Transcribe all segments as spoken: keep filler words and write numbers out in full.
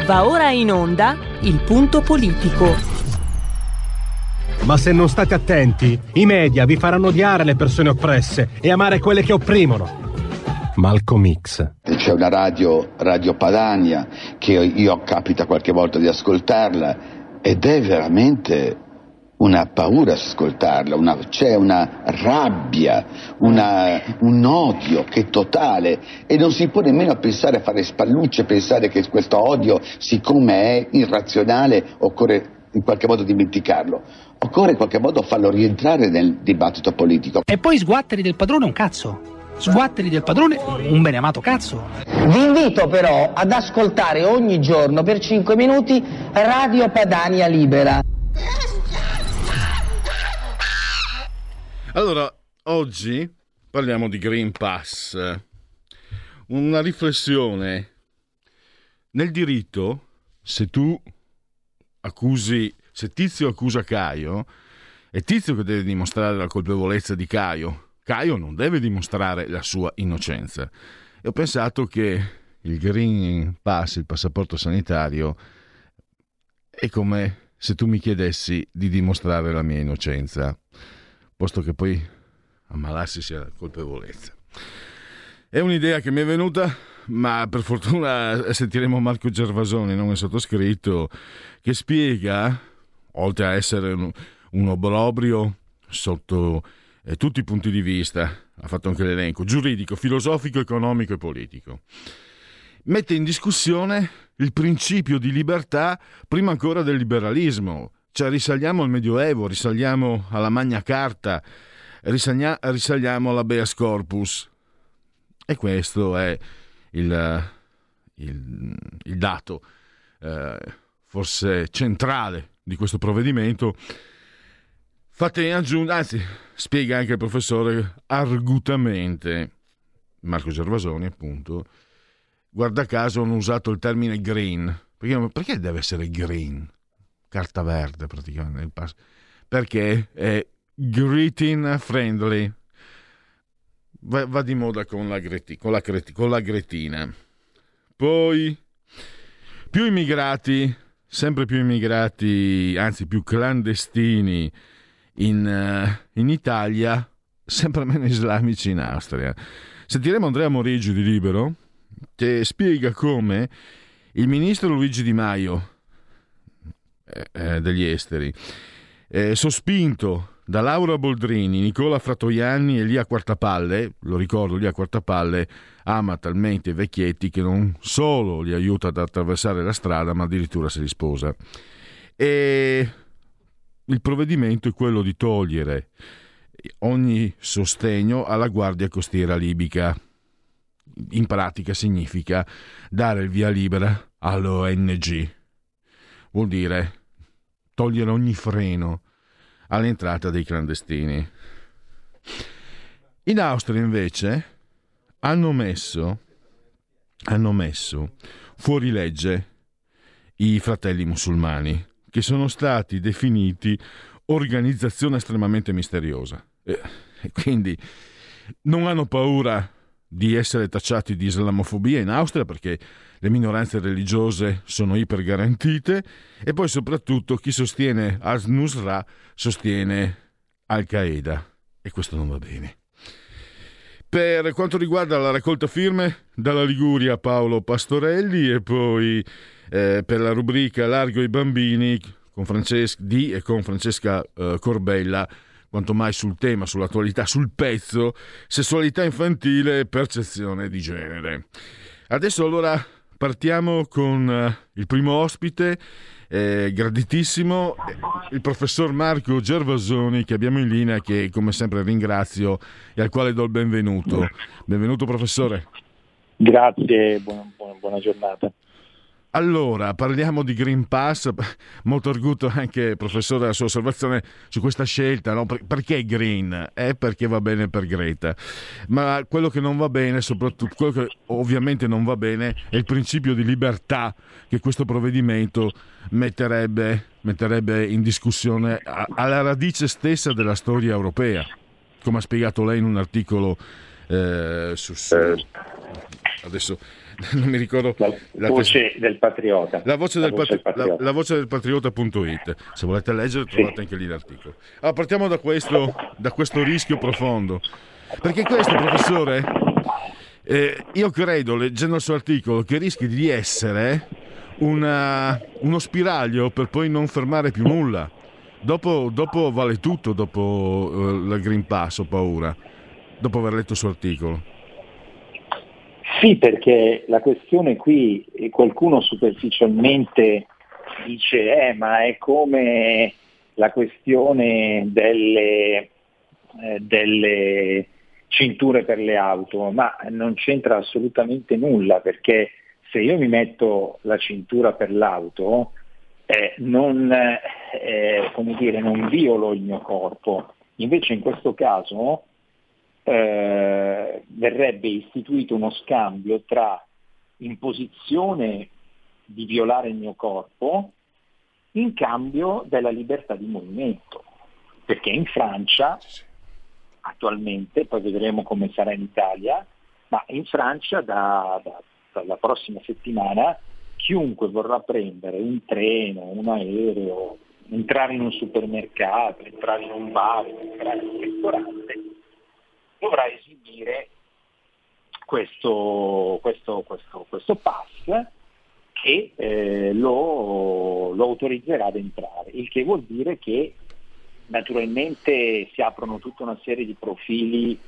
Va ora in onda il punto politico. Ma se non state attenti, i media vi faranno odiare le persone oppresse e amare quelle che opprimono. Malcolm X. C'è una radio, Radio Padania, che io capita qualche volta di ascoltarla ed è veramente una paura ascoltarla, una, c'è una rabbia, una, un odio che è totale e non si può nemmeno pensare a fare spallucce, pensare che questo odio, siccome è irrazionale, occorre in qualche modo dimenticarlo, occorre in qualche modo farlo rientrare nel dibattito politico. E poi sguatteri del padrone un cazzo. Sguatteri del padrone un beneamato cazzo. Vi invito però ad ascoltare ogni giorno per cinque minuti Radio Padania Libera. Allora, oggi parliamo di Green Pass. Una riflessione. Nel diritto, se tu accusi, se Tizio accusa Caio, è Tizio che deve dimostrare la colpevolezza di Caio. Caio non deve dimostrare la sua innocenza. E ho pensato che il Green Pass, il passaporto sanitario, è come se tu mi chiedessi di dimostrare la mia innocenza, posto che poi ammalarsi sia la colpevolezza. È un'idea che mi è venuta, ma per fortuna sentiremo Marco Gervasoni, non è sottoscritto, che spiega, oltre a essere un, un obbrobrio sotto e tutti i punti di vista, ha fatto anche l'elenco, giuridico, filosofico, economico e politico. Mette in discussione il principio di libertà prima ancora del liberalismo, cioè risaliamo al Medioevo, risaliamo alla Magna Carta, risagna, risaliamo all'Habeas Corpus. E questo è il, il, il dato eh, forse centrale di questo provvedimento. Fate aggiungere, anzi, spiega anche il professore argutamente, Marco Gervasoni appunto, guarda caso hanno usato il termine green, perché, perché deve essere green? Carta verde praticamente, perché è greeting friendly, va, va di moda con la, greti, con, la creti, con la gretina. Poi più immigrati, sempre più immigrati, anzi più clandestini, In, uh, in Italia, sempre meno islamici in Austria. Sentiremo Andrea Morigi di Libero che spiega come il ministro Luigi Di Maio eh, eh, degli esteri, eh, sospinto da Laura Boldrini, Nicola Fratoianni e Lia Quartapalle, lo ricordo, Lia Quartapalle ama talmente i vecchietti che non solo li aiuta ad attraversare la strada, ma addirittura se li sposa. E il provvedimento è quello di togliere ogni sostegno alla Guardia Costiera libica. In pratica significa dare il via libera all'O N G. Vuol dire togliere ogni freno all'entrata dei clandestini. In Austria invece hanno messo hanno messo fuori legge i fratelli musulmani, che sono stati definiti organizzazione estremamente misteriosa. E quindi non hanno paura di essere tacciati di islamofobia in Austria, perché le minoranze religiose sono ipergarantite, e poi soprattutto chi sostiene Al-Nusra sostiene Al-Qaeda, e questo non va bene. Per quanto riguarda la raccolta firme, dalla Liguria Paolo Pastorelli, e poi Eh, per la rubrica Largo i bambini con Francesca di e con Francesca eh, Corbella, quanto mai sul tema, sull'attualità, sul pezzo, sessualità infantile e percezione di genere. Adesso allora partiamo con eh, il primo ospite, eh, graditissimo, il professor Marco Gervasoni, che abbiamo in linea, che come sempre ringrazio e al quale do il benvenuto. Benvenuto professore. Grazie, buona, buona, buona giornata. Allora, parliamo di Green Pass, molto arguto anche, professore, la sua osservazione su questa scelta, no? Perché Green? È perché va bene per Greta, ma quello che non va bene, soprattutto quello che ovviamente non va bene, è il principio di libertà che questo provvedimento metterebbe, metterebbe in discussione alla radice stessa della storia europea, come ha spiegato lei in un articolo eh, su... su adesso non mi ricordo la, la voce tes- del patriota la voce la del, voce patri- del patriota. La, la voce del patriota.it, se volete leggere trovate sì. anche lì l'articolo. Allora, partiamo da questo da questo rischio profondo, perché questo, professore, eh, io credo, leggendo il suo articolo, che rischi di essere una, uno spiraglio per poi non fermare più nulla. Dopo, dopo vale tutto, dopo uh, la Green Pass, ho paura, dopo aver letto il suo articolo. Sì, perché la questione qui, qualcuno superficialmente dice, eh, ma è come la questione delle, eh, delle cinture per le auto, ma non c'entra assolutamente nulla, perché se io mi metto la cintura per l'auto, eh, non, eh, come dire, non violo il mio corpo. Invece in questo caso eh, verrebbe istituito uno scambio tra imposizione di violare il mio corpo in cambio della libertà di movimento, perché in Francia attualmente, poi vedremo come sarà in Italia, ma in Francia da, da, dalla prossima settimana chiunque vorrà prendere un treno, un aereo, entrare in un supermercato, entrare in un bar, entrare in un ristorante, dovrà esibire questo, questo, questo, questo pass che eh, lo, lo autorizzerà ad entrare, il che vuol dire che naturalmente si aprono tutta una serie di profili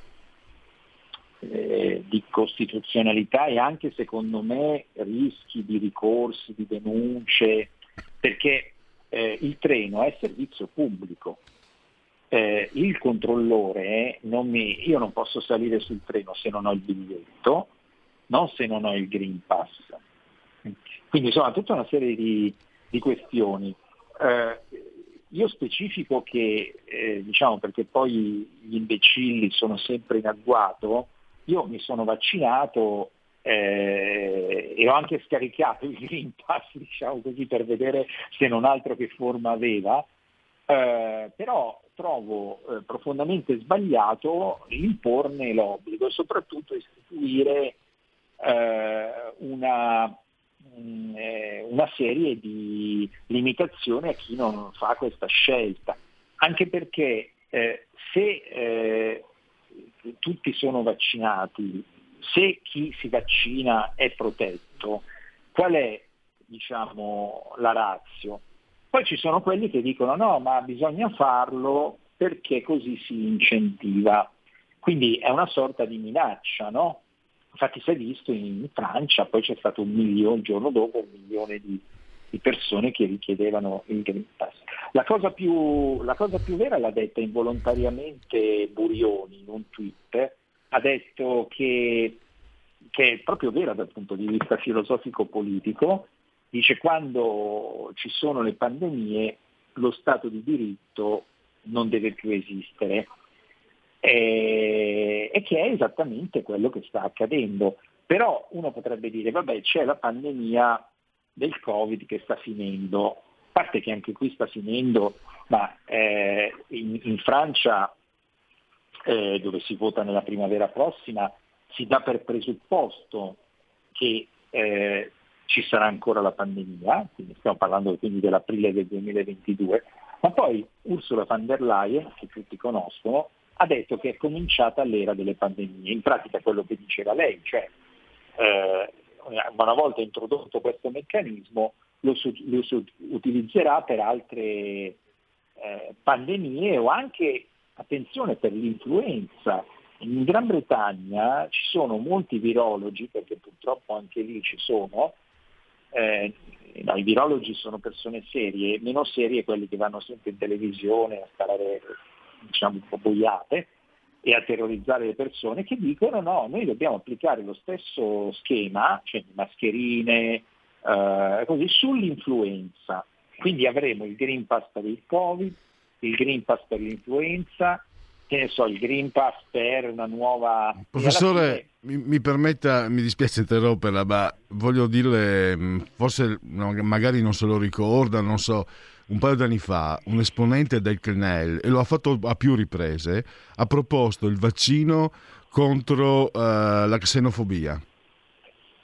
eh, di costituzionalità e anche, secondo me, rischi di ricorsi, di denunce, perché eh, il treno è servizio pubblico. Eh, il controllore, non mi, io non posso salire sul treno se non ho il biglietto, non se non ho il Green Pass. Quindi insomma tutta una serie di, di questioni. Eh, io specifico che, eh, diciamo, perché poi gli imbecilli sono sempre in agguato, io mi sono vaccinato eh, e ho anche scaricato il Green Pass, diciamo così, per vedere se non altro che forma aveva, eh, però trovo eh, profondamente sbagliato imporne l'obbligo e soprattutto istituire eh, una... una serie di limitazioni a chi non fa questa scelta, anche perché eh, se eh, tutti sono vaccinati, se chi si vaccina è protetto, qual è, diciamo, la ratio? Poi ci sono quelli che dicono no, ma bisogna farlo perché così si incentiva, quindi è una sorta di minaccia, no? Infatti si è visto in Francia, poi c'è stato un milione, il giorno dopo un milione di, di persone che richiedevano il Green Pass. La cosa più, la cosa più vera l'ha detta involontariamente Burioni in un tweet, ha detto che, che è proprio vera dal punto di vista filosofico-politico, dice quando ci sono le pandemie lo Stato di diritto non deve più esistere. E, e che è esattamente quello che sta accadendo. Però uno potrebbe dire vabbè, c'è la pandemia del Covid che sta finendo, a parte che anche qui sta finendo, ma eh, in, in Francia eh, dove si vota nella primavera prossima si dà per presupposto che eh, ci sarà ancora la pandemia, quindi stiamo parlando quindi dell'aprile del duemilaventidue, ma poi Ursula von der Leyen, che tutti conoscono, ha detto che è cominciata l'era delle pandemie, in pratica quello che diceva lei, cioè eh, una volta introdotto questo meccanismo lo, su, lo su, utilizzerà per altre eh, pandemie o anche, attenzione, per l'influenza. In Gran Bretagna ci sono molti virologi, perché purtroppo anche lì ci sono, eh, no, i virologi sono persone serie, meno serie quelli che vanno sempre in televisione a sparare, diciamo, un po' boiate e a terrorizzare le persone, che dicono no, noi dobbiamo applicare lo stesso schema, cioè mascherine, eh, così, sull'influenza. Quindi avremo il Green Pass per il Covid, il Green Pass per l'influenza, che ne so, il Green Pass per una nuova... Professore, fine... mi, mi permetta, mi dispiace interromperla, ma voglio dirle, forse magari non se lo ricorda, non so, un paio d'anni fa un esponente del C N E L, e lo ha fatto a più riprese, ha proposto il vaccino contro uh, la xenofobia.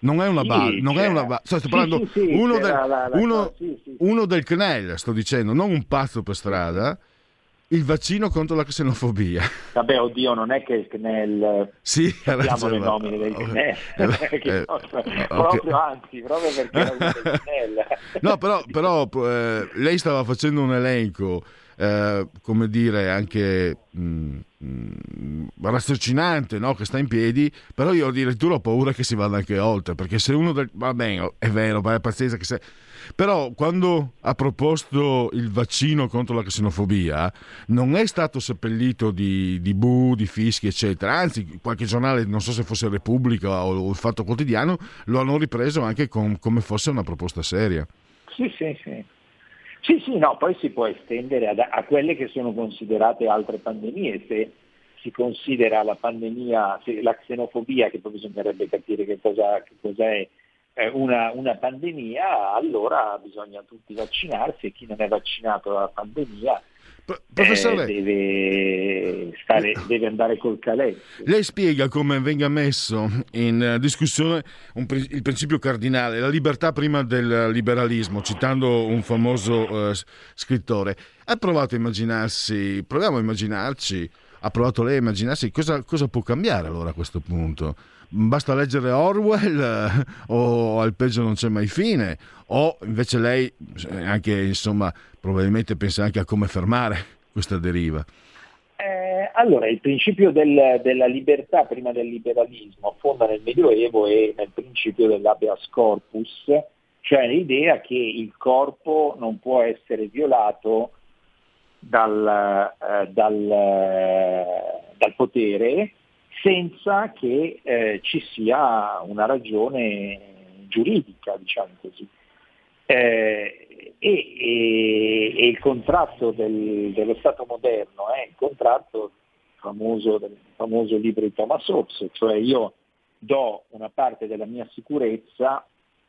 Non è una Sì, balla, non è una ba- sto Sì, parlando sì, sì, uno, del, c'era la- la uno, cosa, sì, sì, sì. uno del C N E L, sto dicendo, non un pazzo per strada, il vaccino contro la xenofobia. Vabbè, oddio, non è che nel Sì, ha sappiamo le ragione. nomine del Ok. C N E L, che Eh, sono- ok. proprio anzi, proprio perché era uno del C N E L. No, però, però eh, lei stava facendo un elenco, eh, come dire, anche mh, mh, raziocinante, no? Che sta in piedi, però io addirittura ho paura che si vada anche oltre, perché se uno del... va bene, è vero, ma è pazienza che se... Però quando ha proposto il vaccino contro la xenofobia non è stato seppellito di, di bu, di fischi, eccetera. Anzi, qualche giornale, non so se fosse Repubblica o il Fatto Quotidiano, lo hanno ripreso anche con, come fosse una proposta seria. Sì, sì, sì. Sì, sì, no, poi si può estendere a, a quelle che sono considerate altre pandemie. Se si considera la pandemia, se la xenofobia, che poi bisognerebbe capire che cosa, che cosa è, eh, una, una pandemia, allora bisogna tutti vaccinarsi e chi non è vaccinato dalla pandemia P- professore, eh, deve, stare, deve andare col caletto. lei spiega come venga messo in discussione un, il principio cardinale, la libertà prima del liberalismo, citando un famoso eh, scrittore. Ha provato a immaginarsi, proviamo a immaginarci, ha provato lei a immaginarsi cosa, cosa può cambiare allora a questo punto? Basta leggere Orwell eh, o al peggio non c'è mai fine, o invece lei anche insomma probabilmente pensa anche a come fermare questa deriva. Eh, allora, il principio del, della libertà prima del liberalismo affonda nel Medioevo e nel principio dell'habeas corpus, cioè l'idea che il corpo non può essere violato dal, eh, dal, eh, dal potere senza che eh, ci sia una ragione giuridica, diciamo così. Eh, e, e, e il contratto del, dello Stato moderno è il contratto famoso del famoso libro di Thomas Hobbes, cioè io do una parte della mia sicurezza,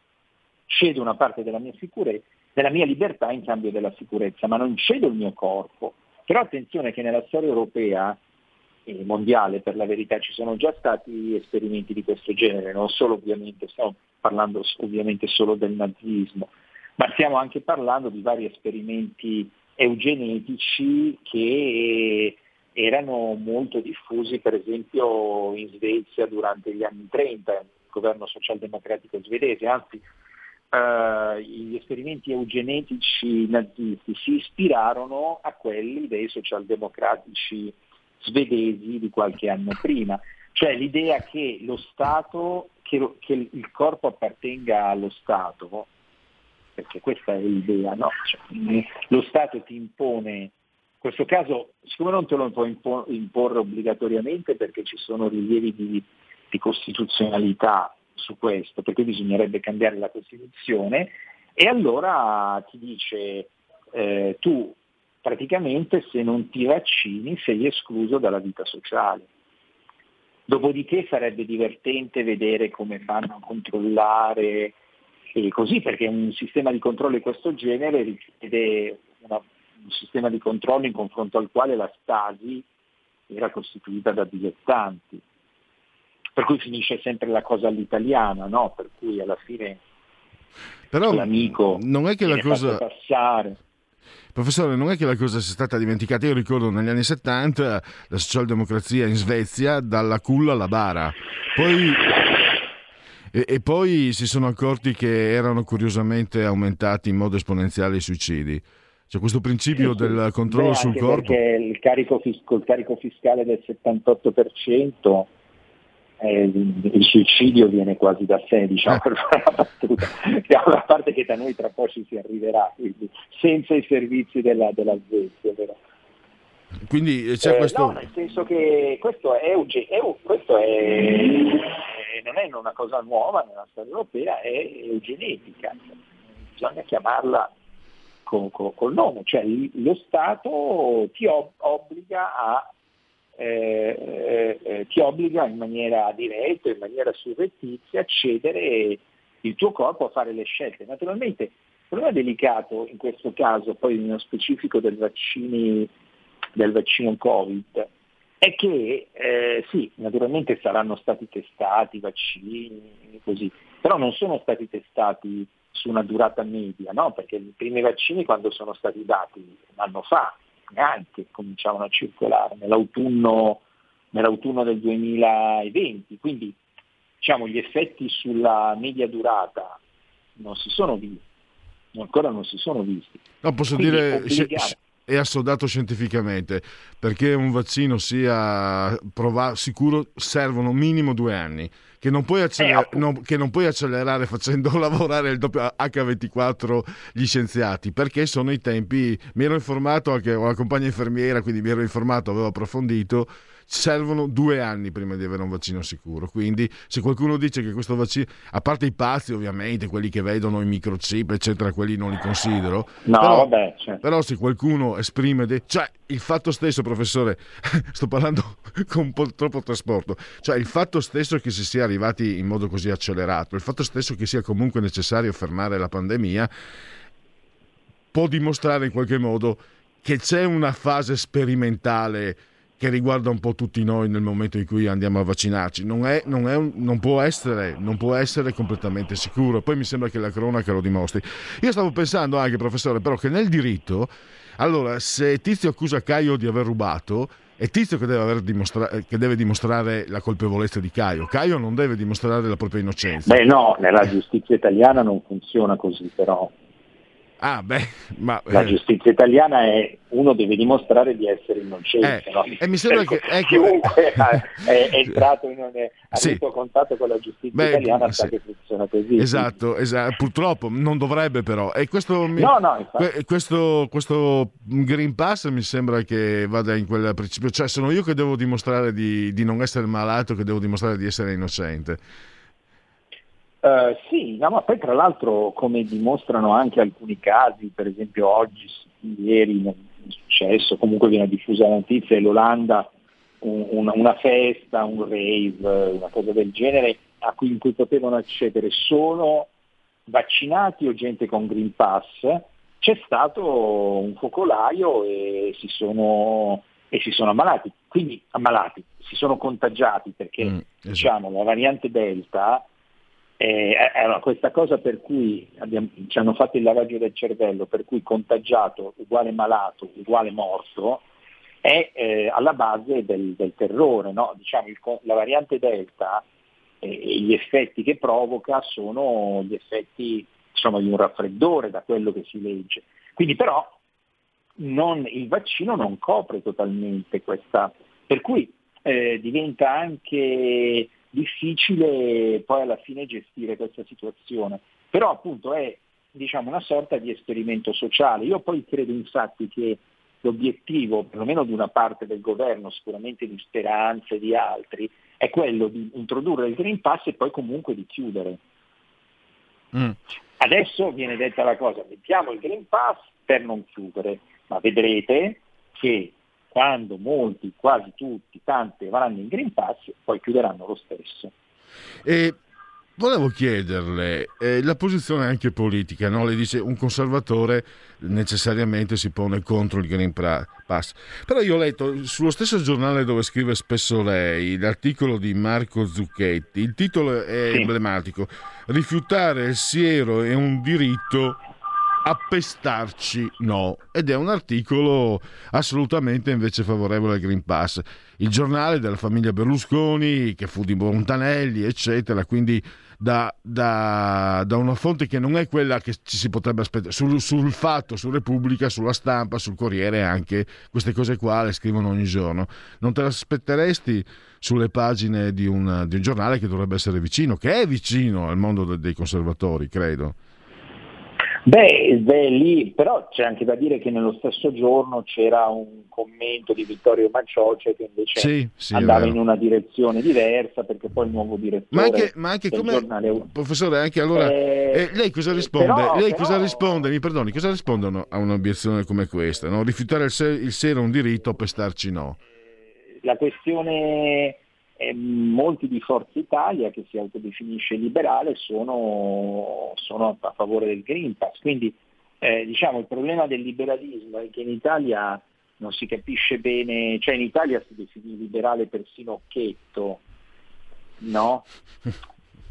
cedo una parte della mia sicurezza, della mia libertà in cambio della sicurezza, ma non cedo il mio corpo. Però attenzione che nella storia europea e mondiale, per la verità, ci sono già stati esperimenti di questo genere, non solo ovviamente, stiamo parlando ovviamente solo del nazismo, ma stiamo anche parlando di vari esperimenti eugenetici che erano molto diffusi, per esempio in Svezia durante gli anni trenta, il governo socialdemocratico svedese, anzi eh, gli esperimenti eugenetici nazisti si ispirarono a quelli dei socialdemocratici svedesi di qualche anno prima, cioè l'idea che lo Stato, che, che il corpo appartenga allo Stato, perché questa è l'idea, no? Cioè, lo Stato ti impone, in questo caso siccome non te lo può imporre obbligatoriamente perché ci sono rilievi di, di costituzionalità su questo, perché bisognerebbe cambiare la Costituzione, e allora ti dice eh, tu praticamente se non ti vaccini sei escluso dalla vita sociale. Dopodiché sarebbe divertente vedere come fanno a controllare e così, perché un sistema di controllo di questo genere richiede una, un sistema di controllo in confronto al quale la Stasi era costituita da dilettanti. Per cui finisce sempre la cosa all'italiana, no? Per cui alla fine però l'amico non è che la viene cosa fatto passare. Professore, non è che la cosa sia stata dimenticata. Io ricordo negli anni settanta la socialdemocrazia in Svezia dalla culla alla bara, poi e, e poi si sono accorti che erano curiosamente aumentati in modo esponenziale i suicidi. C'è questo principio Sì, sì. del controllo Beh, sul anche corpo. Perché il carico, fis- col carico fiscale del settantotto per cento eh, il suicidio viene quasi da sé, diciamo, Eh. per fare una battuta. A parte che da noi tra poco ci si arriverà, quindi senza i servizi della, della Svezia. Però. Quindi c'è Eh, questo. No, nel senso che questo è, euge- è questo è, eh, non è una cosa nuova nella storia europea, è eugenetica, bisogna chiamarla con, con, col nome, cioè lo Stato ti ob- obbliga a eh, eh, ti obbliga in maniera diretta, in maniera surrettizia a cedere il tuo corpo a fare le scelte. Naturalmente il problema delicato in questo caso, poi nello specifico del vaccini del vaccino Covid, è che eh, sì, naturalmente saranno stati testati i vaccini così, però non sono stati testati su una durata media, no? Perché i primi vaccini, quando sono stati dati un anno fa, neanche cominciavano a circolare, nell'autunno, nell'autunno del duemilaventi, quindi diciamo gli effetti sulla media durata non si sono visti, ancora non si sono visti. No, posso Quindi dire obbligare... è assodato scientificamente, perché un vaccino sia provato sicuro servono minimo due anni, che non puoi acceler- eh, non, che non puoi accelerare facendo lavorare il doppio acca ventiquattro gli scienziati, perché sono i tempi. Mi ero informato, anche ho la compagna infermiera, quindi mi ero informato, avevo approfondito. Servono due anni prima di avere un vaccino sicuro, quindi se qualcuno dice che questo vaccino, a parte i pazzi ovviamente, quelli che vedono i microchip eccetera, quelli non li considero, no, però, vabbè, certo. Però se qualcuno esprime de- cioè il fatto stesso, professore, sto parlando con un po' troppo trasporto, cioè il fatto stesso che si sia arrivati in modo così accelerato, il fatto stesso che sia comunque necessario fermare la pandemia, può dimostrare in qualche modo che c'è una fase sperimentale che riguarda un po' tutti noi nel momento in cui andiamo a vaccinarci. Non, è, non, è un, non, può essere, non può essere completamente sicuro. Poi mi sembra che la cronaca lo dimostri. Io stavo pensando anche, professore, però che nel diritto, allora, se Tizio accusa Caio di aver rubato, è Tizio che deve, aver dimostra- che deve dimostrare la colpevolezza di Caio. Caio non deve dimostrare la propria innocenza. Beh no, nella giustizia italiana non funziona così, però. Ah, beh, ma, la eh. giustizia italiana è uno deve dimostrare di essere innocente, eh, no? E mi sembra cioè, che ecco, chiunque è, è entrato in un, ha sì. avuto contatto con la giustizia Beh, italiana sì. sa che funziona così. Esatto, esatto, purtroppo non dovrebbe però. E questo, mi, no, no, questo, questo Green Pass mi sembra che vada in quel principio, cioè sono io che devo dimostrare di, di non essere malato, che devo dimostrare di essere innocente. Uh, sì, no, ma poi tra l'altro, come dimostrano anche alcuni casi, per esempio oggi, ieri non è successo, comunque viene diffusa la notizia, l'Olanda, un, una, una festa, un rave, una cosa del genere, a cui, in cui potevano accedere solo vaccinati o gente con Green Pass, c'è stato un focolaio e si sono, e si sono ammalati, quindi ammalati, si sono contagiati perché mm, esatto. diciamo la variante Delta. Eh, allora, questa cosa per cui abbiamo, ci hanno fatto il lavaggio del cervello, per cui contagiato uguale malato uguale morto, è eh, alla base del, del terrore, no? Diciamo, il, la variante Delta e eh, gli effetti che provoca sono gli effetti, insomma, di un raffreddore, da quello che si legge. Quindi però non, il vaccino non copre totalmente questa, per cui eh, diventa anche difficile poi alla fine gestire questa situazione, però appunto è, diciamo, una sorta di esperimento sociale. Io poi credo infatti che l'obiettivo, perlomeno di una parte del governo, sicuramente di Speranza e di altri, è quello di introdurre il Green Pass e poi comunque di chiudere. Mm. Adesso viene detta la cosa, mettiamo il Green Pass per non chiudere, ma vedrete che quando molti, quasi tutti, tanti avranno il Green Pass, poi chiuderanno lo stesso. E volevo chiederle, eh, la posizione anche politica, no? Le dice un conservatore necessariamente si pone contro il Green Pass, però io ho letto sullo stesso giornale dove scrive spesso lei l'articolo di Marco Zucchetti, il titolo è sì. emblematico: rifiutare il siero è un diritto, appestarci no, ed è un articolo assolutamente invece favorevole al Green Pass. Il giornale della famiglia Berlusconi, che fu di Montanelli eccetera, quindi da, da, da una fonte che non è quella che ci si potrebbe aspettare, sul, sul Fatto, su Repubblica, sulla Stampa, sul Corriere, anche queste cose qua le scrivono ogni giorno. Non te le aspetteresti sulle pagine di un, di un giornale che dovrebbe essere vicino, che è vicino al mondo de, dei conservatori, credo? Beh, beh, lì però c'è anche da dire che nello stesso giorno c'era un commento di Vittorio Macioce che invece sì, sì, andava in una direzione diversa, perché poi il nuovo direttore ma anche, ma anche del come giornale... professore, anche allora eh, eh, lei cosa risponde? Però, lei però... cosa risponde? Mi perdoni, cosa rispondono a un'obiezione come questa? No? Rifiutare il, se- il sero è un diritto, pestarci no. La questione... E molti di Forza Italia, che si autodefinisce liberale, sono, sono a favore del Green Pass. Quindi eh, diciamo il problema del liberalismo è che in Italia non si capisce bene, cioè in Italia si definì liberale persino Occhetto, no?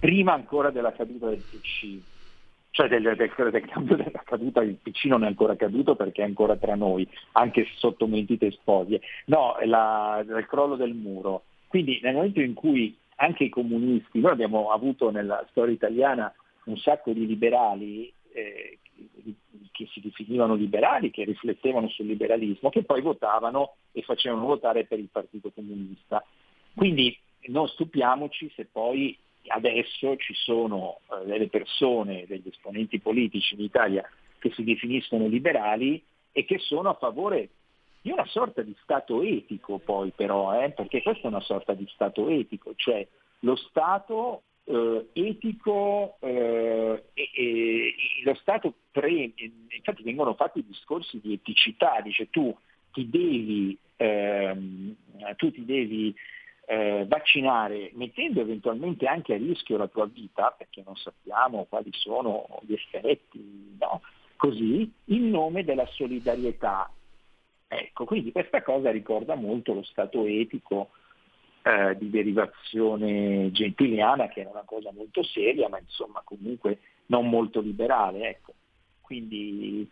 prima ancora della caduta del P C, cioè del, del, del cambio della caduta. Il P C non è ancora caduto perché è ancora tra noi, anche sotto mentite spoglie, no, la, il crollo del muro. Quindi nel momento in cui anche i comunisti, noi abbiamo avuto nella storia italiana un sacco di liberali eh, che si definivano liberali, che riflettevano sul liberalismo, che poi votavano e facevano votare per il Partito Comunista. Quindi non stupiamoci se poi adesso ci sono eh, delle persone, degli esponenti politici in Italia che si definiscono liberali e che sono a favore di una sorta di Stato etico poi però, eh, perché questa è una sorta di Stato etico, cioè lo Stato eh, etico, eh, e, e, lo Stato pre, infatti vengono fatti discorsi di eticità, dice tu ti devi, ehm, tu ti devi eh, vaccinare mettendo eventualmente anche a rischio la tua vita, perché non sappiamo quali sono gli effetti, no? Così, in nome della solidarietà. Ecco, quindi questa cosa ricorda molto lo Stato etico eh, di derivazione gentiliana, che è una cosa molto seria, ma insomma comunque non molto liberale. Ecco. Quindi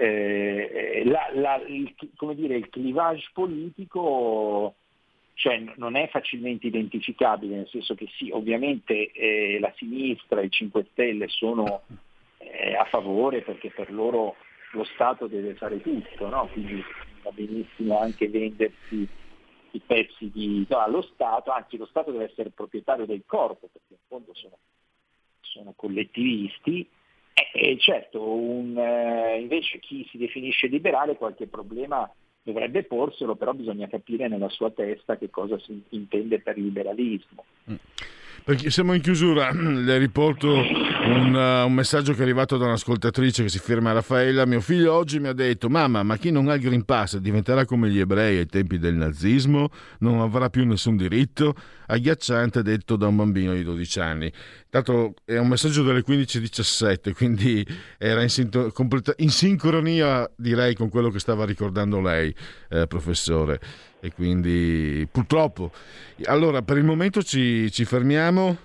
eh, la, la, il, come dire, il clivage politico, cioè, non è facilmente identificabile, nel senso che sì, ovviamente eh, la sinistra e i cinque Stelle sono eh, a favore, perché per loro lo Stato deve fare tutto, no? Quindi va benissimo anche vendersi i pezzi di, no, allo Stato, anzi lo Stato deve essere proprietario del corpo, perché in fondo sono, sono collettivisti, e, e certo un, eh, invece chi si definisce liberale qualche problema dovrebbe porselo, però bisogna capire nella sua testa che cosa si intende per liberalismo. Mm. Perché siamo in chiusura, le riporto un, uh, un messaggio che è arrivato da un'ascoltatrice che si firma Raffaella. Mio figlio oggi mi ha detto: mamma, ma chi non ha il Green Pass diventerà come gli ebrei ai tempi del nazismo, non avrà più nessun diritto? Agghiacciante, detto da un bambino di dodici anni. Tanto è un messaggio delle quindici e diciassette, quindi era in, sinto- completa- in sincronia, direi, con quello che stava ricordando lei, eh, professore. E quindi purtroppo. Allora, per il momento ci, ci fermiamo.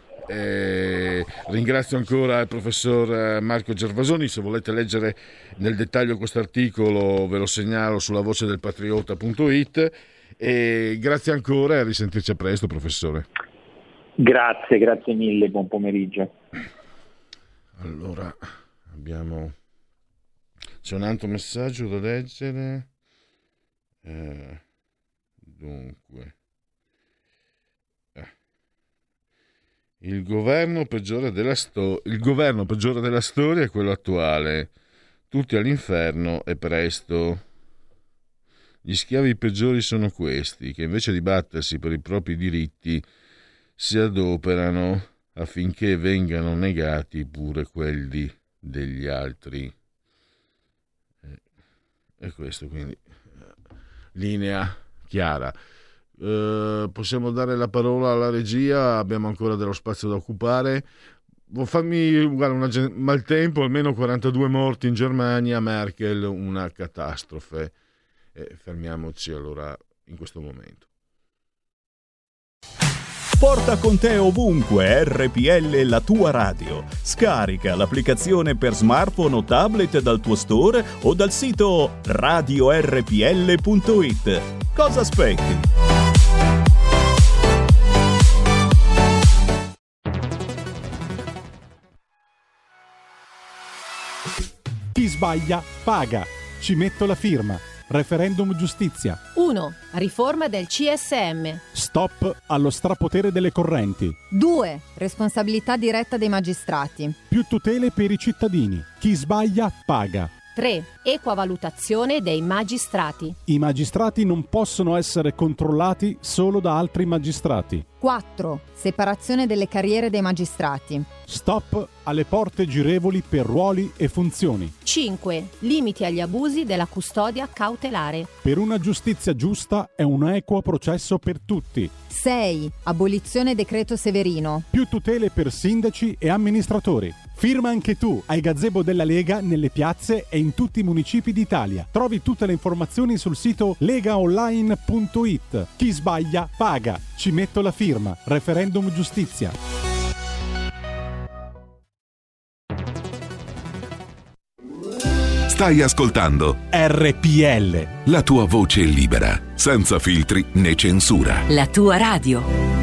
Eh, ringrazio ancora il professor Marco Gervasoni. Se volete leggere nel dettaglio questo articolo ve lo segnalo sulla voce del patriota punto it. E grazie ancora e a risentirci a presto, professore. Grazie, grazie mille, buon pomeriggio. Allora, abbiamo c'è un altro messaggio da leggere. Eh, dunque eh. il governo peggiore della sto- il governo peggiore della storia è quello attuale. Tutti all'inferno e presto. Gli schiavi peggiori sono questi, che invece di battersi per i propri diritti si adoperano affinché vengano negati pure quelli degli altri. E questo, quindi, linea chiara. Eh, possiamo dare la parola alla regia, abbiamo ancora dello spazio da occupare. Fammi guarda, una, maltempo, almeno quarantadue morti in Germania, Merkel una catastrofe. E fermiamoci allora in questo momento. Porta con te ovunque R P L, la tua radio. Scarica l'applicazione per smartphone o tablet dal tuo store o dal sito radio R P L punto it. Cosa aspetti? Chi sbaglia paga. Ci metto la firma. Referendum giustizia. uno. Riforma del C S M. Stop allo strapotere delle correnti. due. Responsabilità diretta dei magistrati. Più tutele per i cittadini. Chi sbaglia paga. tre. Equa valutazione dei magistrati. I magistrati non possono essere controllati solo da altri magistrati. quattro. Separazione delle carriere dei magistrati. Stop alle porte girevoli per ruoli e funzioni. cinque. Limiti agli abusi della custodia cautelare. Per una giustizia giusta e un equo processo per tutti. sei. Abolizione decreto Severino. Più tutele per sindaci e amministratori. Firma anche tu ai gazebo della Lega nelle piazze e in tutti i municipi d'Italia. Trovi tutte le informazioni sul sito legaonline punto it. Chi sbaglia paga. Ci metto la firma. Referendum giustizia. Stai ascoltando R P L. La tua voce libera, senza filtri né censura. La tua radio.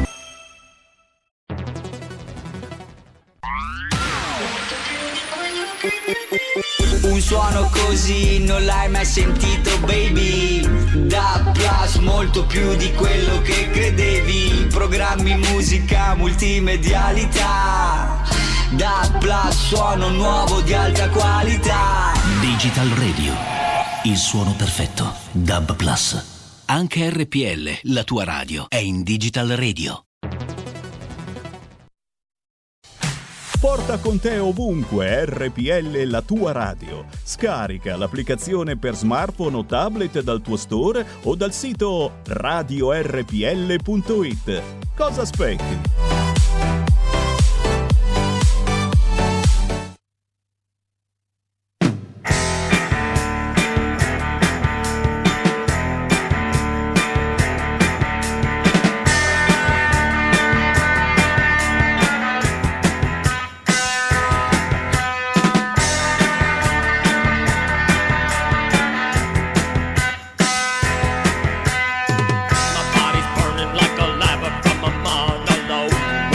Un suono così non l'hai mai sentito, baby. Da Plus, molto più di quello che credevi. Programmi, musica, multimedialità. Da Plus, suono nuovo di alta qualità. Digital Radio, il suono perfetto. D A B Plus. Anche R P L, la tua radio, è in Digital Radio. Porta con te ovunque R P L, la tua radio. Scarica l'applicazione per smartphone o tablet dal tuo store o dal sito radio R P L punto it. Cosa aspetti? My body's burning like a lava from a monologue.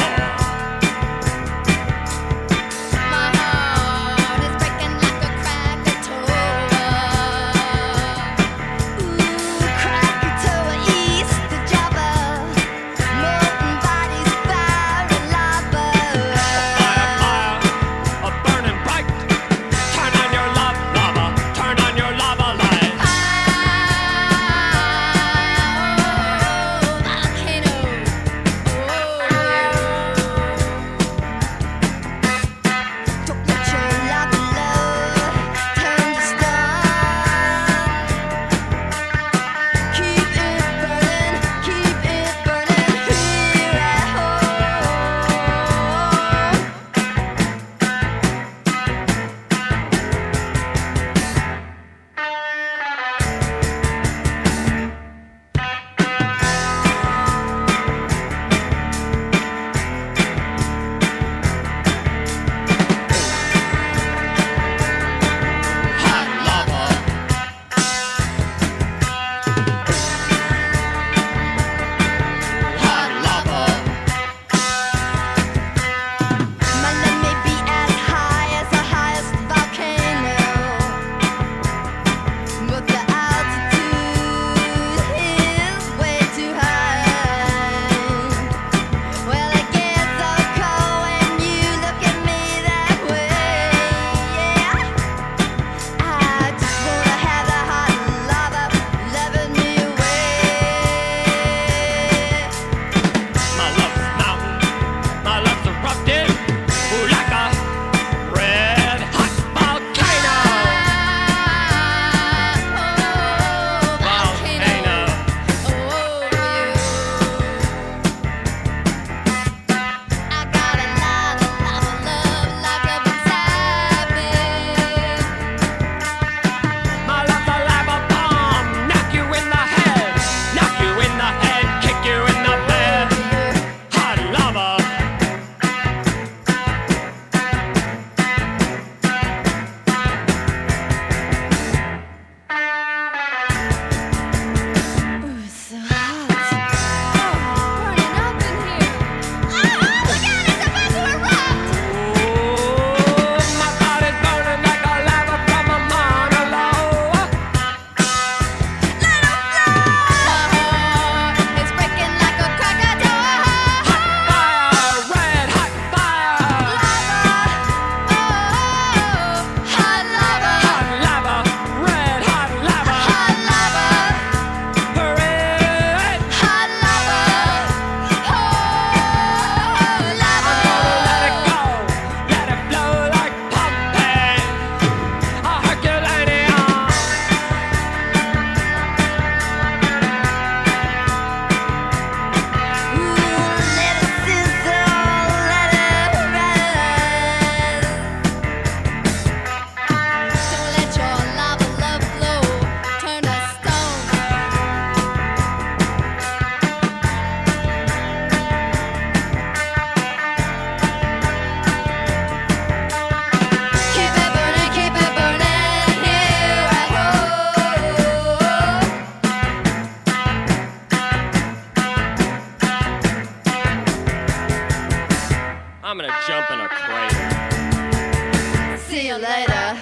lighter.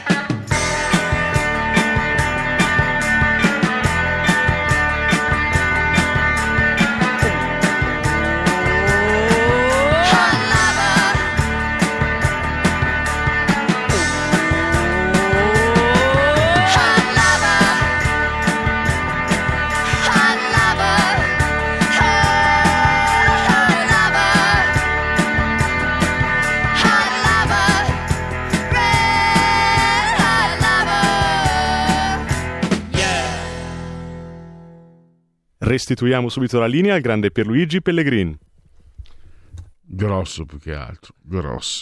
Restituiamo subito la linea al grande Pierluigi Pellegrin. Grosso più che altro, grosso.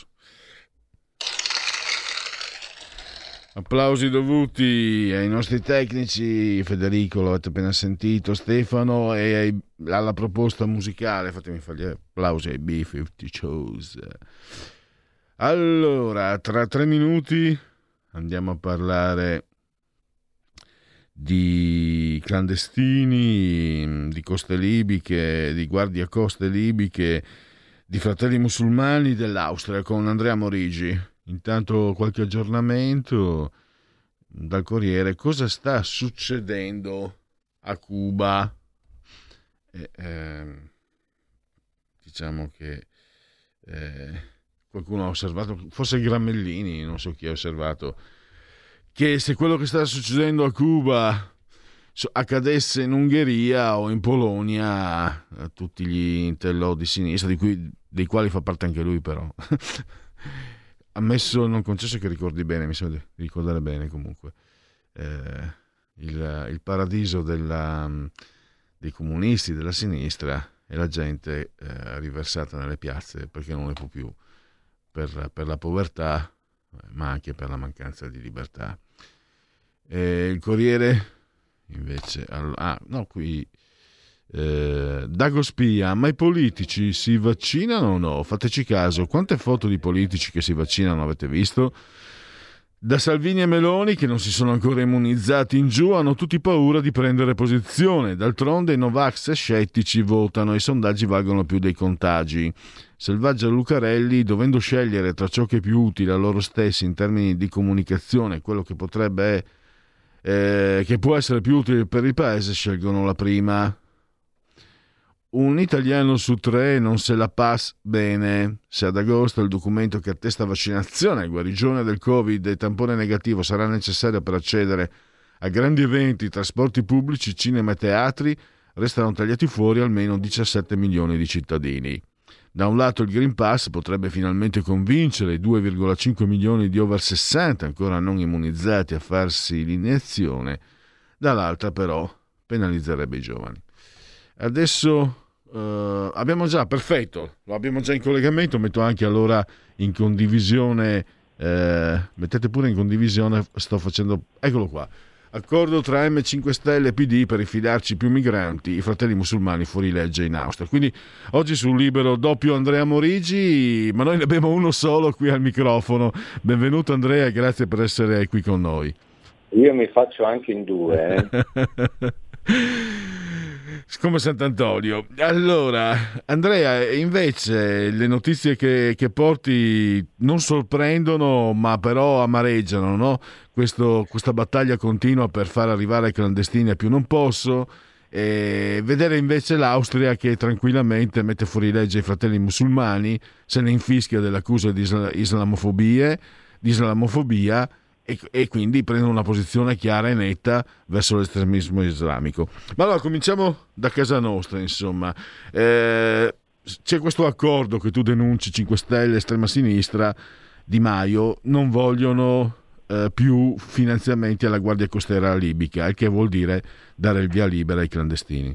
Applausi dovuti ai nostri tecnici, Federico lo avete appena sentito, Stefano, e ai, alla proposta musicale. Fatemi fare gli applausi ai B cinquanta Shows. Allora, tra tre minuti andiamo a parlare di clandestini, di coste libiche, di guardiacoste libiche, di fratelli musulmani dell'Austria con Andrea Morigi. Intanto qualche aggiornamento dal Corriere. Cosa sta succedendo a Cuba? Eh, eh, diciamo che eh, qualcuno ha osservato, forse Gramellini, non so chi ha osservato, che se quello che sta succedendo a Cuba accadesse in Ungheria o in Polonia, a tutti gli intellò di sinistra, di cui, dei quali fa parte anche lui però, ammesso non concesso che ricordi bene, mi sembra di ricordare bene comunque, eh, il, il paradiso della, dei comunisti, della sinistra, e la gente eh, riversata nelle piazze perché non ne può più, per, per la povertà, ma anche per la mancanza di libertà. E il Corriere invece, ah no, qui eh, Dago Spia, ma i politici si vaccinano o no? Fateci caso, quante foto di politici che si vaccinano avete visto? Da Salvini e Meloni, che non si sono ancora immunizzati in giù, hanno tutti paura di prendere posizione. D'altronde i Novax scettici votano, i sondaggi valgono più dei contagi. Selvaggia Lucarelli, dovendo scegliere tra ciò che è più utile a loro stessi in termini di comunicazione, quello che potrebbe eh, che può essere più utile per il paese, scelgono la prima. Un italiano su tre non se la passa bene. Se ad agosto il documento che attesta vaccinazione, guarigione del Covid e tampone negativo sarà necessario per accedere a grandi eventi, trasporti pubblici, cinema e teatri, restano tagliati fuori almeno diciassette milioni di cittadini. Da un lato il Green Pass potrebbe finalmente convincere i due virgola cinque milioni di over sessanta ancora non immunizzati a farsi l'iniezione, dall'altra però penalizzerebbe i giovani. Adesso uh, abbiamo già, perfetto, lo abbiamo già in collegamento, metto anche allora in condivisione, eh, mettete pure in condivisione, sto facendo, eccolo qua. Accordo tra M cinque Stelle e P D per infilarci più migranti, i fratelli musulmani fuori legge in Austria. Quindi oggi sul Libero doppio Andrea Morigi, ma noi ne abbiamo uno solo qui al microfono. Benvenuto Andrea e grazie per essere qui con noi. Io mi faccio anche in due. Eh. Come Sant'Antonio. Allora, Andrea, invece le notizie che, che porti non sorprendono, ma però amareggiano, no? Questo, questa battaglia continua per far arrivare i clandestini a più non posso, e vedere invece l'Austria che tranquillamente mette fuori legge i fratelli musulmani, se ne infischia dell'accusa di islamofobie, di islamofobia, E, e quindi prendono una posizione chiara e netta verso l'estremismo islamico. Ma allora cominciamo da casa nostra, insomma. Eh, c'è questo accordo che tu denunci, cinque Stelle, estrema sinistra, Di Maio, non vogliono eh, più finanziamenti alla Guardia Costiera libica, il che vuol dire dare il via libera ai clandestini.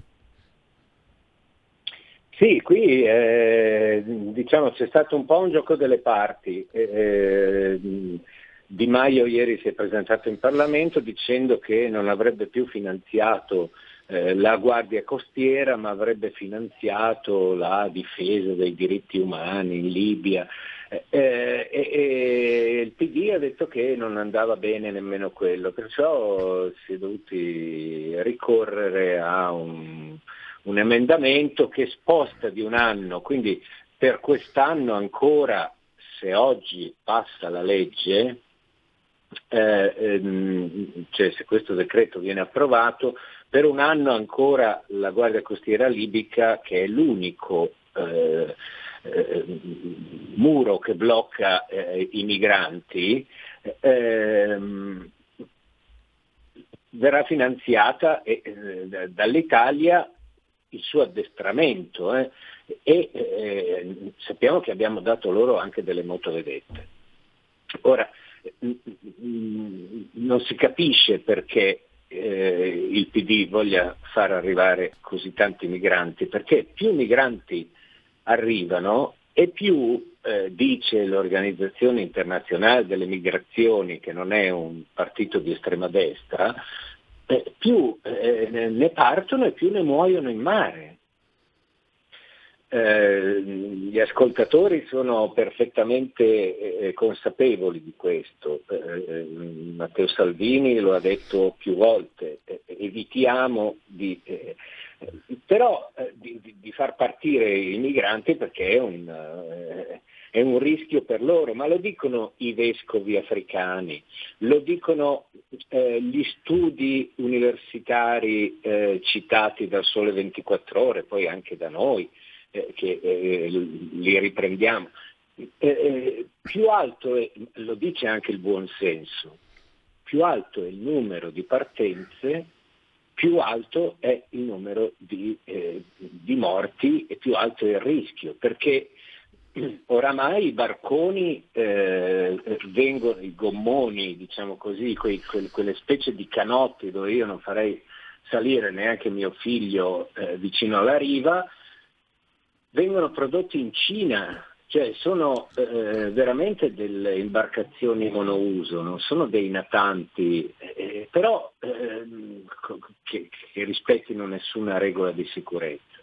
Sì, qui eh, diciamo c'è stato un po' un gioco delle parti. Eh, Di Maio ieri si è presentato in Parlamento dicendo che non avrebbe più finanziato eh, la Guardia Costiera, ma avrebbe finanziato la difesa dei diritti umani in Libia. Eh, eh, e il P D ha detto che non andava bene nemmeno quello, perciò si è dovuti ricorrere a un, un emendamento che sposta di un anno, quindi per quest'anno ancora, se oggi passa la legge, eh, ehm, cioè se questo decreto viene approvato, per un anno ancora la Guardia Costiera Libica, che è l'unico eh, eh, muro che blocca eh, i migranti, ehm, verrà finanziata eh, dall'Italia il suo addestramento eh, e eh, sappiamo che abbiamo dato loro anche delle motovedette. Ora, non si capisce perché eh, il P D voglia far arrivare così tanti migranti, perché più migranti arrivano e più eh, dice l'Organizzazione Internazionale delle Migrazioni, che non è un partito di estrema destra, eh, più eh, ne partono e più ne muoiono in mare. Eh, gli ascoltatori sono perfettamente eh, consapevoli di questo. Eh, Matteo Salvini lo ha detto più volte, eh, evitiamo di, eh, però, eh, di, di far partire i migranti perché è un, eh, è un rischio per loro, ma lo dicono i vescovi africani, lo dicono eh, gli studi universitari eh, citati dal Sole ventiquattro Ore, poi anche da noi, che eh, li riprendiamo. Eh, eh, più alto è, lo dice anche il buon senso, più alto è il numero di partenze, più alto è il numero di, eh, di morti e più alto è il rischio, perché oramai i barconi eh, vengono, i gommoni, diciamo così, quei, quelle, quelle specie di canotti dove io non farei salire neanche mio figlio eh, vicino alla riva, vengono prodotti in Cina, cioè sono eh, veramente delle imbarcazioni monouso, non sono dei natanti, eh, però eh, che, che rispettino nessuna regola di sicurezza.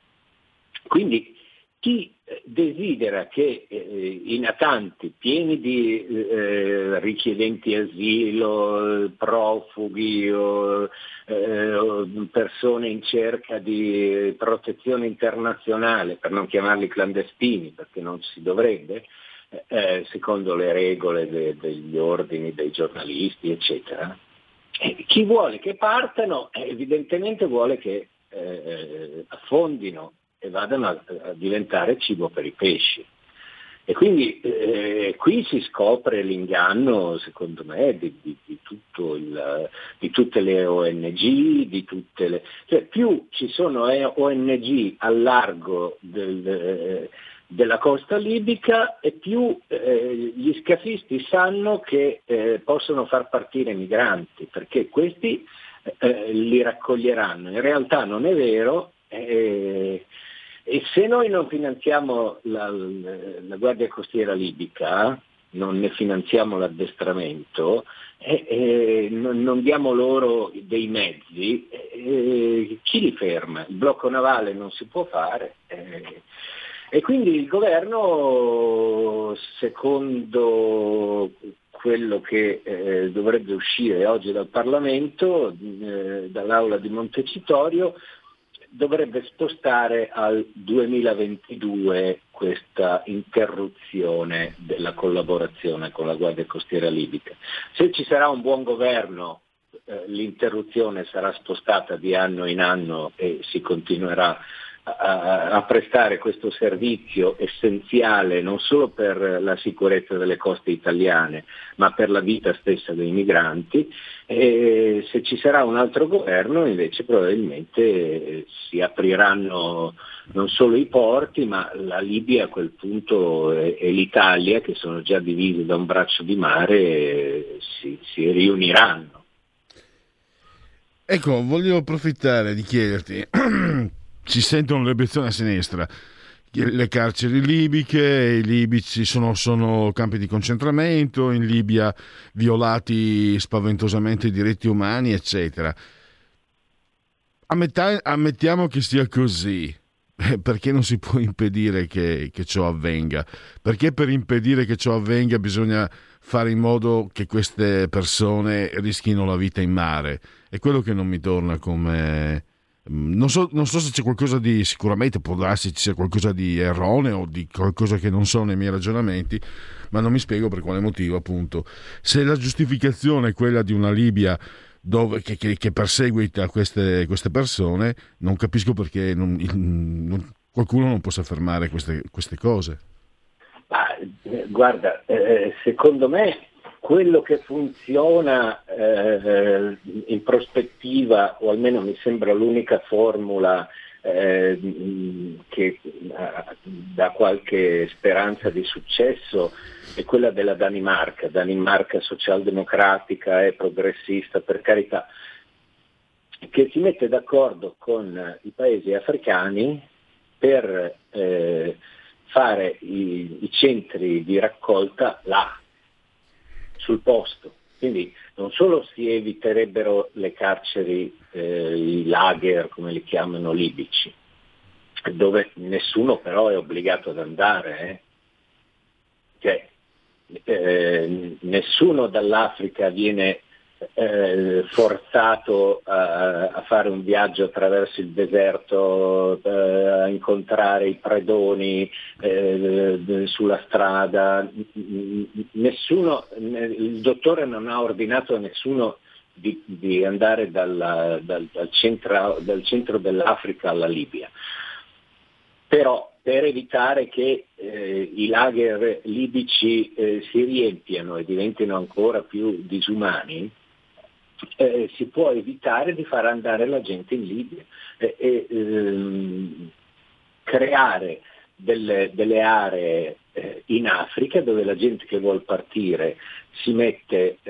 Quindi chi desidera che eh, i natanti pieni di eh, richiedenti asilo, profughi o eh, persone in cerca di protezione internazionale, per non chiamarli clandestini perché non si dovrebbe, eh, secondo le regole de- degli ordini dei giornalisti eccetera, eh, chi vuole che partano evidentemente vuole che eh, affondino e vadano a, a diventare cibo per i pesci. E quindi eh, qui si scopre l'inganno, secondo me, di, di, di, tutto il, di tutte le O N G, di tutte le, cioè più ci sono O N G al largo del, eh, della costa libica e più eh, gli scafisti sanno che eh, possono far partire migranti, perché questi eh, li raccoglieranno. In realtà non è vero. Eh, E se noi non finanziamo la, la Guardia Costiera Libica, non ne finanziamo l'addestramento, eh, eh, non, non diamo loro dei mezzi, eh, chi li ferma? Il blocco navale non si può fare. Eh, e quindi il governo, secondo quello che eh, dovrebbe uscire oggi dal Parlamento, eh, dall'aula di Montecitorio, dovrebbe spostare al duemilaventidue questa interruzione della collaborazione con la Guardia Costiera Libica. Se ci sarà un buon governo, eh, l'interruzione sarà spostata di anno in anno e si continuerà a, a prestare questo servizio essenziale non solo per la sicurezza delle coste italiane, ma per la vita stessa dei migranti. E se ci sarà un altro governo invece probabilmente si apriranno non solo i porti, ma la Libia a quel punto e, e l'Italia, che sono già divisi da un braccio di mare, si, si riuniranno. Ecco, voglio approfittare di chiederti, si sentono le obiezioni a sinistra, le carceri libiche, i libici sono, sono campi di concentramento, in Libia violati spaventosamente i diritti umani, eccetera. Ammetta, ammettiamo che sia così, eh, perché non si può impedire che, che ciò avvenga? Perché per impedire che ciò avvenga bisogna fare in modo che queste persone rischino la vita in mare? È quello che non mi torna come Non so, non so se c'è qualcosa di, sicuramente può darsi ci sia qualcosa di erroneo o di qualcosa che non so nei miei ragionamenti, ma non mi spiego per quale motivo, appunto, se la giustificazione è quella di una Libia dove, che, che, che perseguita queste, queste persone, non capisco perché non, non, qualcuno non possa fermare queste, queste cose. Ah, guarda, eh, secondo me quello che funziona eh, in prospettiva, o almeno mi sembra l'unica formula eh, che eh, dà qualche speranza di successo, è quella della Danimarca, Danimarca socialdemocratica e progressista, per carità, che si mette d'accordo con i paesi africani per eh, fare i, i centri di raccolta là, sul posto. Quindi non solo si eviterebbero le carceri, eh, i lager come li chiamano libici, dove nessuno però è obbligato ad andare, eh. Cioè, eh, nessuno dall'Africa viene eh, forzato a, a fare un viaggio attraverso il deserto, eh, a incontrare i predoni eh, sulla strada. Nessuno, il dottore non ha ordinato a nessuno di, di andare dal, dal, dal, centro, dal centro dell'Africa alla Libia. Però per evitare che eh, i lager libici eh, si riempiano e diventino ancora più disumani, eh, si può evitare di far andare la gente in Libia e eh, ehm, creare delle, delle aree eh, in Africa dove la gente che vuol partire si mette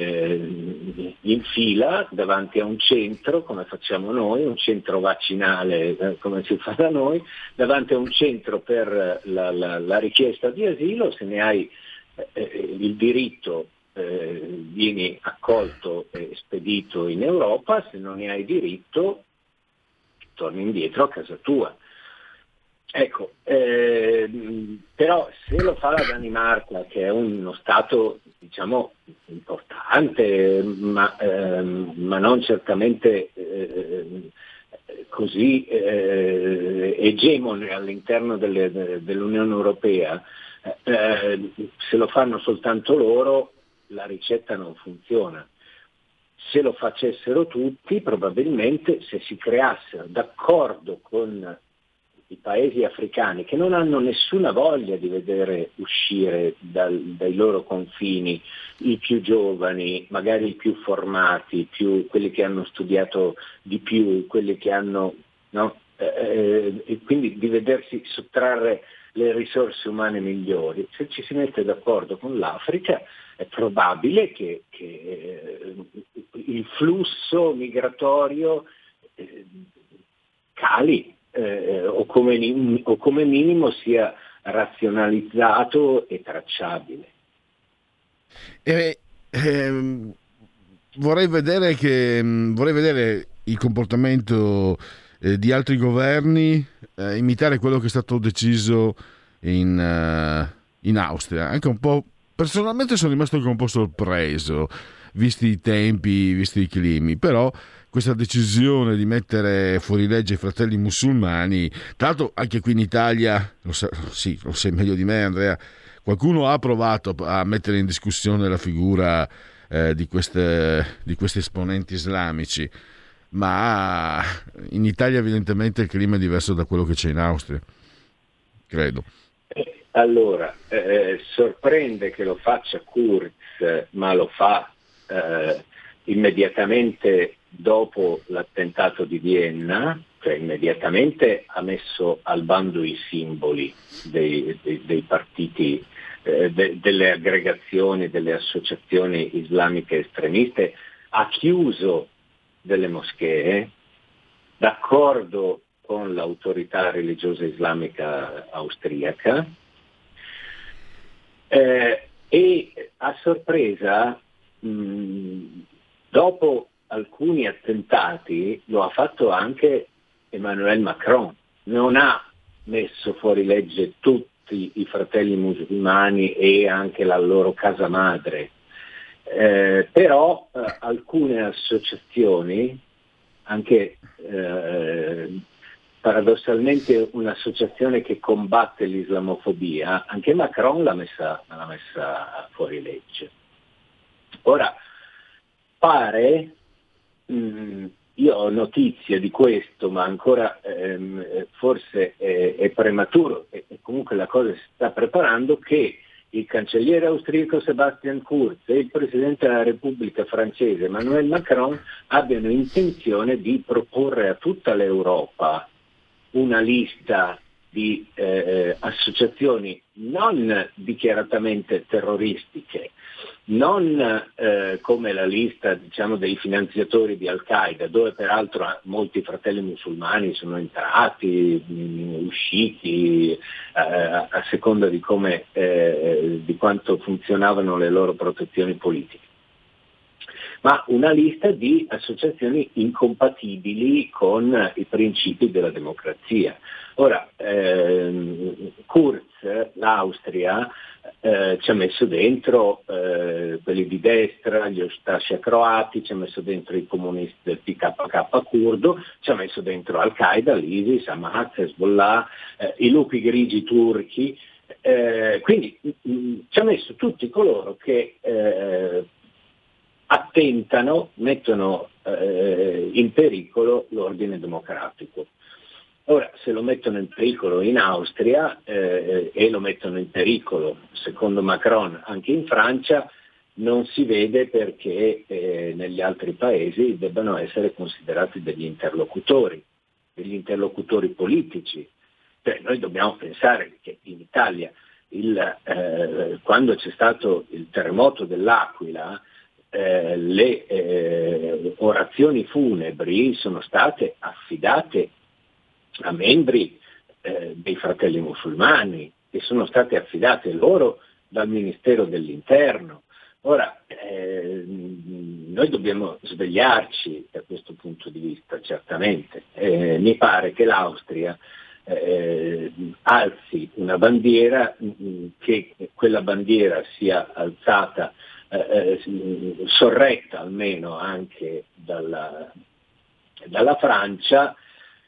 eh, in fila davanti a un centro, come facciamo noi, un centro vaccinale eh, come si fa da noi, davanti a un centro per la, la, la richiesta di asilo. Se ne hai eh, il diritto eh, vieni accolto e spedito in Europa, se non ne hai diritto torni indietro a casa tua. Ecco, eh, però se lo fa la Danimarca, che è uno Stato diciamo importante, ma, eh, ma non certamente eh, così eh, egemone all'interno delle, de, dell'Unione Europea, eh, se lo fanno soltanto loro la ricetta non funziona. Se lo facessero tutti, probabilmente, se si creassero d'accordo con i paesi africani, che non hanno nessuna voglia di vedere uscire dal, dai loro confini i più giovani, magari i più formati, più, quelli che hanno studiato di più, quelli che hanno, no? eh, e quindi di vedersi sottrarre le risorse umane migliori. Se ci si mette d'accordo con l'Africa è probabile che, che eh, il flusso migratorio eh, cali. Eh, o, come, o come minimo sia razionalizzato e tracciabile. Eh, eh, vorrei vedere che vorrei vedere il comportamento eh, di altri governi eh, imitare quello che è stato deciso in, uh, in Austria. Anche un po', personalmente sono rimasto anche un po' sorpreso, visti i tempi, visti i climi, però questa decisione di mettere fuori legge i fratelli musulmani, tra l'altro anche qui in Italia, lo sa, sì, lo sai meglio di me Andrea, qualcuno ha provato a mettere in discussione la figura eh, di, queste, di questi esponenti islamici, ma in Italia evidentemente il clima è diverso da quello che c'è in Austria, credo. Allora, eh, sorprende che lo faccia Kurz, ma lo fa eh, immediatamente dopo l'attentato di Vienna, cioè immediatamente ha messo al bando i simboli dei, dei, dei partiti, eh, de, delle aggregazioni, delle associazioni islamiche estremiste, ha chiuso delle moschee, d'accordo con l'autorità religiosa islamica austriaca, eh, e a sorpresa, mh, dopo alcuni attentati lo ha fatto anche Emmanuel Macron, non ha messo fuori legge tutti i fratelli musulmani e anche la loro casa madre, eh, però eh, alcune associazioni anche eh, paradossalmente un'associazione che combatte l'islamofobia, anche Macron l'ha messa, l'ha messa fuori legge. Ora, pare, mh, io ho notizie di questo, ma ancora ehm, forse è, è prematuro, e, e comunque la cosa si sta preparando, che il cancelliere austriaco Sebastian Kurz e il Presidente della Repubblica francese Emmanuel Macron abbiano intenzione di proporre a tutta l'Europa una lista di eh, associazioni non dichiaratamente terroristiche, non eh, come la lista, diciamo, dei finanziatori di Al-Qaeda, dove peraltro molti fratelli musulmani sono entrati, mh, usciti, eh, a seconda di come, eh, di quanto funzionavano le loro protezioni politiche, ma una lista di associazioni incompatibili con i principi della democrazia. Ora, ehm, Kurz, l'Austria, eh, ci ha messo dentro eh, quelli di destra, gli Ustascia croati, ci ha messo dentro i comunisti del P K K curdo, ci ha messo dentro Al-Qaeda, l'ISIS, Hamas, Hezbollah, eh, i lupi grigi turchi, eh, quindi mh, ci ha messo tutti coloro che eh, attentano, mettono eh, in pericolo l'ordine democratico. Ora, se lo mettono in pericolo in Austria eh, e lo mettono in pericolo, secondo Macron, anche in Francia, non si vede perché eh, negli altri paesi debbano essere considerati degli interlocutori, degli interlocutori politici. Cioè, noi dobbiamo pensare che in Italia, il, eh, quando c'è stato il terremoto dell'Aquila, eh, le eh, orazioni funebri sono state affidate a membri eh, dei fratelli musulmani, che sono state affidate loro dal Ministero dell'Interno. Ora, eh, noi dobbiamo svegliarci da questo punto di vista, certamente. Eh, mi pare che l'Austria eh, alzi una bandiera, mh, che quella bandiera sia alzata, eh, sorretta almeno anche dalla, dalla Francia.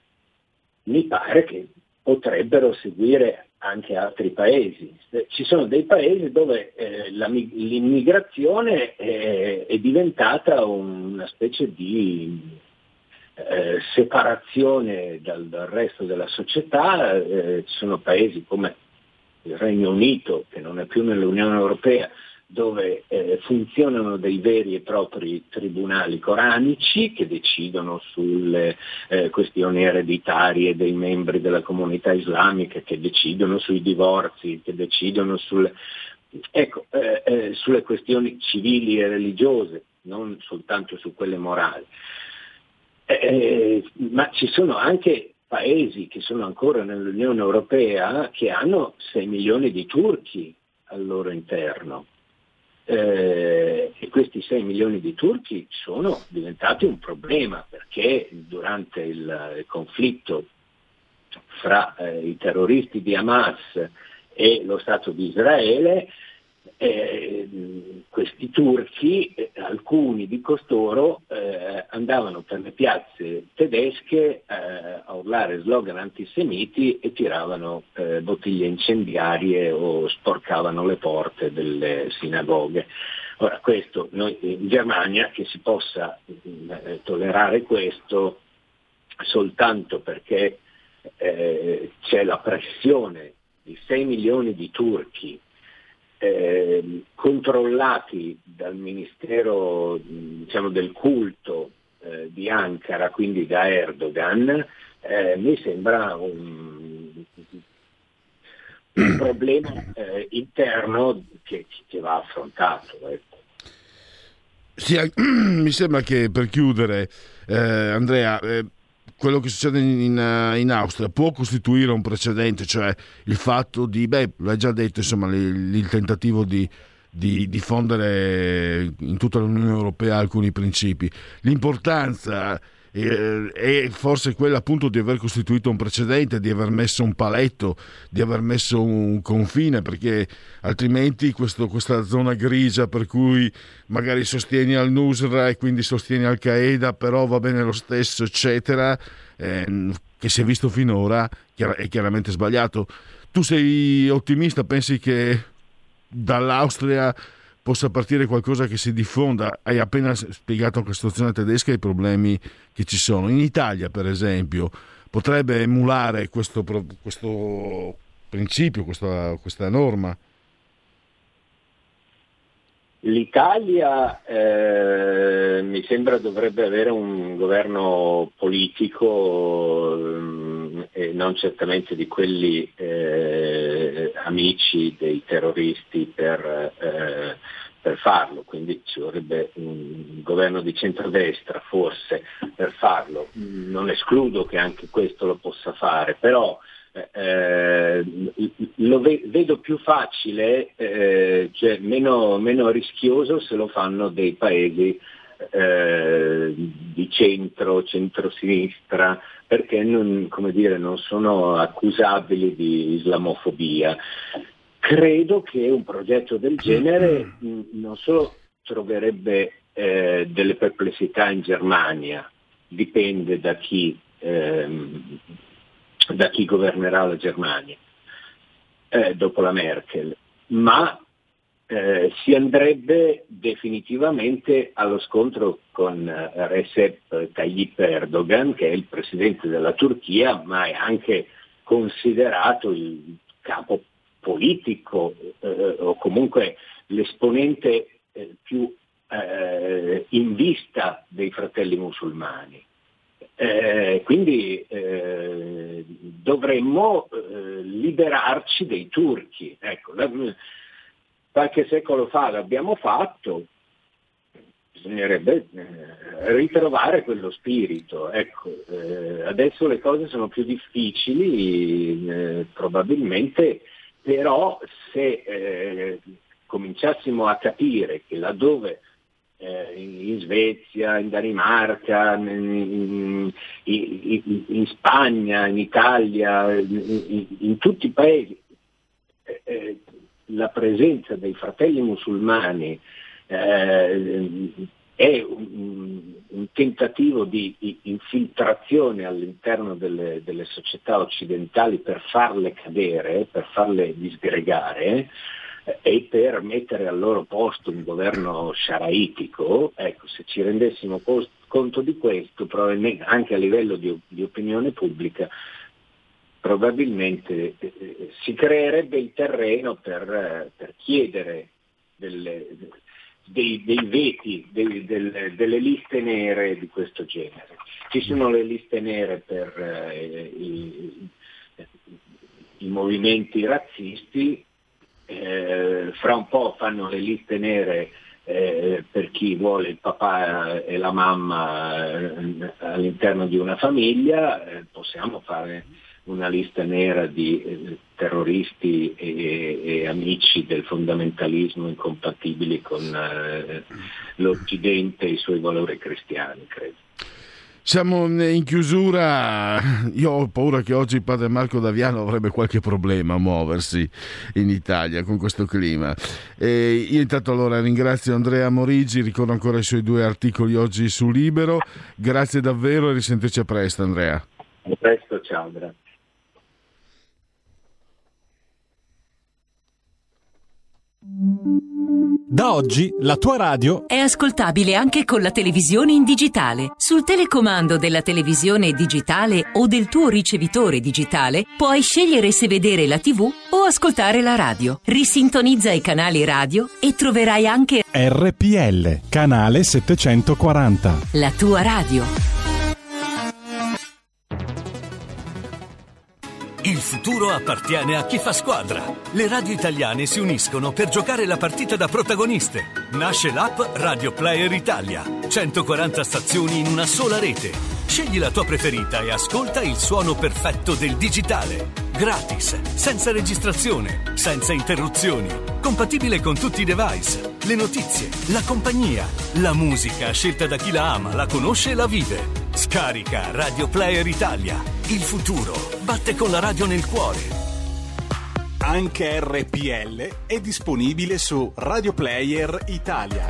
Mi pare che potrebbero seguire anche altri paesi. Ci sono dei paesi dove eh, la, l'immigrazione è, è diventata una specie di eh, separazione dal, dal resto della società. Eh, ci sono paesi come il Regno Unito, che non è più nell'Unione Europea, dove eh, funzionano dei veri e propri tribunali coranici che decidono sulle eh, questioni ereditarie dei membri della comunità islamica, che decidono sui divorzi, che decidono sulle, ecco, eh, eh, sulle questioni civili e religiose, non soltanto su quelle morali. Eh, ma ci sono anche paesi che sono ancora nell'Unione Europea che hanno sei milioni di turchi al loro interno. Eh, e questi sei milioni di turchi sono diventati un problema, perché durante il, il conflitto fra eh, i terroristi di Hamas e lo Stato di Israele, eh, questi turchi, eh, alcuni di costoro eh, andavano per le piazze tedesche eh, a urlare slogan antisemiti e tiravano eh, bottiglie incendiarie o sporcavano le porte delle sinagoghe. Ora, questo noi in Germania, che si possa eh, tollerare questo soltanto perché eh, c'è la pressione di sei milioni di turchi Eh, controllati dal Ministero, diciamo, del culto eh, di Ankara, quindi da Erdogan, eh, mi sembra un, un problema eh, interno che, che va affrontato. Ecco. Sì, mi sembra che, per chiudere, eh, Andrea, eh, quello che succede in, in Austria può costituire un precedente, cioè il fatto di, beh, l'hai già detto, insomma, il, il tentativo di, di diffondere in tutta l'Unione Europea alcuni principi. L'importanza e, e forse quella appunto di aver costituito un precedente, di aver messo un paletto, di aver messo un confine, perché altrimenti questo, questa zona grigia per cui magari sostieni al-Nusra e quindi sostieni Al-Qaeda, però va bene lo stesso, eccetera, eh, che si è visto finora, è chiaramente sbagliato. Tu sei ottimista? Pensi che dall'Austria possa partire qualcosa che si diffonda? Hai appena spiegato anche la situazione tedesca e i problemi che ci sono. In Italia, per esempio, potrebbe emulare questo, questo principio, questa, questa norma? L'Italia eh, mi sembra dovrebbe avere un governo politico eh, e non certamente di quelli eh, amici dei terroristi per, eh, per farlo, quindi ci vorrebbe un governo di centrodestra forse per farlo. Non escludo che anche questo lo possa fare, però Eh, lo ve- vedo più facile, eh, cioè meno, meno rischioso se lo fanno dei paesi eh, di centro, centro-sinistra, perché non, come dire, non sono accusabili di islamofobia. Credo che un progetto del genere mh, non solo troverebbe eh, delle perplessità in Germania, dipende da chi ehm, da chi governerà la Germania eh, dopo la Merkel, ma eh, si andrebbe definitivamente allo scontro con Recep Tayyip Erdogan, che è il presidente della Turchia, ma è anche considerato il capo politico eh, o comunque l'esponente eh, più eh, in vista dei fratelli musulmani. Eh, quindi eh, dovremmo eh, liberarci dei turchi. Ecco, la, qualche secolo fa l'abbiamo fatto, bisognerebbe eh, ritrovare quello spirito. Ecco, eh, adesso le cose sono più difficili, eh, probabilmente, però se eh, cominciassimo a capire che laddove in Svezia, in Danimarca, in, in, in Spagna, in Italia, in, in tutti i paesi eh, la presenza dei fratelli musulmani eh, è un, un tentativo di infiltrazione all'interno delle, delle società occidentali per farle cadere, per farle disgregare e per mettere al loro posto un governo sharaitico. Ecco, se ci rendessimo post- conto di questo, probabilmente anche a livello di, di opinione pubblica, probabilmente eh, si creerebbe il terreno per, eh, per chiedere delle, dei, dei veti, dei, delle, delle liste nere di questo genere. Ci sono le liste nere per eh, i, i movimenti razzisti. Eh, fra un po' fanno le liste nere eh, per chi vuole il papà e la mamma eh, all'interno di una famiglia, eh, possiamo fare una lista nera di eh, terroristi e, e amici del fondamentalismo incompatibili con eh, l'Occidente e i suoi valori cristiani, credo. Siamo in chiusura, io ho paura che oggi padre Marco Daviano avrebbe qualche problema a muoversi in Italia con questo clima. E io intanto allora ringrazio Andrea Morigi, ricordo ancora i suoi due articoli oggi su Libero, grazie davvero e risentirci a presto Andrea. A presto, ciao, grazie. Da oggi la tua radio è ascoltabile anche con la televisione in digitale. Sul telecomando della televisione digitale o del tuo ricevitore digitale puoi scegliere se vedere la tivù o ascoltare la radio. Risintonizza i canali radio e troverai anche R P L, canale settecentoquaranta. La tua radio. Il futuro appartiene a chi fa squadra. Le radio italiane si uniscono per giocare la partita da protagoniste. Nasce l'app Radio Player Italia. centoquaranta stazioni in una sola rete. Scegli la tua preferita e ascolta il suono perfetto del digitale. Gratis, senza registrazione, senza interruzioni. Compatibile con tutti i device. Le notizie, la compagnia, la musica scelta da chi la ama, la conosce e la vive. Scarica Radio Player Italia. Il futuro batte con la radio nel cuore. Anche R P L è disponibile su Radio Player Italia.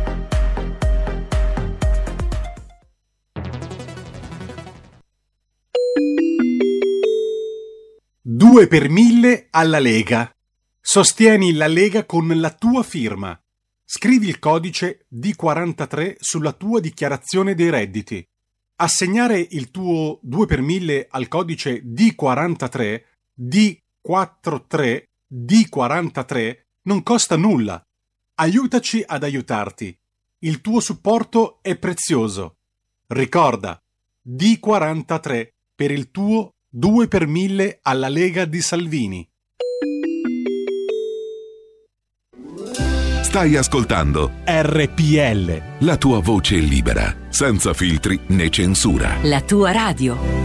due per mille alla Lega. Sostieni la Lega con la tua firma. Scrivi il codice D quarantatré sulla tua dichiarazione dei redditi. Assegnare il tuo due per mille al codice D quarantatré, D quarantatré, D quarantatré non costa nulla. Aiutaci ad aiutarti. Il tuo supporto è prezioso. Ricorda, D quarantatré per il tuo due per mille alla Lega di Salvini. Stai ascoltando R P L, la tua voce libera, senza filtri né censura. La tua radio.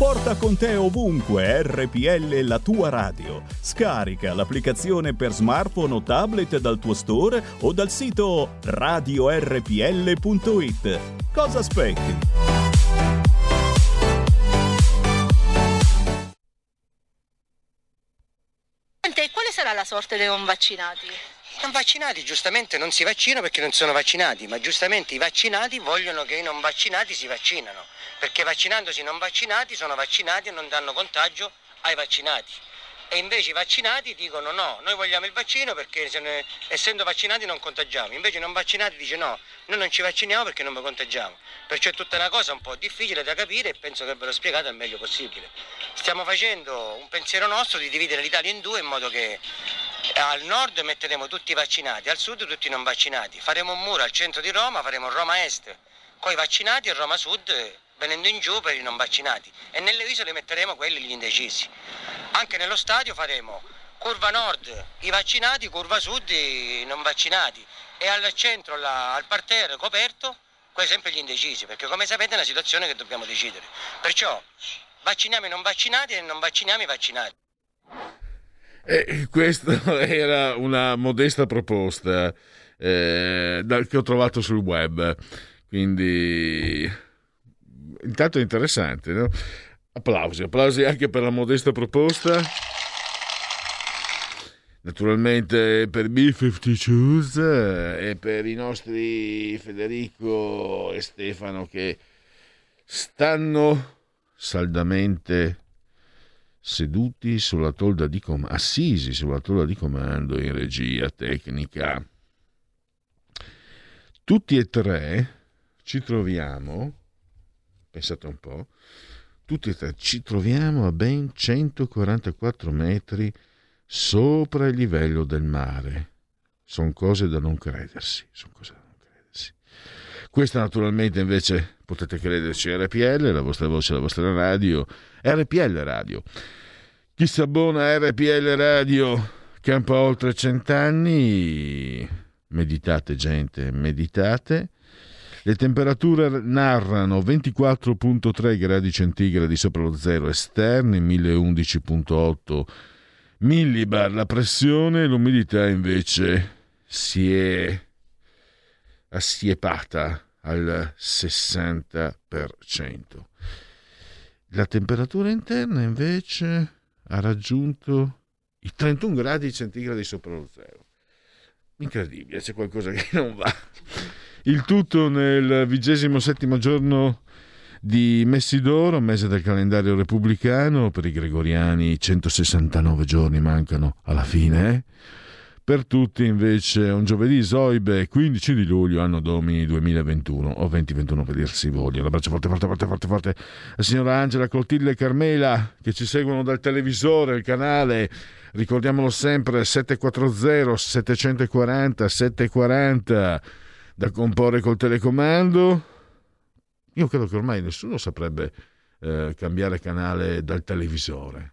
Porta con te ovunque R P L, la tua radio. Scarica l'applicazione per smartphone o tablet dal tuo store o dal sito radio R P L punto it. Cosa aspetti? Quale sarà la sorte dei non vaccinati? I non vaccinati giustamente non si vaccinano perché non sono vaccinati, ma giustamente i vaccinati vogliono che i non vaccinati si vaccinano, perché vaccinandosi i non vaccinati sono vaccinati e non danno contagio ai vaccinati. E invece i vaccinati dicono no, noi vogliamo il vaccino perché se ne, essendo vaccinati non contagiamo. Invece i non vaccinati dice no, noi non ci vacciniamo perché non vi contagiamo. Perciò è tutta una cosa un po' difficile da capire e penso che ve l'ho spiegato al meglio possibile. Stiamo facendo un pensiero nostro di dividere l'Italia in due in modo che al nord metteremo tutti i vaccinati, al sud tutti i non vaccinati. Faremo un muro al centro di Roma, faremo Roma Est con i vaccinati e Roma Sud venendo in giù per i non vaccinati. E nelle isole metteremo quelli gli indecisi. Anche nello stadio faremo curva nord i vaccinati, curva sud i non vaccinati e al centro, là, al parterre coperto, come sempre gli indecisi, perché come sapete è una situazione che dobbiamo decidere. Perciò vacciniamo i non vaccinati e non vacciniamo i vaccinati. E questa era una modesta proposta eh, che ho trovato sul web, quindi intanto è interessante, no? Applausi, applausi anche per la modesta proposta. Naturalmente per B cinquanta Choose e per i nostri Federico e Stefano che stanno saldamente seduti sulla tolda di comando, assisi sulla tolda di comando in regia tecnica. Tutti e tre ci troviamo, pensate un po', tutti e tre ci troviamo a ben centoquarantaquattro metri sopra il livello del mare. Sono cose da non credersi, sono cose da non credersi. Questa naturalmente invece potete crederci, R P L, la vostra voce, la vostra radio, R P L Radio. Chi si abbona a R P L Radio campa oltre cent'anni, meditate gente, meditate. Le temperature narrano ventiquattro virgola tre gradi centigradi sopra lo zero esterni, mille undici virgola otto millibar la pressione, l'umidità invece si è assiepata al sessanta per cento. La temperatura interna invece ha raggiunto i trentuno gradi centigradi sopra lo zero. Incredibile, c'è qualcosa che non va. Il tutto nel vigesimo settimo giorno di Messidoro, mese del calendario repubblicano. Per i gregoriani centosessantanove giorni mancano alla fine. Eh? Per tutti invece un giovedì Zoibe, quindici di luglio, anno domini duemilaventuno o duemilaventuno per dir si voglia. Un abbraccio forte, forte, forte, forte, forte la signora Angela, Clotilde e Carmela che ci seguono dal televisore, il canale, ricordiamolo sempre, settecentoquaranta, settecentoquaranta, settecentoquaranta da comporre col telecomando. Io credo che ormai nessuno saprebbe eh, cambiare canale dal televisore.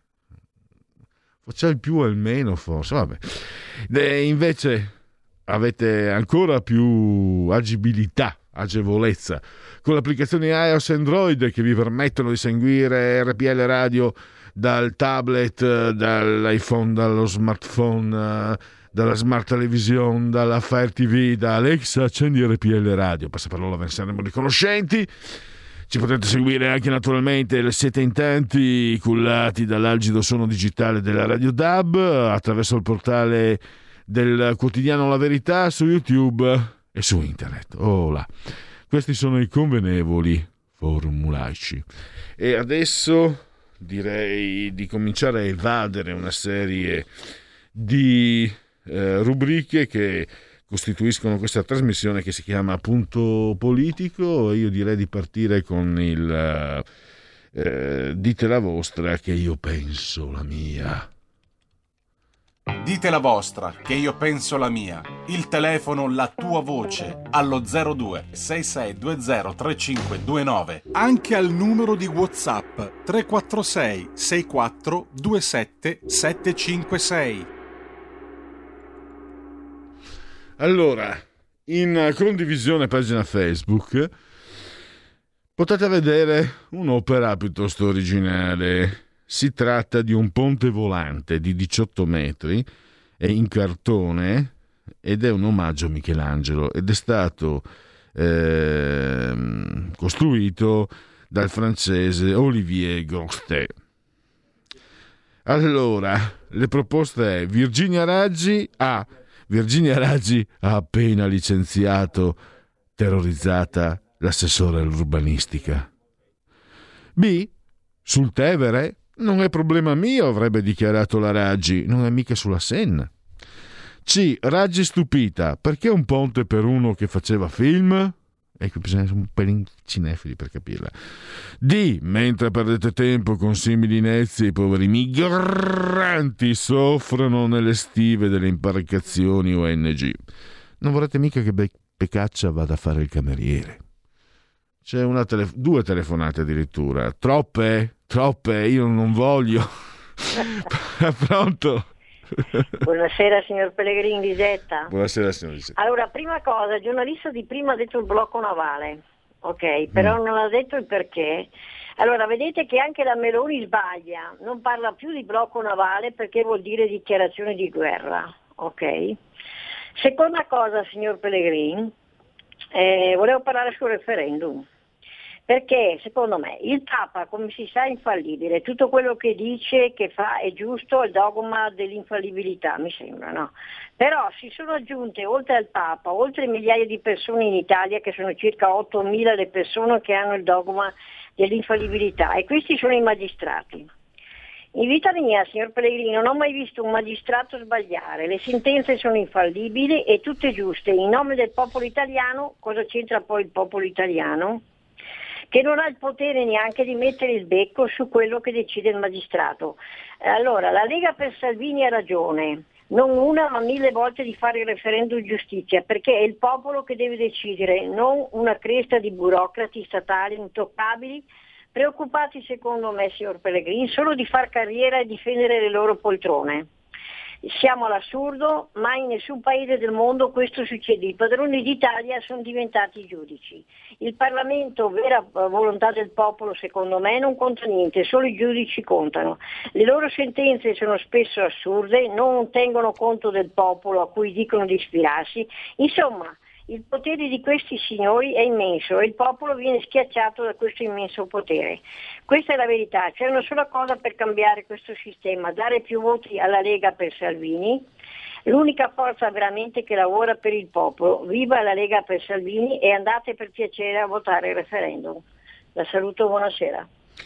C'è il più almeno forse, vabbè. E invece avete ancora più agibilità, agevolezza con le applicazioni iOS e Android che vi permettono di seguire R P L Radio dal tablet, dall'iPhone, dallo smartphone, dalla smart television, dalla Fire T V, da Alexa accendi R P L Radio, passaparola, ve ne saremo riconoscenti. Ci potete seguire anche naturalmente, siete in tanti, cullati dall'algido suono digitale della Radio D A B attraverso il portale del quotidiano La Verità su YouTube e su internet. Oh là. Questi sono i convenevoli formulaici. E adesso direi di cominciare a evadere una serie di eh, rubriche che costituiscono questa trasmissione che si chiama Punto Politico, e io direi di partire con il eh, dite la vostra che io penso la mia. Dite la vostra che io penso la mia. Il telefono, la tua voce allo zero due sei sei due zero tre cinque due nove. Anche al numero di WhatsApp tre quattro sei sei quattro due sette sette cinque sei. Allora, in condivisione pagina Facebook, potete vedere un'opera piuttosto originale. Si tratta di un ponte volante di diciotto metri, è in cartone ed è un omaggio a Michelangelo ed è stato eh, costruito dal francese Olivier Gostet. Allora, le proposte è Virginia Raggi A. Virginia Raggi ha appena licenziato, terrorizzata, l'assessore all'urbanistica. B. Sul Tevere? Non è problema mio, avrebbe dichiarato la Raggi, non è mica sulla Senna. C. Raggi stupita, perché un ponte per uno che faceva film? Ecco, bisogna essere un pelin cinefili per capirla. D. Mentre perdete tempo con simili inezie, i poveri migranti soffrono nelle stive delle imbarcazioni O N G. Non vorrete mica che Beccaccia vada a fare il cameriere. C'è una tele- due telefonate addirittura. Troppe? Troppe, io non voglio. Pronto? Buonasera signor Pellegrini, Lisetta. Buonasera signor Lisetta. Allora, prima cosa, il giornalista di prima ha detto il blocco navale, ok, però mm. non ha detto il perché. Allora, vedete che anche la Meloni sbaglia, non parla più di blocco navale perché vuol dire dichiarazione di guerra, ok? Seconda cosa, signor Pellegrini, eh, volevo parlare sul referendum. Perché secondo me il Papa, come si sa, è infallibile, tutto quello che dice, che fa è giusto, è il dogma dell'infallibilità, mi sembra, no? Però si sono aggiunte oltre al Papa, oltre migliaia di persone in Italia, che sono circa ottomila le persone che hanno il dogma dell'infallibilità, e questi sono i magistrati. In vita mia, signor Pellegrini, non ho mai visto un magistrato sbagliare, le sentenze sono infallibili e tutte giuste. In nome del popolo italiano, cosa c'entra poi il popolo italiano? Che non ha il potere neanche di mettere il becco su quello che decide il magistrato. Allora, la Lega per Salvini ha ragione, non una ma mille volte di fare il referendum di giustizia, perché è il popolo che deve decidere, non una cresta di burocrati statali intoccabili, preoccupati secondo me, signor Pellegrini, solo di far carriera e difendere le loro poltrone. Siamo all'assurdo, mai in nessun paese del mondo questo succede. I padroni d'Italia sono diventati giudici. Il Parlamento, vera volontà del popolo, secondo me non conta niente, solo i giudici contano. Le loro sentenze sono spesso assurde, non tengono conto del popolo a cui dicono di ispirarsi. Insomma, il potere di questi signori è immenso e il popolo viene schiacciato da questo immenso potere. Questa è la verità, c'è una sola cosa per cambiare questo sistema, dare più voti alla Lega per Salvini, l'unica forza veramente che lavora per il popolo. Viva la Lega per Salvini e andate per piacere a votare il referendum. La saluto, buonasera.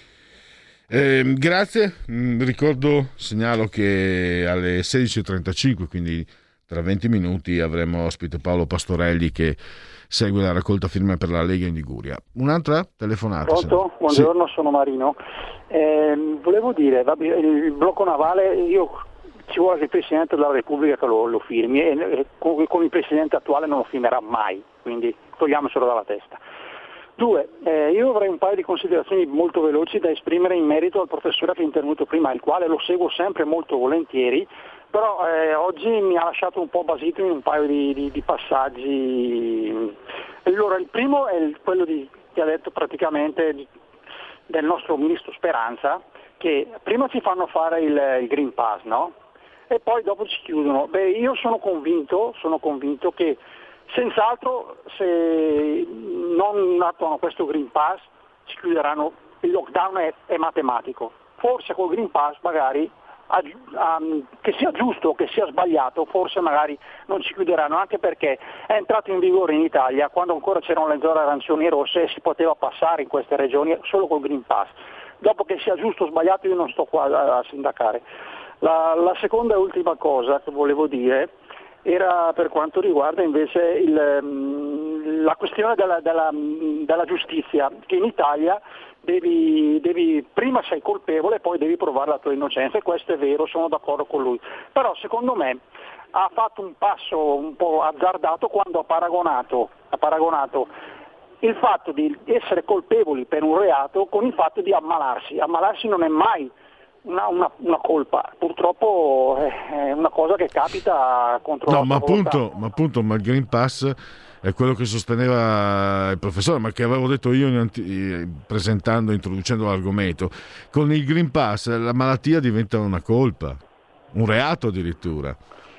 Eh, grazie, mm, ricordo, segnalo che alle sedici e trentacinque, quindi tra venti minuti, avremo ospite Paolo Pastorelli che segue la raccolta firme per la Lega in Liguria. Un'altra telefonata. Pronto? Buongiorno, sì. Sono Marino. Eh, volevo dire, il blocco navale, io ci vuole che il Presidente della Repubblica che lo, lo firmi e, e con, con il Presidente attuale non lo firmerà mai, quindi togliamocelo dalla testa. Due, eh, io avrei un paio di considerazioni molto veloci da esprimere in merito al professore che è intervenuto prima, il quale lo seguo sempre molto volentieri, però eh, oggi mi ha lasciato un po' basito in un paio di, di, di passaggi. Allora, il primo è il, quello di, che ha detto praticamente di, del nostro ministro Speranza, che prima ci fanno fare il, il Green Pass, no? E poi dopo ci chiudono. Beh, io sono convinto, sono convinto che senz'altro se non attuano questo Green Pass ci chiuderanno, il lockdown è, è matematico. Forse col Green Pass magari, a, a, che sia giusto o che sia sbagliato, forse magari non ci chiuderanno, anche perché è entrato in vigore in Italia quando ancora c'erano le zone arancioni e rosse e si poteva passare in queste regioni solo col Green Pass. Dopo che sia giusto o sbagliato io non sto qua a, a sindacare. La, la seconda e ultima cosa che volevo dire era per quanto riguarda invece il, la questione della, della, della giustizia, che in Italia devi, devi prima sei colpevole e poi devi provare la tua innocenza, e questo è vero, sono d'accordo con lui, però secondo me ha fatto un passo un po' azzardato quando ha paragonato, ha paragonato il fatto di essere colpevoli per un reato con il fatto di ammalarsi. Ammalarsi non è mai Una, una, una colpa, purtroppo è una cosa che capita contro no, la ma volontà. appunto, ma appunto ma il Green Pass è quello che sosteneva il professore, ma che avevo detto io in anti- presentando, introducendo l'argomento. Con il Green Pass la malattia diventa una colpa, un reato addirittura.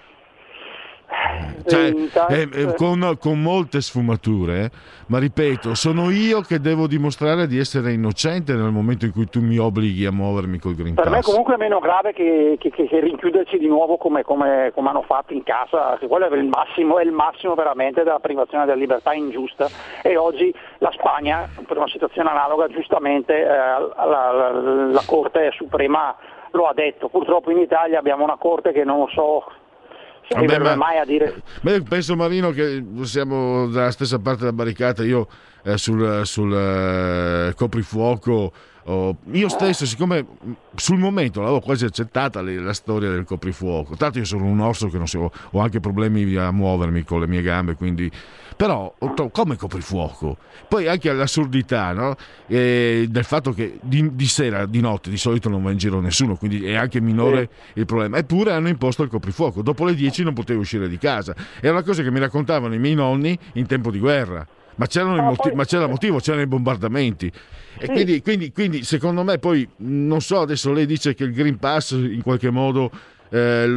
Cioè, eh, eh, con, con molte sfumature, ma ripeto, sono io che devo dimostrare di essere innocente nel momento in cui tu mi obblighi a muovermi col Green Pass. Per me comunque è meno grave che, che, che rinchiuderci di nuovo come, come, come hanno fatto in casa, che quello è il massimo, è il massimo veramente della privazione della libertà ingiusta, e oggi la Spagna, per una situazione analoga, giustamente eh, la, la, la Corte Suprema lo ha detto. Purtroppo in Italia abbiamo una Corte che non lo so... Vabbè, ma, mai a dire... Beh, penso, Marino, che siamo dalla stessa parte della barricata. Io eh, sul, sul eh, coprifuoco, oh, io stesso, siccome sul momento l'avevo quasi accettata la, la storia del coprifuoco, tanto io sono un orso che non so, ho anche problemi a muovermi con le mie gambe, quindi però come coprifuoco? Poi anche l'assurdità, no? E del fatto che di, di sera, di notte di solito non va in giro nessuno, quindi è anche minore sì. il problema. Eppure hanno imposto il coprifuoco, dopo le dieci non potevo uscire di casa. È una cosa che mi raccontavano i miei nonni in tempo di guerra, ma c'erano, ah, i motivi, poi... ma c'era motivo, c'erano i bombardamenti. E sì. quindi, quindi, quindi secondo me poi, non so, adesso lei dice che il Green Pass in qualche modo eh,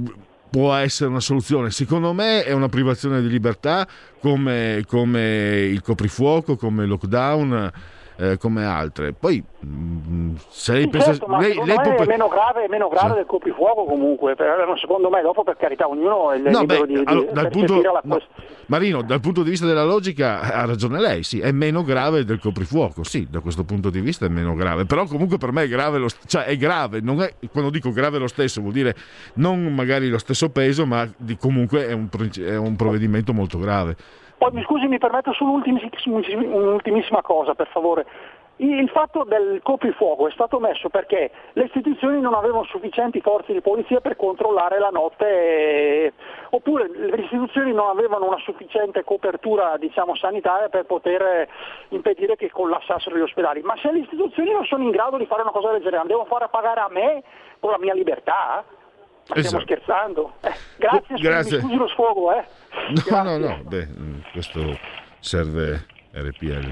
può essere una soluzione. Secondo me è una privazione di libertà, come, come il coprifuoco, come il lockdown, eh, come altre. Poi mh, se lei sì, pensa, certo, ma lei, lei me può... è meno grave, è meno grave sì. del coprifuoco comunque, però, secondo me dopo, per carità, ognuno è no, libero beh, di, allora, di dal punto, la no, Marino, dal punto di vista della logica ha ragione lei, sì, è meno grave del coprifuoco, sì, da questo punto di vista è meno grave, però comunque per me è grave, lo, cioè è grave, non è, quando dico grave lo stesso vuol dire non magari lo stesso peso, ma di, comunque è un, è un provvedimento molto grave. Poi mi scusi, mi permetto solo un'ultimissima cosa, per favore. Il fatto del coprifuoco è stato messo perché le istituzioni non avevano sufficienti forze di polizia per controllare la notte, eh, oppure le istituzioni non avevano una sufficiente copertura, diciamo, sanitaria per poter impedire che collassassero gli ospedali. Ma se le istituzioni non sono in grado di fare una cosa del genere, andiamo a fare a pagare a me con la mia libertà? Ma stiamo esatto. scherzando? Eh, grazie, grazie. Mi scusi lo sfogo, eh. No, grazie. no, no, beh, questo serve R P L.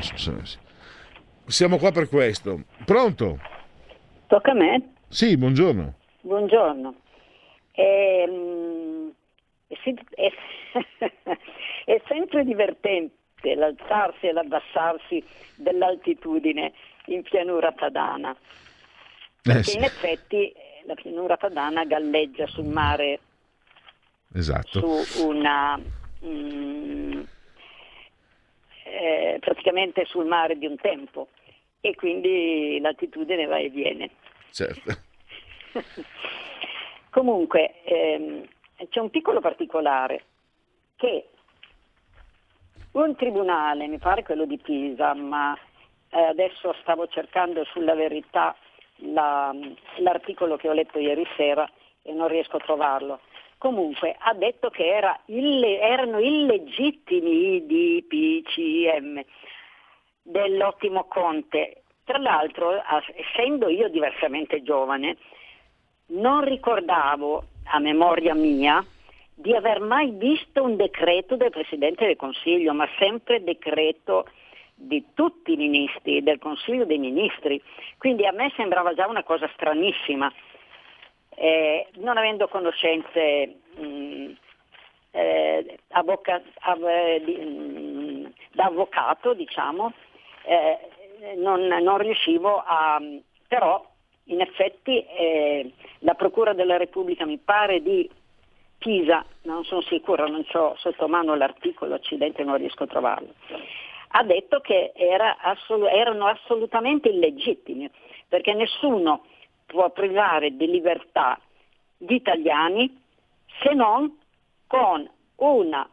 Siamo qua per questo. Pronto? Tocca a me? Sì, buongiorno. Buongiorno. Ehm, è, è, è sempre divertente l'alzarsi e l'abbassarsi dell'altitudine in pianura padana. Perché eh sì. in effetti la pianura padana galleggia sul mare, esatto. su una mm, eh, praticamente sul mare di un tempo, e quindi l'altitudine va e viene. Certo. Comunque ehm, c'è un piccolo particolare, che un tribunale, mi pare quello di Pisa, ma eh, adesso stavo cercando sulla Verità La, l'articolo che ho letto ieri sera e non riesco a trovarlo. Comunque ha detto che era ille, erano illegittimi i D P C M dell'ottimo Conte. Tra l'altro, essendo io diversamente giovane, non ricordavo a memoria mia di aver mai visto un decreto del Presidente del Consiglio, ma sempre decreto di tutti i ministri, del Consiglio dei Ministri. Quindi a me sembrava già una cosa stranissima, eh, non avendo conoscenze mh, eh, avvoca- av- di, mh, da avvocato, diciamo, eh, non, non riuscivo a... però in effetti eh, la Procura della Repubblica, mi pare di Pisa, non sono sicura, non c'ho sotto mano l'articolo, accidente, non riesco a trovarlo, ha detto che era assol- erano assolutamente illegittimi, perché nessuno può privare di libertà gli italiani se non con un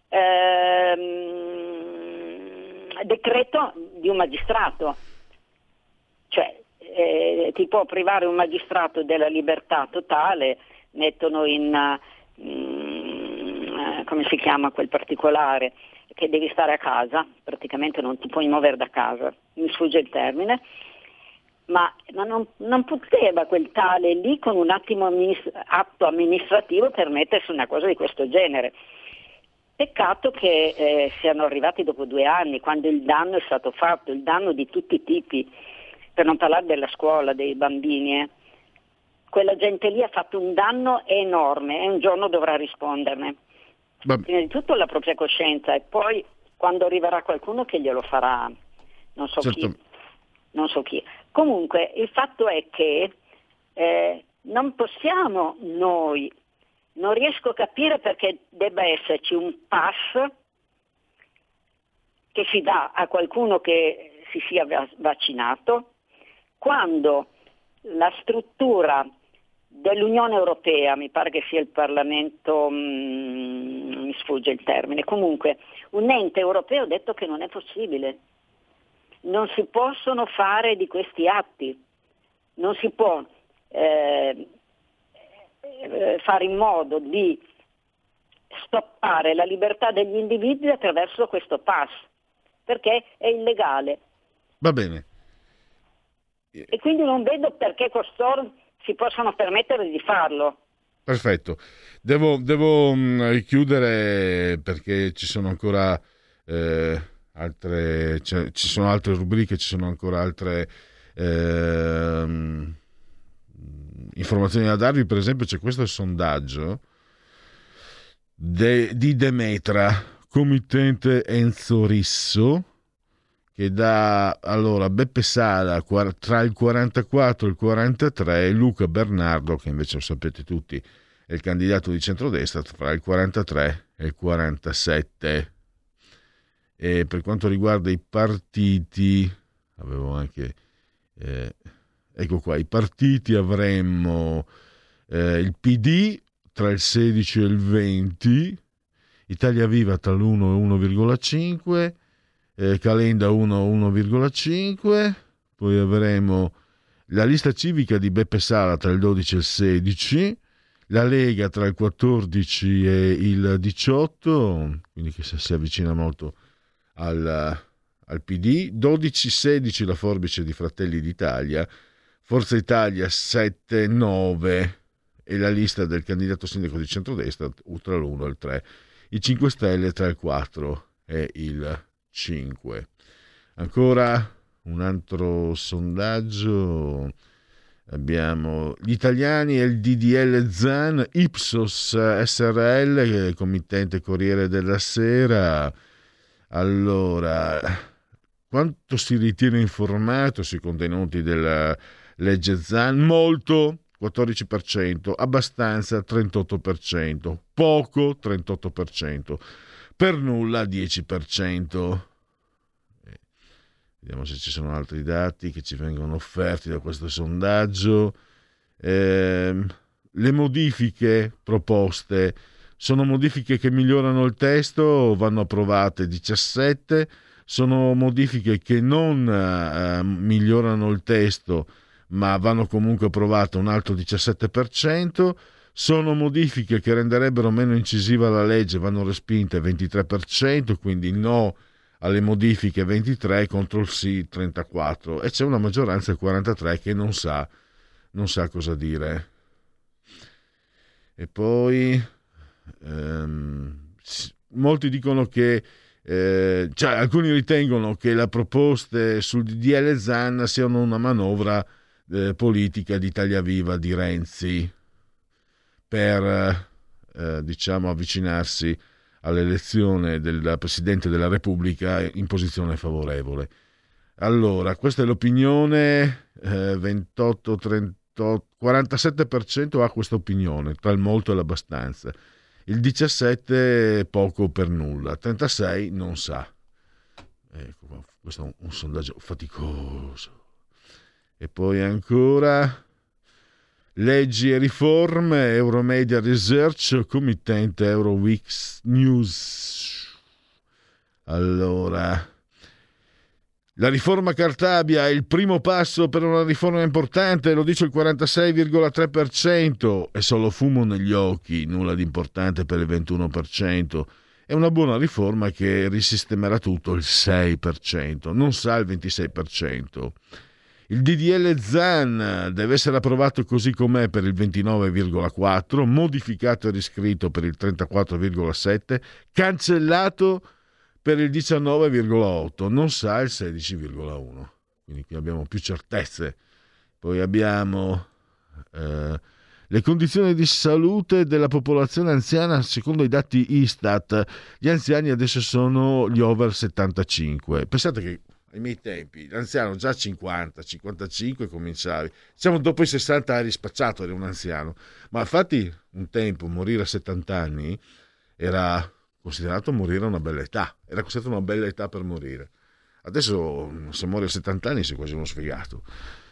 ehm, decreto di un magistrato. Cioè eh, ti può privare un magistrato della libertà totale, mettono in mm, come si chiama quel particolare, che devi stare a casa, praticamente non ti puoi muovere da casa, mi sfugge il termine, ma, ma non, non poteva quel tale lì con un attimo amministra- atto amministrativo permettersi una cosa di questo genere. Peccato che eh, siano arrivati dopo due anni, quando il danno è stato fatto, il danno di tutti i tipi, per non parlare della scuola, dei bambini. Eh. Quella gente lì ha fatto un danno enorme e un giorno dovrà risponderne. Vabbè. Prima di tutto la propria coscienza e poi quando arriverà qualcuno che glielo farà, non so certo. chi. Non so chi. Comunque il fatto è che eh, non possiamo noi, non riesco a capire perché debba esserci un pass che si dà a qualcuno che si sia vaccinato, quando la struttura dell'Unione Europea, mi pare che sia il Parlamento, mh, mi sfugge il termine, comunque un ente europeo ha detto che non è possibile. Non si possono fare di questi atti, non si può eh, fare in modo di stoppare la libertà degli individui attraverso questo pass, perché è illegale. Va bene. E quindi non vedo perché costoro si possano permettere di farlo. Perfetto. Devo, devo mh, chiudere perché ci sono ancora eh, altre, cioè, ci sono altre rubriche, ci sono ancora altre eh, informazioni da darvi. Per esempio c'è questo sondaggio de, di Demetra, committente Enzo Risso, che dà allora Beppe Sala tra il quarantaquattro e il quarantatré e Luca Bernardo, che invece lo sapete tutti è il candidato di centrodestra, tra il quarantatré e il quarantasette. E per quanto riguarda i partiti, avevo anche eh, ecco qua, i partiti avremmo eh, il P D tra il sedici e il venti, Italia Viva tra l'uno e uno virgola cinque, eh, Calenda uno uno virgola cinque, poi avremo la lista civica di Beppe Sala tra il dodici e il sedici, la Lega tra il quattordici e il diciotto, quindi che si avvicina molto al, al P D, dodici sedici la forbice di Fratelli d'Italia, Forza Italia sette nove e la lista del candidato sindaco di centrodestra tra l'uno e il tre, i cinque Stelle tra il quattro e il cinque. Ancora un altro sondaggio, abbiamo gli italiani e il D D L Zan, Ipsos S R L, committente Corriere della Sera. Allora, quanto si ritiene informato sui contenuti della legge Zan? Molto, quattordici per cento, abbastanza, trentotto per cento, poco, trentotto per cento, per nulla, dieci per cento. Vediamo se ci sono altri dati che ci vengono offerti da questo sondaggio. Eh, le modifiche proposte sono modifiche che migliorano il testo, vanno approvate diciassette, sono modifiche che non eh, migliorano il testo ma vanno comunque approvate un altro diciassette per cento, sono modifiche che renderebbero meno incisiva la legge, vanno respinte ventitré per cento, quindi no alle modifiche ventitré contro il sì trentaquattro, e c'è una maggioranza del quarantatré che non sa, non sa cosa dire. E poi ehm, molti dicono che eh, cioè alcuni ritengono che le proposte sul D D L Zan siano una manovra eh, politica di Italia Viva di Renzi per eh, diciamo avvicinarsi all'elezione del Presidente della Repubblica in posizione favorevole. Allora, questa è l'opinione, eh, ventotto, trentotto, quarantasette per cento ha questa opinione, tra il molto e l'abbastanza. Il diciassette poco per nulla, trentasei non sa. Ecco, questo è un, un sondaggio faticoso. E poi ancora leggi e riforme, Euromedia Research, committente Eurowix News. Allora, la riforma Cartabia è il primo passo per una riforma importante, lo dice il quarantasei virgola tre per cento, è solo fumo negli occhi, nulla di importante per il ventuno per cento. È una buona riforma che risistemerà tutto, il sei per cento, non sa il ventisei per cento. Il D D L Zan deve essere approvato così com'è per il ventinove virgola quattro, modificato e riscritto per il trentaquattro virgola sette, cancellato per il diciannove virgola otto, non sa il sedici virgola uno. Quindi qui abbiamo più certezze. Poi abbiamo eh, le condizioni di salute della popolazione anziana secondo i dati Istat. Gli anziani adesso sono gli over settantacinque. Pensate che ai miei tempi l'anziano già cinquanta cinquantacinque cominciavi, diciamo dopo i sessanta eri spacciato, eri un anziano, ma infatti un tempo morire a settanta anni era considerato morire a una bella età, era considerato una bella età per morire. Adesso se muori a settanta anni sei quasi uno sfigato.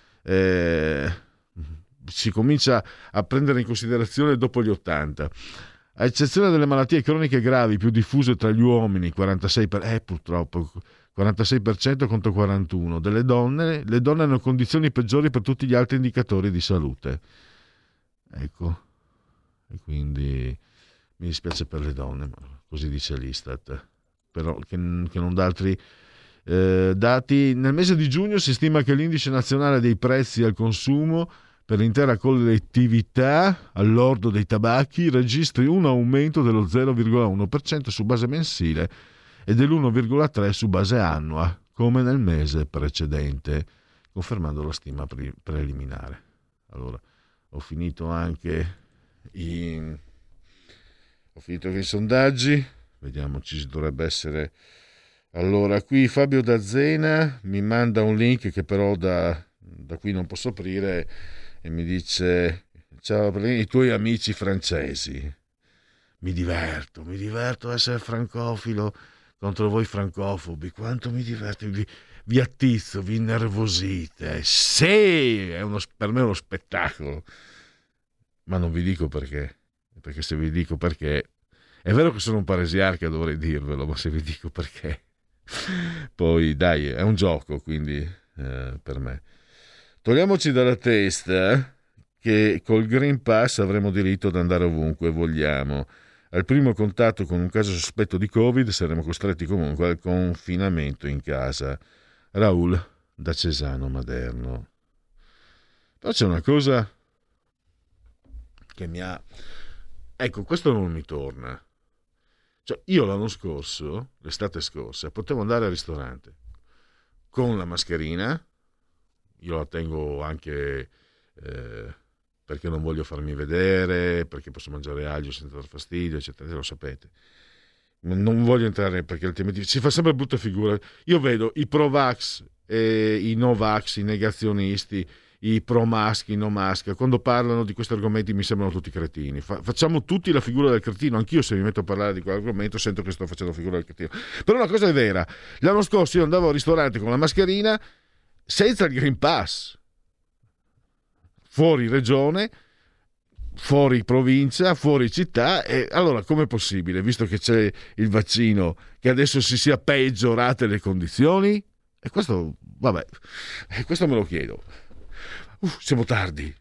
Eh, si comincia a prendere in considerazione dopo gli ottanta. A eccezione delle malattie croniche gravi più diffuse tra gli uomini, quarantasei per cento, eh, purtroppo quarantasei per cento contro quarantuno, delle donne, le donne hanno condizioni peggiori per tutti gli altri indicatori di salute. Ecco, e quindi mi dispiace per le donne, ma così dice l'Istat, però che, che non dà altri eh, dati. Nel mese di giugno si stima che l'indice nazionale dei prezzi al consumo per l'intera collettività al lordo dei tabacchi registri un aumento dello zero virgola uno per cento su base mensile e dell'uno virgola tre per cento su base annua, come nel mese precedente, confermando la stima pre- preliminare. Allora, ho finito anche i, ho finito anche i sondaggi, vediamo, ci dovrebbe essere. Allora, qui Fabio D'Azzena mi manda un link che però da, da qui non posso aprire e mi dice: ciao, i tuoi amici francesi. Mi diverto, mi diverto a essere francofilo contro voi francofobi, quanto mi diverto, vi, vi attizzo, vi innervosite. Sì, è uno, per me è uno spettacolo, ma non vi dico perché, perché se vi dico perché, è vero che sono un paresiarca, dovrei dirvelo, ma se vi dico perché, poi dai, è un gioco, quindi eh, per me. Togliamoci dalla testa che col Green Pass avremo diritto ad andare ovunque vogliamo. Al primo contatto con un caso sospetto di Covid saremo costretti comunque al confinamento in casa. Raul da Cesano Maderno. Però c'è una cosa che mi ha... Ecco, questo non mi torna. Cioè, io l'anno scorso, l'estate scorsa, potevo andare al ristorante con la mascherina, io la tengo anche... Eh, perché non voglio farmi vedere, perché posso mangiare aglio senza dar fastidio, eccetera, lo sapete. Non voglio entrare perché altrimenti si fa sempre brutta figura. Io vedo i pro-vax, eh, i no-vax, i negazionisti, i pro-mask, i no-mask, quando parlano di questi argomenti mi sembrano tutti cretini. Fa- facciamo tutti la figura del cretino, anch'io se mi metto a parlare di quell'argomento sento che sto facendo la figura del cretino. Però una cosa è vera, l'anno scorso io andavo al ristorante con la mascherina senza il Green Pass, fuori regione, fuori provincia, fuori città, e allora com'è possibile, visto che c'è il vaccino, che adesso si sia peggiorate le condizioni? E questo, vabbè, questo me lo chiedo. Uh, siamo tardi.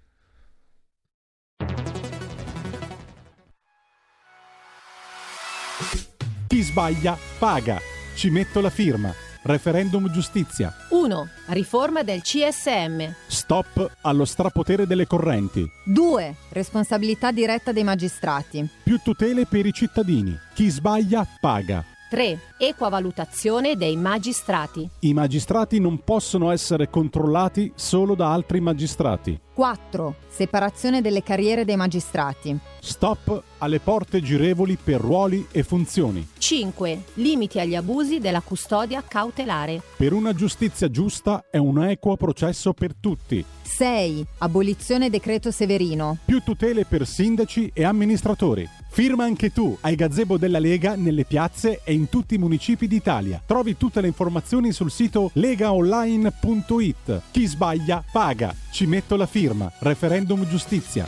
Chi sbaglia paga. Ci metto la firma. Referendum giustizia. uno. Riforma del C S M. Stop allo strapotere delle correnti. due. Responsabilità diretta dei magistrati. Più tutele per i cittadini. Chi sbaglia paga. tre. Equa valutazione dei magistrati. I magistrati non possono essere controllati solo da altri magistrati. quattro. Separazione delle carriere dei magistrati. Stop alle porte girevoli per ruoli e funzioni. cinque. Limiti agli abusi della custodia cautelare. Per una giustizia giusta e un equo processo per tutti. sei. Abolizione decreto Severino. Più tutele per sindaci e amministratori. Firma anche tu ai gazebo della Lega nelle piazze e in tutti i municipi d'Italia. Trovi tutte le informazioni sul sito legaonline punto it. Chi sbaglia paga. Ci metto la firma. Referendum giustizia.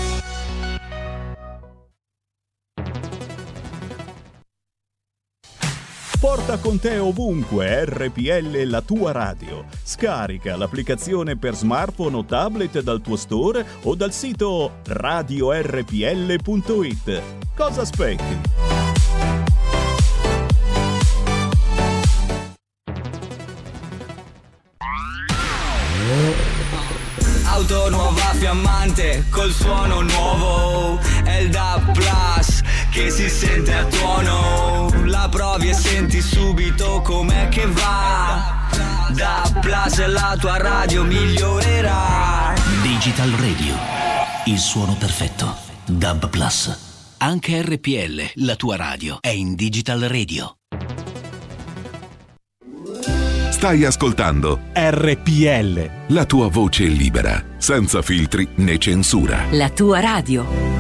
Porta con te ovunque R P L, la tua radio. Scarica l'applicazione per smartphone o tablet dal tuo store o dal sito radio R P L punto it. Cosa aspetti? l'auto nuova fiammante col suono nuovo. È il D A B Plus che si sente a tuono. La provi e senti subito com'è che va. D A B Plus e la tua radio migliorerà. Digital Radio, il suono perfetto. D A B Plus. Anche R P L, la tua radio, è in Digital Radio. Stai ascoltando R P L, la tua voce libera, senza filtri né censura. La tua radio.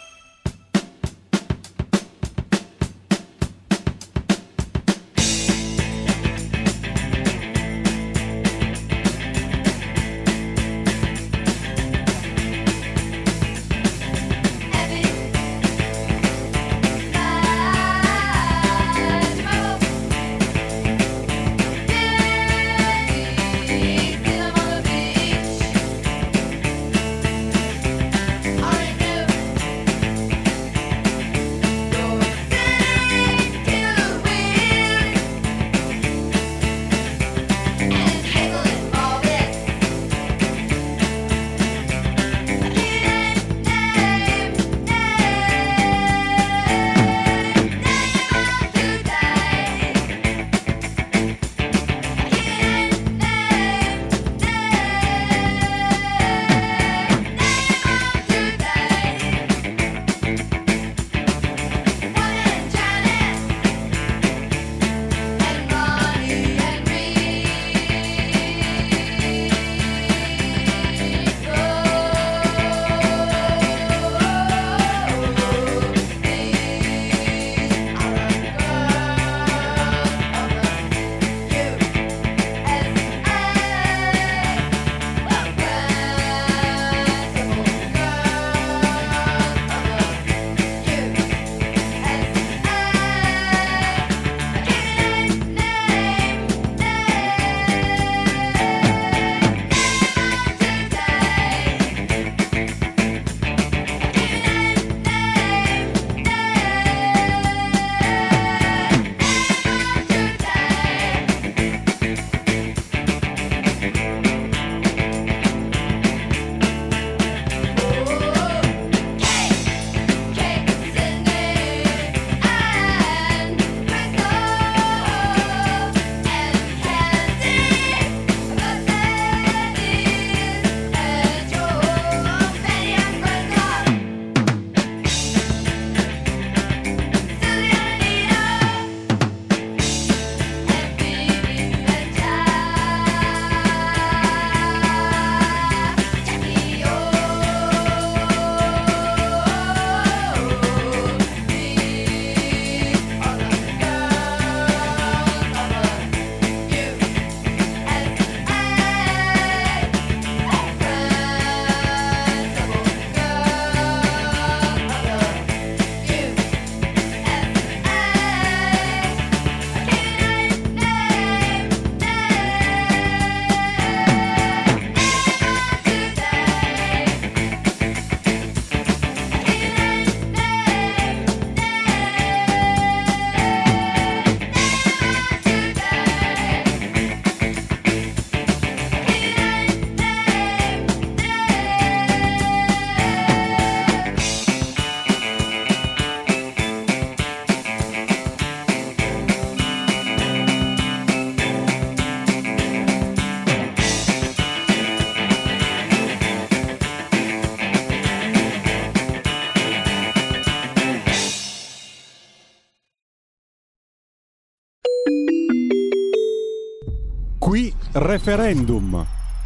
Qui referendum.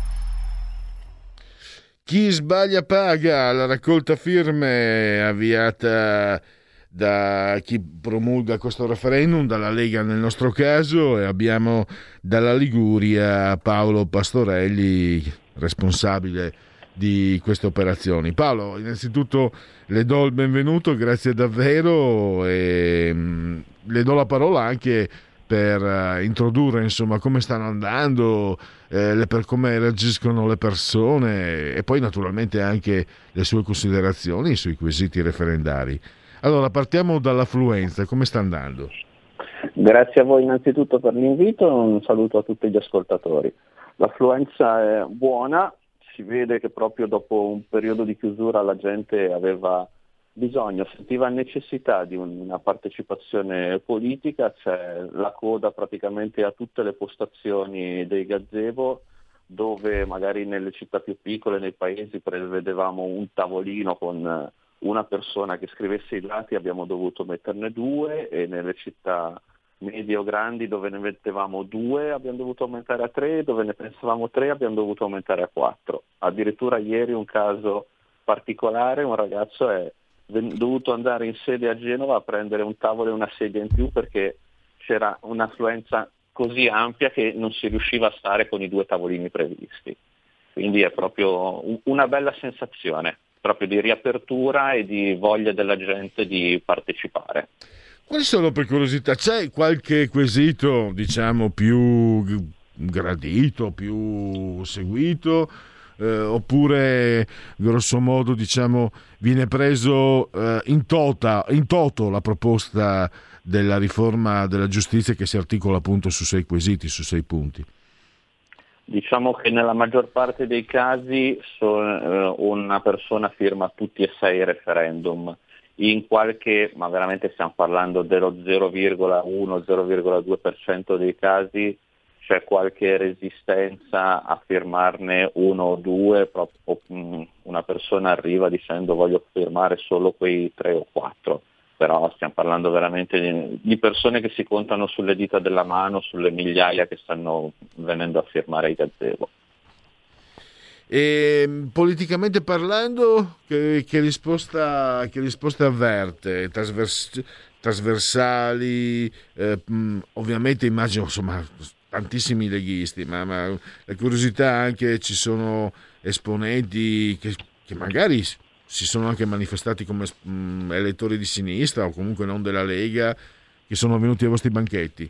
Chi sbaglia paga, la raccolta firme avviata da chi promulga questo referendum, dalla Lega nel nostro caso, e abbiamo dalla Liguria Paolo Pastorelli, responsabile di queste operazioni. Paolo, innanzitutto le do il benvenuto, grazie davvero, e mh, le do la parola anche per uh, introdurre insomma come stanno andando, eh, le, per come reagiscono le persone, e poi naturalmente anche le sue considerazioni sui quesiti referendari. Allora, partiamo dall'affluenza, come sta andando? Grazie a voi innanzitutto per l'invito, un saluto a tutti gli ascoltatori. L'affluenza è buona, si vede che proprio dopo un periodo di chiusura la gente aveva bisogno, sentiva necessità di una partecipazione politica. C'è la coda praticamente a tutte le postazioni dei gazebo, dove magari nelle città più piccole, nei paesi, prevedevamo un tavolino con una persona che scrivesse i dati, abbiamo dovuto metterne due, e nelle città medie o grandi dove ne mettevamo due abbiamo dovuto aumentare a tre, dove ne pensavamo tre abbiamo dovuto aumentare a quattro. Addirittura ieri un caso particolare, un ragazzo è dovuto andare in sede a Genova a prendere un tavolo e una sedia in più perché c'era un'affluenza così ampia che non si riusciva a stare con i due tavolini previsti. Quindi è proprio una bella sensazione, proprio di riapertura e di voglia della gente di partecipare. Quali sono, per curiosità, c'è qualche quesito, diciamo, più gradito, più seguito, eh, oppure grosso modo, diciamo, viene preso eh, in, tota, in toto la proposta della riforma della giustizia che si articola appunto su sei quesiti, su sei punti? Diciamo che nella maggior parte dei casi so, eh, una persona firma tutti e sei i referendum. In qualche, ma veramente stiamo parlando dello zero virgola uno zero virgola due per cento dei casi, c'è qualche resistenza a firmarne uno o due, proprio, una persona arriva dicendo voglio firmare solo quei tre o quattro, però stiamo parlando veramente di, di persone che si contano sulle dita della mano, sulle migliaia che stanno venendo a firmare i gazebo. E politicamente parlando, che, che, risposta, che risposta avverte? Trasvers- trasversali, eh, mh, ovviamente immagino, insomma, tantissimi leghisti, ma, ma la curiosità anche, ci sono esponenti che, che magari si sono anche manifestati come mh, elettori di sinistra o comunque non della Lega, che sono venuti ai vostri banchetti.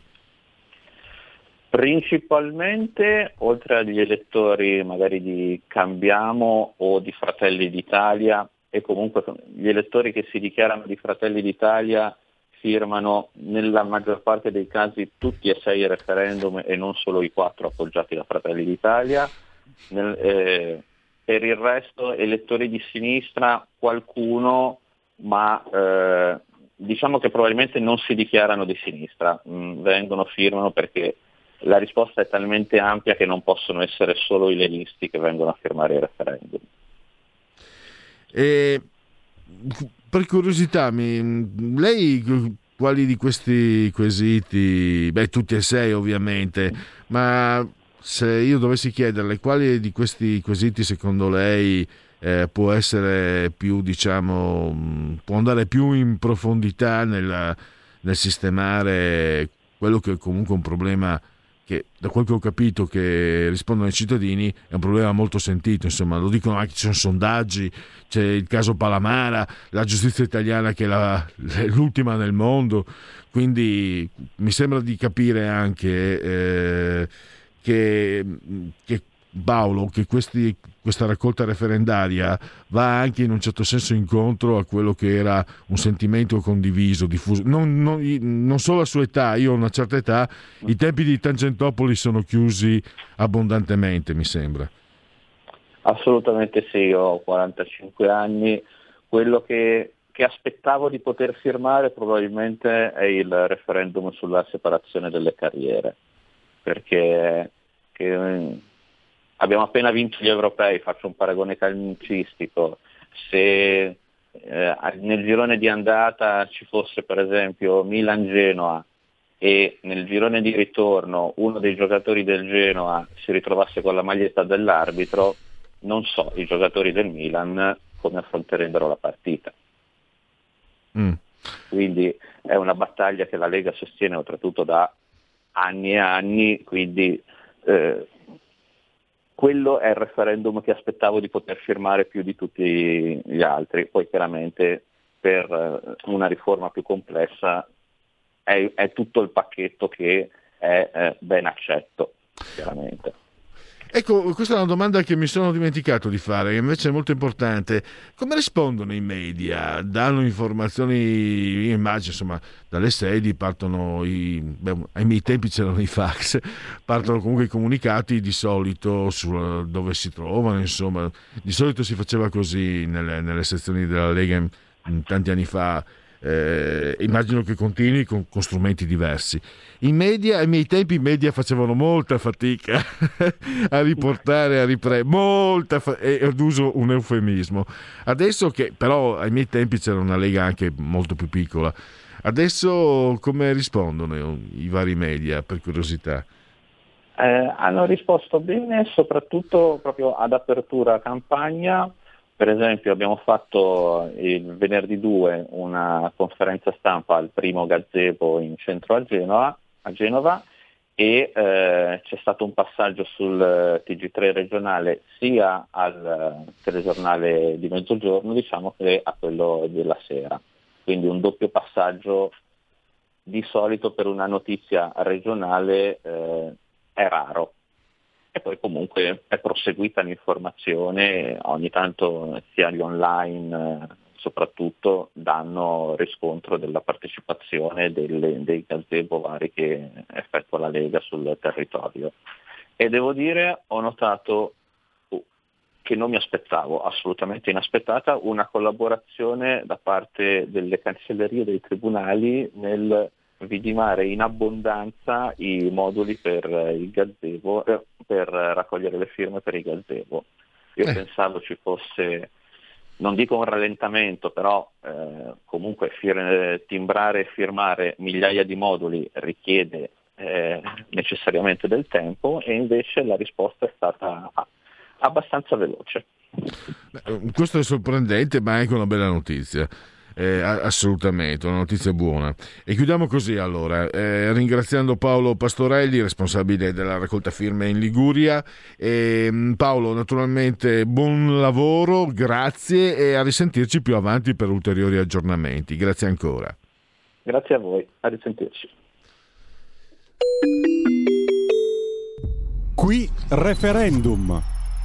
Principalmente, oltre agli elettori magari di Cambiamo o di Fratelli d'Italia, e comunque gli elettori che si dichiarano di Fratelli d'Italia firmano nella maggior parte dei casi tutti e sei i referendum e non solo i quattro appoggiati da Fratelli d'Italia. Nel, eh, per il resto elettori di sinistra qualcuno, ma eh, diciamo che probabilmente non si dichiarano di sinistra, mh, vengono, firmano perché la risposta è talmente ampia che non possono essere solo i leghisti che vengono a firmare il referendum. E, per curiosità, mi, lei quali di questi quesiti, beh tutti e sei ovviamente, ma se io dovessi chiederle quali di questi quesiti secondo lei eh, può essere più, diciamo, può andare più in profondità nel, nel sistemare quello che è comunque un problema che, da quel che ho capito, che rispondono ai cittadini, è un problema molto sentito, insomma, lo dicono anche, ci sono sondaggi, c'è il caso Palamara, la giustizia italiana che è, la, è l'ultima nel mondo, quindi mi sembra di capire anche eh, che, che Paolo, che questi, questa raccolta referendaria va anche in un certo senso incontro a quello che era un sentimento condiviso, diffuso, non, non, non solo a sua età. Io ho una certa età, i tempi di Tangentopoli sono chiusi abbondantemente, mi sembra. Assolutamente sì, io ho quarantacinque anni, quello che, che aspettavo di poter firmare probabilmente è il referendum sulla separazione delle carriere, perché che, abbiamo appena vinto gli europei, faccio un paragone calcistico, se eh, nel girone di andata ci fosse per esempio Milan-Genoa e nel girone di ritorno uno dei giocatori del Genoa si ritrovasse con la maglietta dell'arbitro, non so i giocatori del Milan come affronterebbero la partita. Mm. Quindi è una battaglia che la Lega sostiene oltretutto da anni e anni, quindi eh, quello è il referendum che aspettavo di poter firmare più di tutti gli altri. Poi chiaramente per una riforma più complessa è, è tutto il pacchetto che è eh, ben accetto, chiaramente. Ecco, questa è una domanda che mi sono dimenticato di fare, che invece è molto importante. Come rispondono i media? Danno informazioni, io immagino, insomma, dalle sedi partono i... Beh, ai miei tempi c'erano i fax, partono comunque i comunicati di solito su dove si trovano, insomma. Di solito si faceva così nelle, nelle sezioni della Lega tanti anni fa. Eh, immagino che continui con, con strumenti diversi. I media, ai miei tempi i media facevano molta fatica a riportare, a riprendere, molta fa- ed uso un eufemismo. Adesso che però ai miei tempi c'era una Lega anche molto più piccola, adesso come rispondono i vari media, per curiosità? Eh, hanno risposto bene, soprattutto proprio ad apertura campagna. Per esempio abbiamo fatto il venerdì due una conferenza stampa al primo gazebo in centro a Genova, a Genova e eh, c'è stato un passaggio sul T G tre regionale sia al telegiornale di mezzogiorno, diciamo, che a quello della sera. Quindi un doppio passaggio di solito per una notizia regionale eh, è raro. E poi comunque è proseguita l'informazione, ogni tanto sia gli online soprattutto danno riscontro della partecipazione delle, dei gazebo vari che effettua la Lega sul territorio. E devo dire, ho notato che non mi aspettavo, assolutamente inaspettata, una collaborazione da parte delle cancellerie dei tribunali nel vidimare in abbondanza i moduli per il gazebo, eh, per raccogliere le firme per il gazebo. Io eh. pensavo ci fosse, non dico un rallentamento, però eh, comunque fir- timbrare e firmare migliaia di moduli richiede eh, necessariamente del tempo, e invece la risposta è stata abbastanza veloce. Questo è sorprendente, ma è anche una bella notizia. Eh, assolutamente, una notizia buona. E chiudiamo così allora, eh, ringraziando Paolo Pastorelli, responsabile della raccolta firme in Liguria. E, Paolo, naturalmente buon lavoro, grazie, e a risentirci più avanti per ulteriori aggiornamenti. Grazie ancora. Grazie a voi, a risentirci. Qui referendum.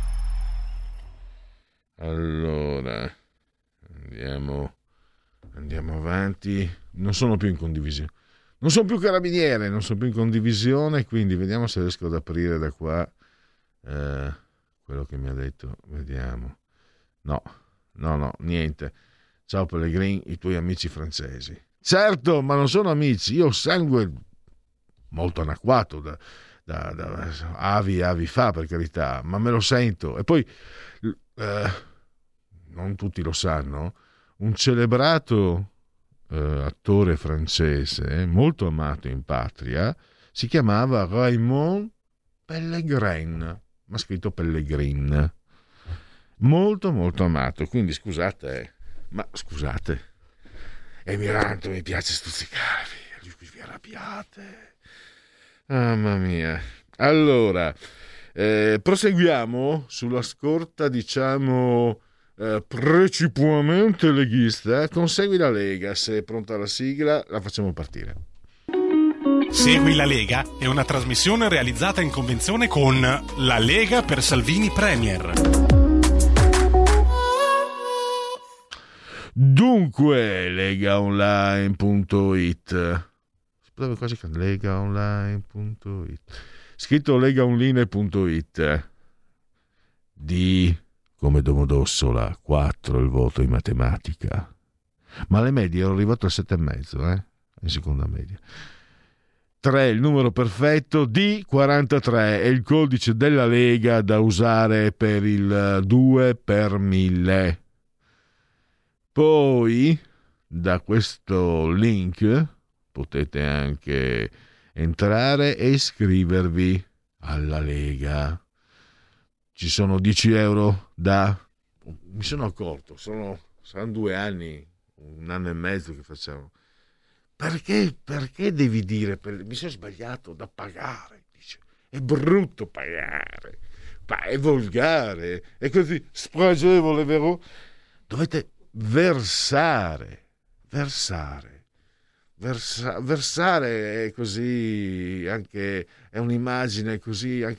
Allora, andiamo Andiamo avanti. Non sono più in condivisione. Non sono più carabiniere, non sono più in condivisione, quindi vediamo se riesco ad aprire da qua eh, quello che mi ha detto. Vediamo. No, no, no, niente. Ciao Pellegrini, i tuoi amici francesi. Certo, ma non sono amici. Io ho sangue molto anacquato da, da, da avi avi fa, per carità, ma me lo sento. E poi eh, non tutti lo sanno. Un celebrato eh, attore francese, molto amato in patria, si chiamava Raymond Pellegrin, ma scritto Pellegrin. Molto, molto amato. Quindi scusate, ma scusate, Emiranto mi piace stuzzicarvi, vi arrabbiate. Mamma mia. Allora, eh, proseguiamo sulla scorta, diciamo... Uh, precipuamente leghista. Consegui la Lega. Se è pronta la sigla, la facciamo partire. Segui la Lega è una trasmissione realizzata in convenzione con La Lega per Salvini Premier. Dunque, legaonline punto it. Sapevo quasi che legaonline punto it. Scritto legaonline punto it. Di come Domodossola, quattro il voto in matematica. Ma alle medie ero arrivato al sette e mezzo, eh? In seconda media. tre il numero perfetto, D quarantatré è il codice della Lega da usare per il due per mille. Poi, da questo link, potete anche entrare e iscrivervi alla Lega. Ci sono dieci euro da... Mi sono accorto, sono, saranno due anni, un anno e mezzo che facciamo. Perché, perché devi dire... Per... Mi sono sbagliato, da pagare. Dice. È brutto pagare, ma è volgare, è così spregevole, vero? Dovete versare, versare. Versa... Versare è così, anche è un'immagine così anche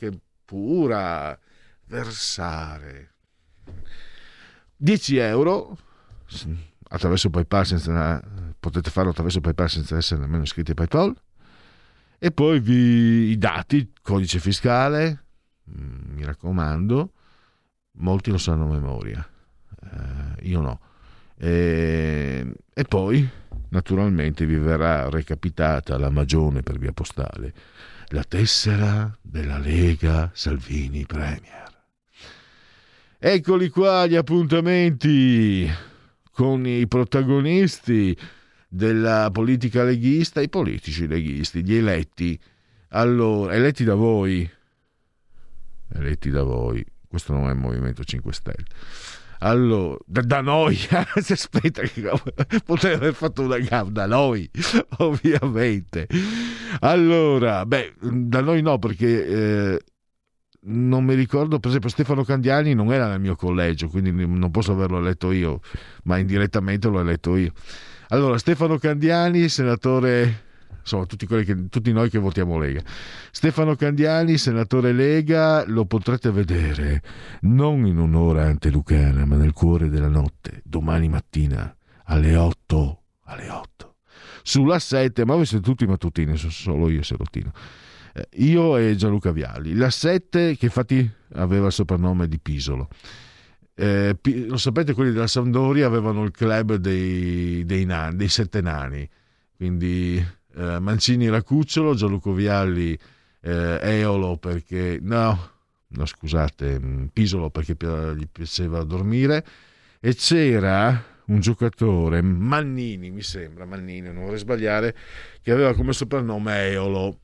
pura, versare dieci euro attraverso PayPal, senza, potete farlo attraverso PayPal senza essere nemmeno iscritti a PayPal, e poi vi, i dati, codice fiscale, mi raccomando, molti lo sanno a memoria, eh, io no, e, e poi naturalmente vi verrà recapitata la magione per via postale, la tessera della Lega Salvini Premier. Eccoli qua gli appuntamenti con i protagonisti della politica leghista, i politici leghisti, gli eletti. Allora, eletti da voi, eletti da voi, questo non è il Movimento cinque Stelle. Allora, da, da noi, aspetta, potrei aver fatto una gaffa, da noi, ovviamente. Allora, beh, da noi no, perché eh, non mi ricordo, per esempio Stefano Candiani non era nel mio collegio, quindi non posso averlo eletto io, ma indirettamente l'ho eletto io. Allora, Stefano Candiani, senatore, insomma, tutti, quelli che, tutti noi che votiamo Lega. Stefano Candiani, senatore Lega, lo potrete vedere non in un'ora antelucana, ma nel cuore della notte, domani mattina alle otto, alle otto, sulla sette, ma voi siete tutti mattutini, solo io serottino. Io e Gianluca Vialli, la sette, che infatti aveva il soprannome di Pisolo. Eh, lo sapete, quelli della Sampdoria avevano il club dei, dei, nani, dei sette nani, quindi eh, Mancini era Cucciolo, Gianluca Vialli eh, Eolo perché no, no scusate, Pisolo perché gli piaceva dormire, e c'era un giocatore, Mannini mi sembra, Mannini, non vorrei sbagliare, che aveva come soprannome Eolo.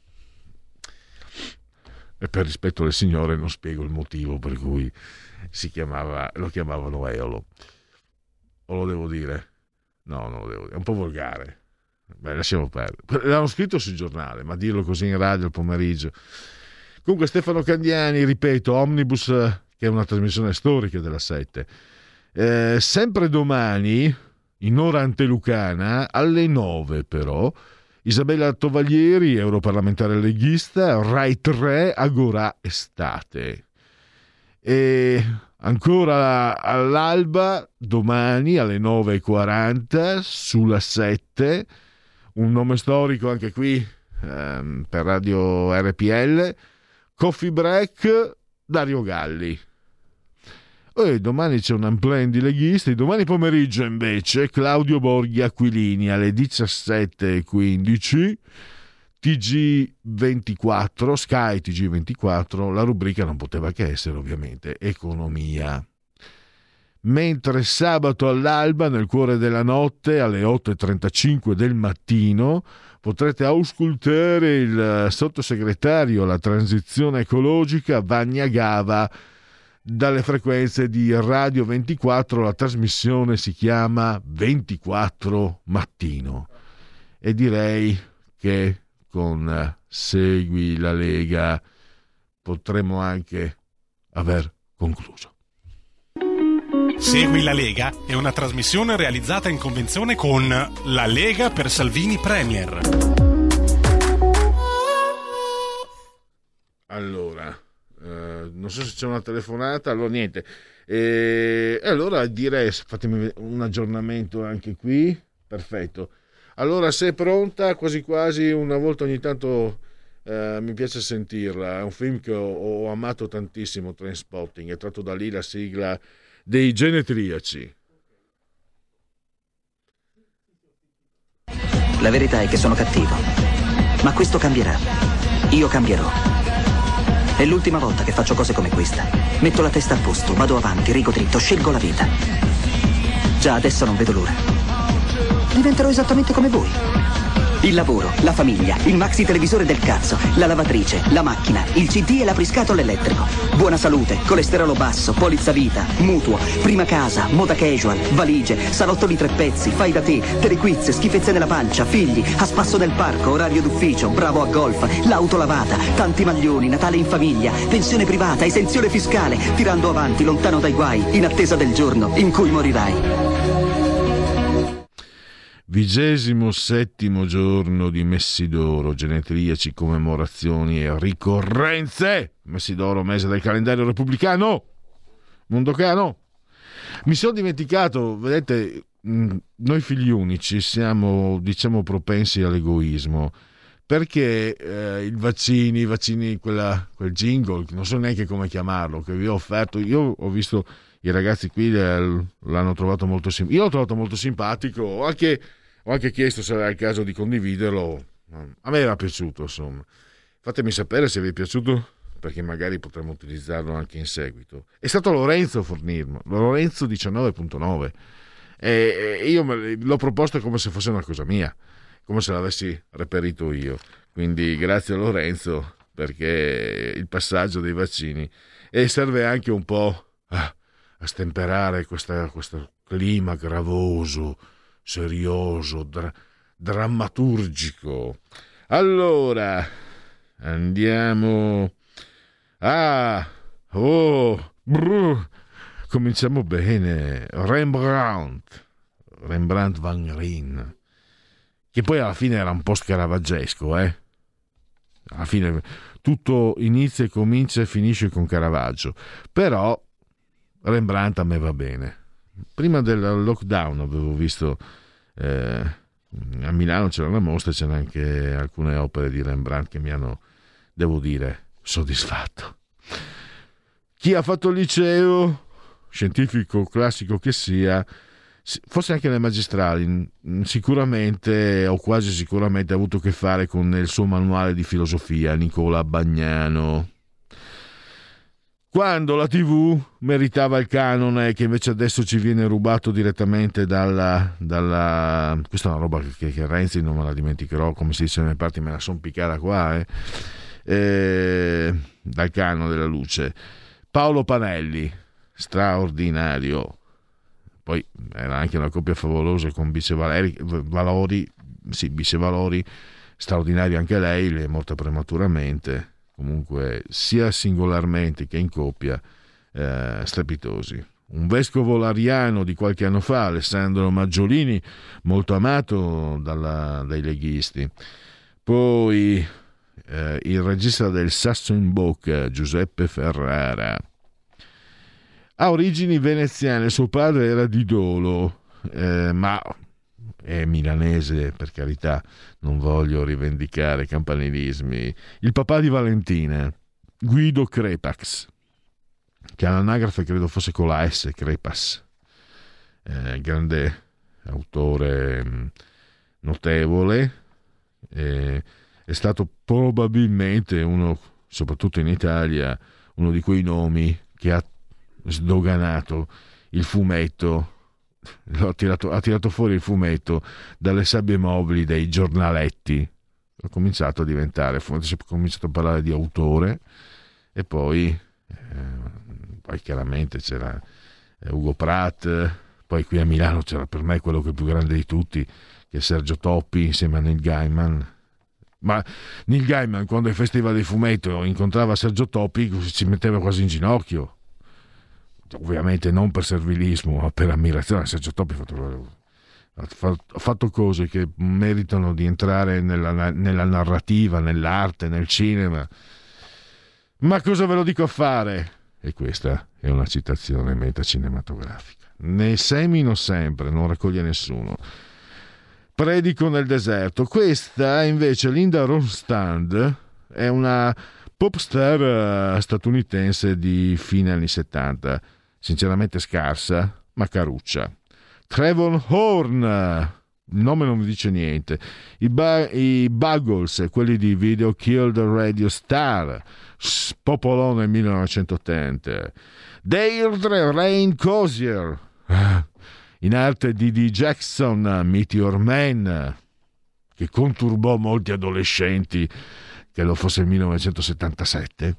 E per rispetto alle signore non spiego il motivo per cui si chiamava, lo chiamavano Eolo. O lo devo dire? No, non lo devo dire, è un po' volgare. Beh, lasciamo perdere. L'hanno scritto sul giornale, ma dirlo così in radio il pomeriggio. Comunque Stefano Candiani, ripeto, Omnibus, che è una trasmissione storica della sette. Eh, sempre domani, in ora antelucana, alle nove però, Isabella Tovaglieri, europarlamentare leghista, Rai tre, Agorà Estate. E ancora all'alba, domani alle nove e quaranta, sulla sette, un nome storico anche qui ehm, per Radio R P L, Coffee Break, Dario Galli. E domani c'è un unplan di leghisti. Domani pomeriggio invece Claudio Borghi Aquilini alle diciassette e quindici, T G ventiquattro, Sky T G ventiquattro, la rubrica non poteva che essere ovviamente economia. Mentre sabato all'alba, nel cuore della notte, alle otto e trentacinque del mattino, potrete auscultare il sottosegretario alla transizione ecologica Vagna Gava dalle frequenze di Radio ventiquattro. La trasmissione si chiama ventiquattro Mattino e direi che con Segui la Lega potremmo anche aver concluso. Segui la Lega è una trasmissione realizzata in convenzione con La Lega per Salvini Premier. Allora, Uh, non so se c'è una telefonata, allora niente, e allora direi fatemi un aggiornamento anche qui, perfetto. Allora, se è pronta, quasi quasi una volta ogni tanto uh, mi piace sentirla, è un film che ho, ho amato tantissimo, Trainspotting, è tratto da lì la sigla dei Genetriaci. La verità è che sono cattivo, ma questo cambierà, io cambierò. È l'ultima volta che faccio cose come questa. Metto la testa a posto, vado avanti, rigo dritto, scelgo la vita. Già adesso non vedo l'ora. Diventerò esattamente come voi. Il lavoro, la famiglia, il maxi televisore del cazzo, la lavatrice, la macchina, il C D e l'apriscatole elettrico. Buona salute, colesterolo basso, polizza vita, mutuo, prima casa, moda casual, valigie, salotto di tre pezzi, fai da te, telequiz, schifezze nella pancia, figli, a spasso nel parco, orario d'ufficio, bravo a golf, l'auto lavata, tanti maglioni, Natale in famiglia, pensione privata, esenzione fiscale, tirando avanti, lontano dai guai, in attesa del giorno in cui morirai. Vigesimo settimo giorno di Messidoro, genetriaci, commemorazioni e ricorrenze. Messidoro, mese del calendario repubblicano, mondocano. Mi sono dimenticato, vedete, noi figli unici siamo, diciamo, propensi all'egoismo, perché eh, i vaccini, i vaccini, quella, quel jingle, non so neanche come chiamarlo, che vi ho offerto, io ho visto i ragazzi qui l'hanno trovato molto simpatico, io l'ho trovato molto simpatico, ho anche, ho anche chiesto se era il caso di condividerlo, a me era piaciuto, insomma. Fatemi sapere se vi è piaciuto, perché magari potremmo utilizzarlo anche in seguito. È stato Lorenzo a fornirlo, Lorenzo diciannove punto nove, e io l'ho proposto come se fosse una cosa mia, come se l'avessi reperito io, quindi grazie a Lorenzo, perché il passaggio dei vaccini, e serve anche un po' a, a stemperare questa, questo clima gravoso, serioso, dra- drammaturgico. Allora andiamo ah oh brr, cominciamo bene. Rembrandt Rembrandt van Rijn, che poi alla fine era un po' scaravaggesco, eh? Alla fine tutto inizia e comincia e finisce con Caravaggio, però Rembrandt a me va bene. Prima del lockdown avevo visto eh, a Milano c'era una mostra, c'erano anche alcune opere di Rembrandt che mi hanno, devo dire, soddisfatto. Chi ha fatto il liceo, scientifico classico che sia, forse anche le magistrali, sicuramente o quasi sicuramente ha avuto a che fare con il suo manuale di filosofia, Nicola Bagnano. Quando la tivù meritava il canone, che invece adesso ci viene rubato direttamente dalla... dalla questa è una roba che, che Renzi non me la dimenticherò, come si dice nelle parti, me la son piccata qua, eh. Eh, dal canone della luce. Paolo Panelli, straordinario. Poi era anche una coppia favolosa con Bice Valeri, Valori, sì, Bice Valori, straordinaria anche lei, lei è morta prematuramente. Comunque sia singolarmente che in coppia eh, strepitosi. Un vescovo lariano di qualche anno fa, Alessandro Maggiolini, molto amato dalla, dai leghisti. Poi eh, il regista del Sasso in bocca, Giuseppe Ferrara. Ha origini veneziane, suo padre era di Dolo, eh, ma è milanese, per carità, non voglio rivendicare campanilismi. Il papà di Valentina, Guido Crepax, che all'anagrafe credo fosse con la S, Crepas, eh, grande autore mh, notevole, eh, è stato probabilmente uno, soprattutto in Italia, uno di quei nomi che ha sdoganato il fumetto, ha tirato, ha tirato fuori il fumetto dalle sabbie mobili dei giornaletti. Ha cominciato a diventare, si è cominciato a parlare di autore, e poi eh, poi chiaramente c'era Ugo Pratt, poi qui a Milano c'era per me quello che è più grande di tutti, che è Sergio Toppi insieme a Neil Gaiman. Ma Neil Gaiman, quando ai festival di fumetto incontrava Sergio Toppi, si metteva quasi in ginocchio, ovviamente non per servilismo ma per ammirazione. Sergio Toppi ha fatto, ha fatto cose che meritano di entrare nella, nella narrativa, nell'arte, nel cinema. Ma cosa ve lo dico a fare? E questa è una citazione metacinematografica. Ne semino sempre, non raccoglie nessuno. Predico nel deserto. Questa invece, Linda Ronstadt, è una pop star statunitense di fine anni settanta, sinceramente scarsa ma caruccia. Trevor Horn, il nome non mi dice niente. I, ba- i Buggles, quelli di Video Kill the Radio Star, spopolò nel millenovecentottanta. Deirdre Rain Cosier, in arte di D. Jackson, Meteor Man, che conturbò molti adolescenti, che lo fosse il millenovecentosettantasette.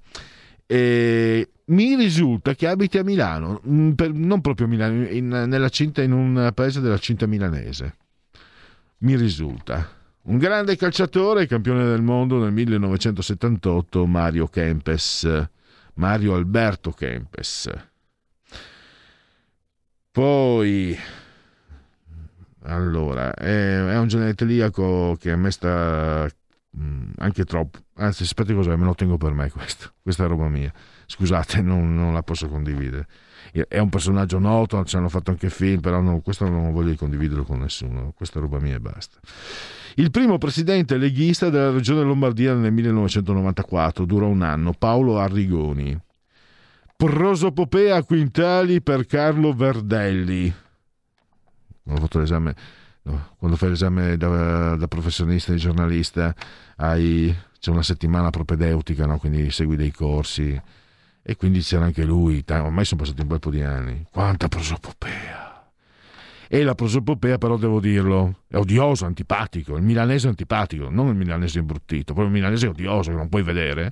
E mi risulta che abiti a Milano, non proprio a Milano, in, nella cinta, in un paese della cinta milanese. Mi risulta. Un grande calciatore, campione del mondo nel millenovecentosettantotto, Mario Kempes, Mario Alberto Kempes. Poi allora, è, è un genetriaco che a me sta mh, anche troppo. Anzi, aspetta, cos'è? Me lo tengo per me questo. Questa è roba mia. Scusate, non, non la posso condividere. È un personaggio noto, ci hanno fatto anche film, però no, questo non voglio condividerlo con nessuno. Questa è roba mia e basta. Il primo presidente leghista della regione Lombardia nel millenovecentonovantaquattro, durò un anno, Paolo Arrigoni. Prosopopea a quintali per Carlo Verdelli. Ho fatto l'esame, no, quando fai l'esame da, da professionista e giornalista hai, c'è una settimana propedeutica, no? Quindi segui dei corsi, e quindi c'era anche lui. Ormai sono passati un bel po' di anni. Quanta prosopopea! E la prosopopea, però, devo dirlo, è odioso, antipatico. Il milanese è antipatico, non il milanese imbruttito, proprio il milanese è odioso, che non puoi vedere.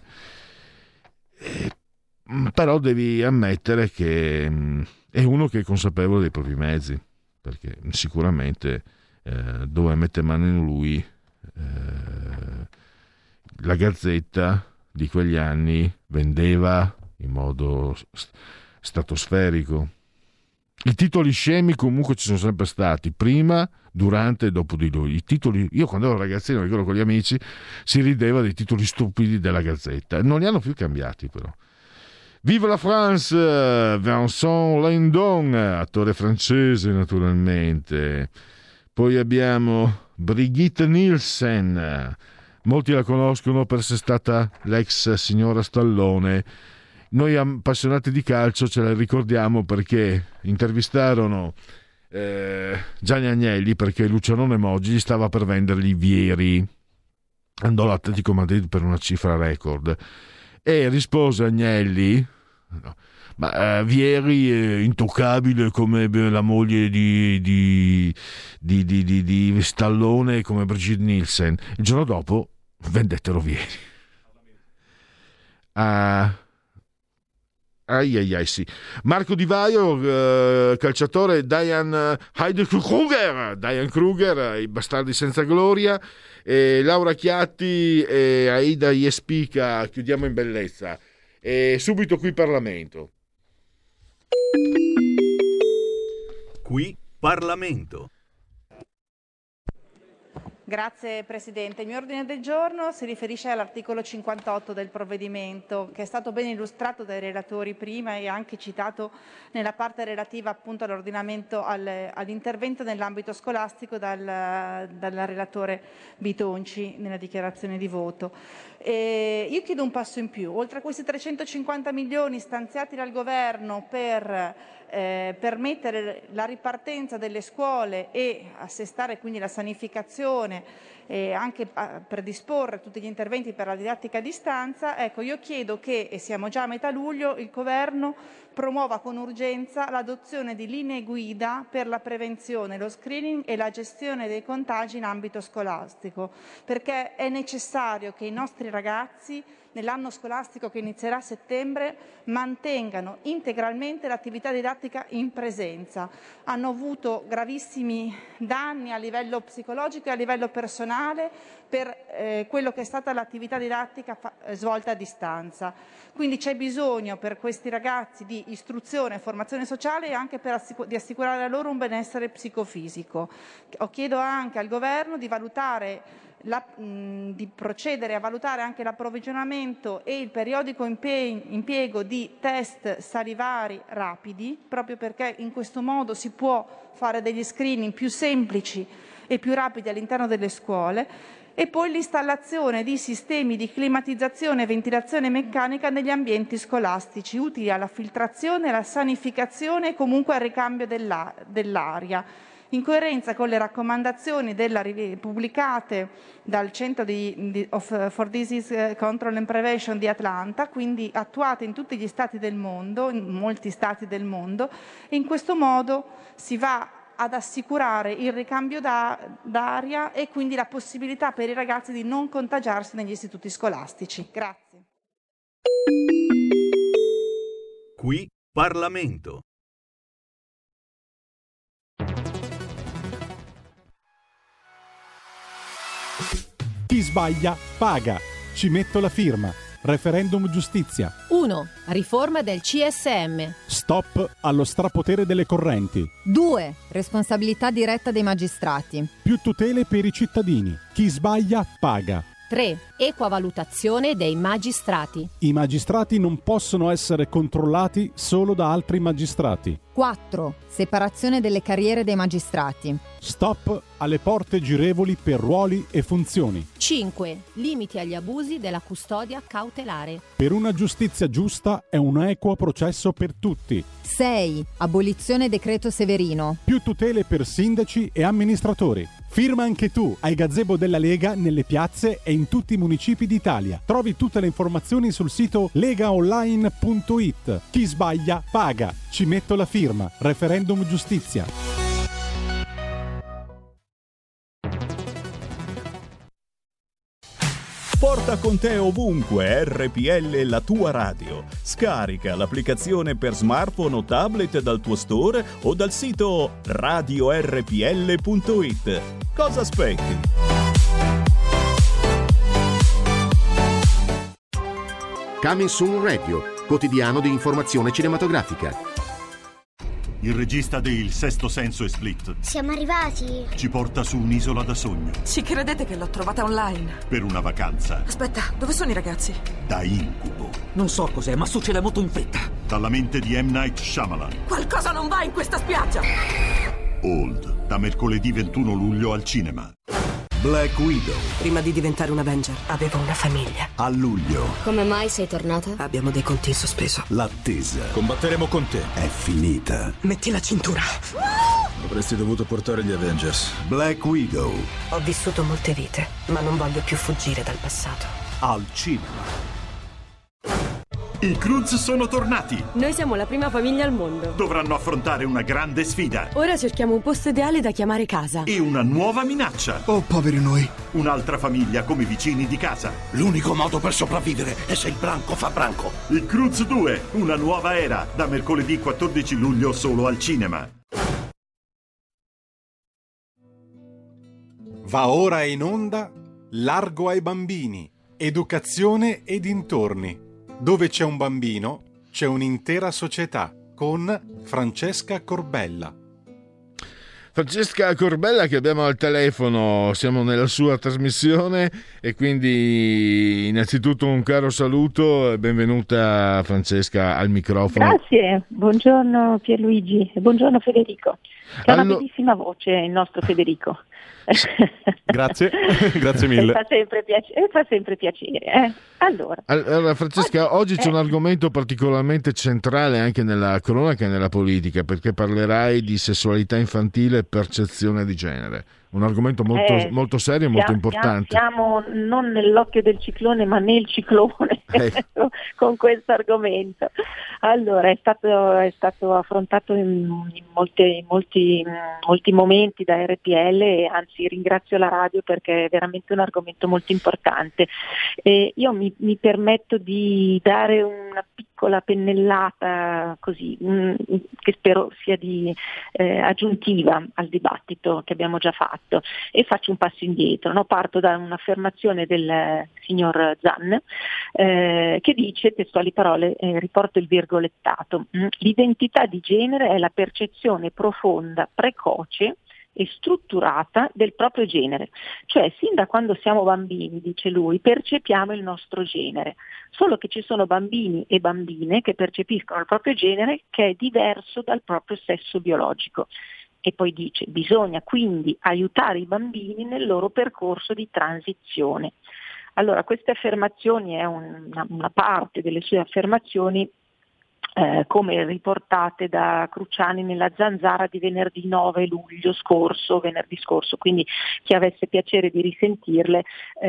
E, però devi ammettere che è uno che è consapevole dei propri mezzi, perché sicuramente eh, dove mette mano in lui eh, la Gazzetta di quegli anni vendeva in modo stratosferico. I titoli scemi comunque ci sono sempre stati, prima, durante e dopo di lui. I titoli, io quando ero ragazzino, ricordo con gli amici, si rideva dei titoli stupidi della Gazzetta. Non li hanno più cambiati, però. Vive la France, Vincent Lindon, attore francese naturalmente. Poi abbiamo Brigitte Nielsen, molti la conoscono per essere stata l'ex signora Stallone. Noi appassionati di calcio ce la ricordiamo perché intervistarono eh, Gianni Agnelli, perché Lucianone Moggi gli stava per vendergli Vieri. Andò all'Atletico Madrid per una cifra record e rispose Agnelli: no, ma uh, Vieri è intoccabile come la moglie di, di, di, di, di, di Stallone, come Brigitte Nielsen. Il giorno dopo vendettero Vieri. Ah, ai ai ai sì. Marco Di Vaio, eh, calciatore, Diane Heide-Kruger, Diane Kruger, i bastardi senza gloria, e Laura Chiatti e Aida Jespica, chiudiamo in bellezza. E subito qui Parlamento. Qui Parlamento. Grazie Presidente. Il mio ordine del giorno si riferisce all'articolo cinquantotto del provvedimento, che è stato ben illustrato dai relatori prima e anche citato nella parte relativa appunto all'ordinamento, al, all'intervento nell'ambito scolastico dal, dal relatore Bitonci nella dichiarazione di voto. E io chiedo un passo in più. Oltre a questi trecentocinquanta milioni stanziati dal Governo per Eh, permettere la ripartenza delle scuole e assestare quindi la sanificazione e anche a predisporre tutti gli interventi per la didattica a distanza, ecco, io chiedo che, e siamo già a metà luglio, il Governo promuova con urgenza l'adozione di linee guida per la prevenzione, lo screening e la gestione dei contagi in ambito scolastico, perché è necessario che i nostri ragazzi nell'anno scolastico che inizierà a settembre mantengano integralmente l'attività didattica in presenza. Hanno avuto gravissimi danni a livello psicologico e a livello personale per eh, quello che è stata l'attività didattica fa- svolta a distanza. Quindi c'è bisogno per questi ragazzi di istruzione e formazione sociale e anche per assicu- di assicurare a loro un benessere psicofisico. Chiedo anche al Governo di valutare La, mh, di procedere a valutare anche l'approvvigionamento e il periodico impie- impiego di test salivari rapidi, proprio perché in questo modo si può fare degli screening più semplici e più rapidi all'interno delle scuole, e poi l'installazione di sistemi di climatizzazione e ventilazione meccanica negli ambienti scolastici, utili alla filtrazione, alla sanificazione e comunque al ricambio della- dell'aria. In coerenza con le raccomandazioni della, pubblicate dal Centro di, di, of, for Disease Control and Prevention di Atlanta, quindi attuate in tutti gli stati del mondo, in molti stati del mondo, e in questo modo si va ad assicurare il ricambio da, d'aria e quindi la possibilità per i ragazzi di non contagiarsi negli istituti scolastici. Grazie. Qui Parlamento. Chi sbaglia paga. Ci metto la firma. Referendum giustizia. uno. Riforma del C S M. Stop allo strapotere delle correnti. due. Responsabilità diretta dei magistrati. Più tutele per i cittadini. Chi sbaglia paga. tre. Equa valutazione dei magistrati. I magistrati non possono essere controllati solo da altri magistrati. quattro. Separazione delle carriere dei magistrati. Stop alle porte girevoli per ruoli e funzioni. cinque. Limiti agli abusi della custodia cautelare. Per una giustizia giusta è un equo processo per tutti. sei. Abolizione decreto Severino. Più tutele per sindaci e amministratori. Firma anche tu ai gazebo della Lega nelle piazze e in tutti i municipi d'Italia. Trovi tutte le informazioni sul sito legaonline punto it. Chi sbaglia paga. Ci metto la firma. Referendum giustizia. Porta con te ovunque R P L, la tua radio. Scarica l'applicazione per smartphone o tablet dal tuo store o dal sito radio erre pi elle punto it. Cosa aspetti? Coming Soon Radio, quotidiano di informazione cinematografica. Il regista di Il Sesto Senso e Split Siamo arrivati. ci porta su un'isola da sogno Ci credete che l'ho trovata online? per una vacanza Aspetta, dove sono i ragazzi? da incubo. Non so cos'è, ma succede molto in fretta. Dalla mente di M. Night Shyamalan. Qualcosa non va in questa spiaggia! Old, da mercoledì ventuno luglio al cinema. Black Widow, Prima di diventare un Avenger, avevo una famiglia. a luglio. Come mai sei tornata? Abbiamo dei conti in sospeso. L'attesa Combatteremo con te. è finita. Metti la cintura. Avresti dovuto portare gli Avengers. Black Widow, Ho vissuto molte vite, ma non voglio più fuggire dal passato. al cinema. I Cruz sono tornati. Noi siamo la prima famiglia al mondo. Dovranno affrontare una grande sfida Ora cerchiamo un posto ideale da chiamare casa. e una nuova minaccia. Oh, poveri noi. Un'altra famiglia come vicini di casa. L'unico modo per sopravvivere è se il branco fa branco. I Cruz due, una nuova era, da mercoledì quattordici luglio solo al cinema. Va ora in onda Largo ai bambini, educazione e dintorni. Dove c'è un bambino, c'è un'intera società, con Francesca Corbella. Francesca Corbella che abbiamo al telefono, siamo nella sua trasmissione e quindi innanzitutto un caro saluto e benvenuta Francesca al microfono. Grazie, buongiorno Pierluigi e buongiorno Federico, che ha Allo- una bellissima voce il nostro Federico. Grazie, grazie mille. Fa sempre piacere, fa sempre piacere. Eh? Allora, Allora Francesca, oggi c'è eh. un argomento particolarmente centrale anche nella cronaca e nella politica, perché parlerai di sessualità infantile e percezione di genere. Un argomento molto, Eh, molto serio e molto siamo- importante. Siamo non nell'occhio del ciclone, ma nel ciclone Ecco. con questo argomento. Allora, è stato, è stato affrontato in, in molte- molti, molti momenti da R P L e anzi ringrazio la radio perché è veramente un argomento molto importante. E io mi, mi permetto di dare una piccola pennellata così, mh, che spero sia di eh, aggiuntiva al dibattito che abbiamo già fatto e faccio un passo indietro, no? Parto da un'affermazione del eh, signor Zan eh, che dice, testuali parole, eh, riporto il virgolettato: l'identità di genere è la percezione profonda, precoce e strutturata del proprio genere, cioè sin da quando siamo bambini, dice lui, percepiamo il nostro genere, solo che ci sono bambini e bambine che percepiscono il proprio genere che è diverso dal proprio sesso biologico. E poi dice, bisogna quindi aiutare i bambini nel loro percorso di transizione. Allora, queste affermazioni è una, una parte delle sue affermazioni Eh, come riportate da Cruciani nella Zanzara di venerdì nove luglio scorso, venerdì scorso, quindi chi avesse piacere di risentirle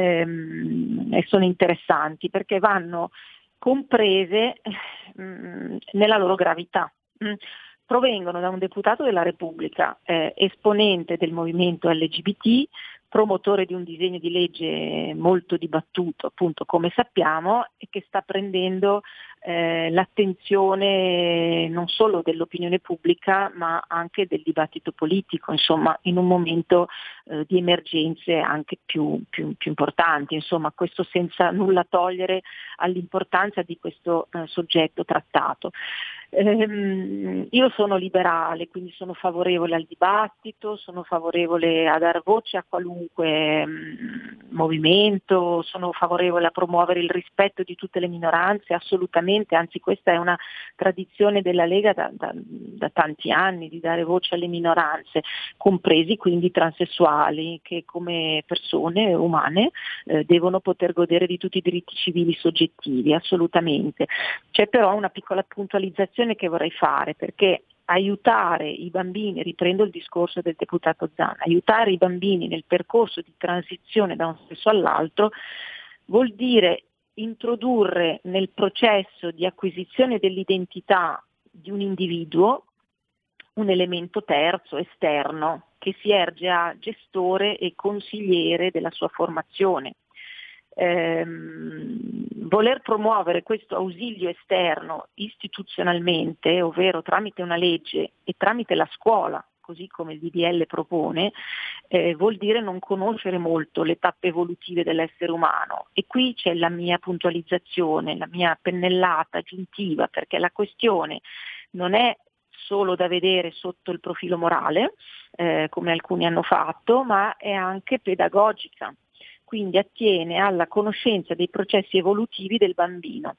ehm, e sono interessanti perché vanno comprese mh, nella loro gravità. Mh. Provengono da un deputato della Repubblica, eh, esponente del movimento L G B T, promotore di un disegno di legge molto dibattuto, appunto come sappiamo, e che sta prendendo eh, l'attenzione non solo dell'opinione pubblica ma anche del dibattito politico, insomma in un momento eh, di emergenze anche più, più, più importanti, insomma questo senza nulla togliere all'importanza di questo eh, soggetto trattato. Ehm, io sono liberale, quindi sono favorevole al dibattito, sono favorevole a dar voce a qualunque mh, movimento, sono favorevole a promuovere il rispetto di tutte le minoranze, assolutamente, anzi questa è una tradizione della Lega da, da, da tanti anni, di dare voce alle minoranze, compresi quindi transessuali, che come persone umane eh, devono poter godere di tutti i diritti civili soggettivi, assolutamente. C'è però una piccola puntualizzazione che vorrei fare, perché aiutare i bambini, riprendo il discorso del deputato Zan, aiutare i bambini nel percorso di transizione da un sesso all'altro vuol dire introdurre nel processo di acquisizione dell'identità di un individuo un elemento terzo, esterno, che si erge a gestore e consigliere della sua formazione. Ehm, voler promuovere questo ausilio esterno istituzionalmente, ovvero tramite una legge e tramite la scuola, così come il D D L propone, eh, vuol dire non conoscere molto le tappe evolutive dell'essere umano, e qui c'è la mia puntualizzazione, la mia pennellata aggiuntiva, perché la questione non è solo da vedere sotto il profilo morale, eh, come alcuni hanno fatto, ma è anche pedagogica. Quindi attiene alla conoscenza dei processi evolutivi del bambino.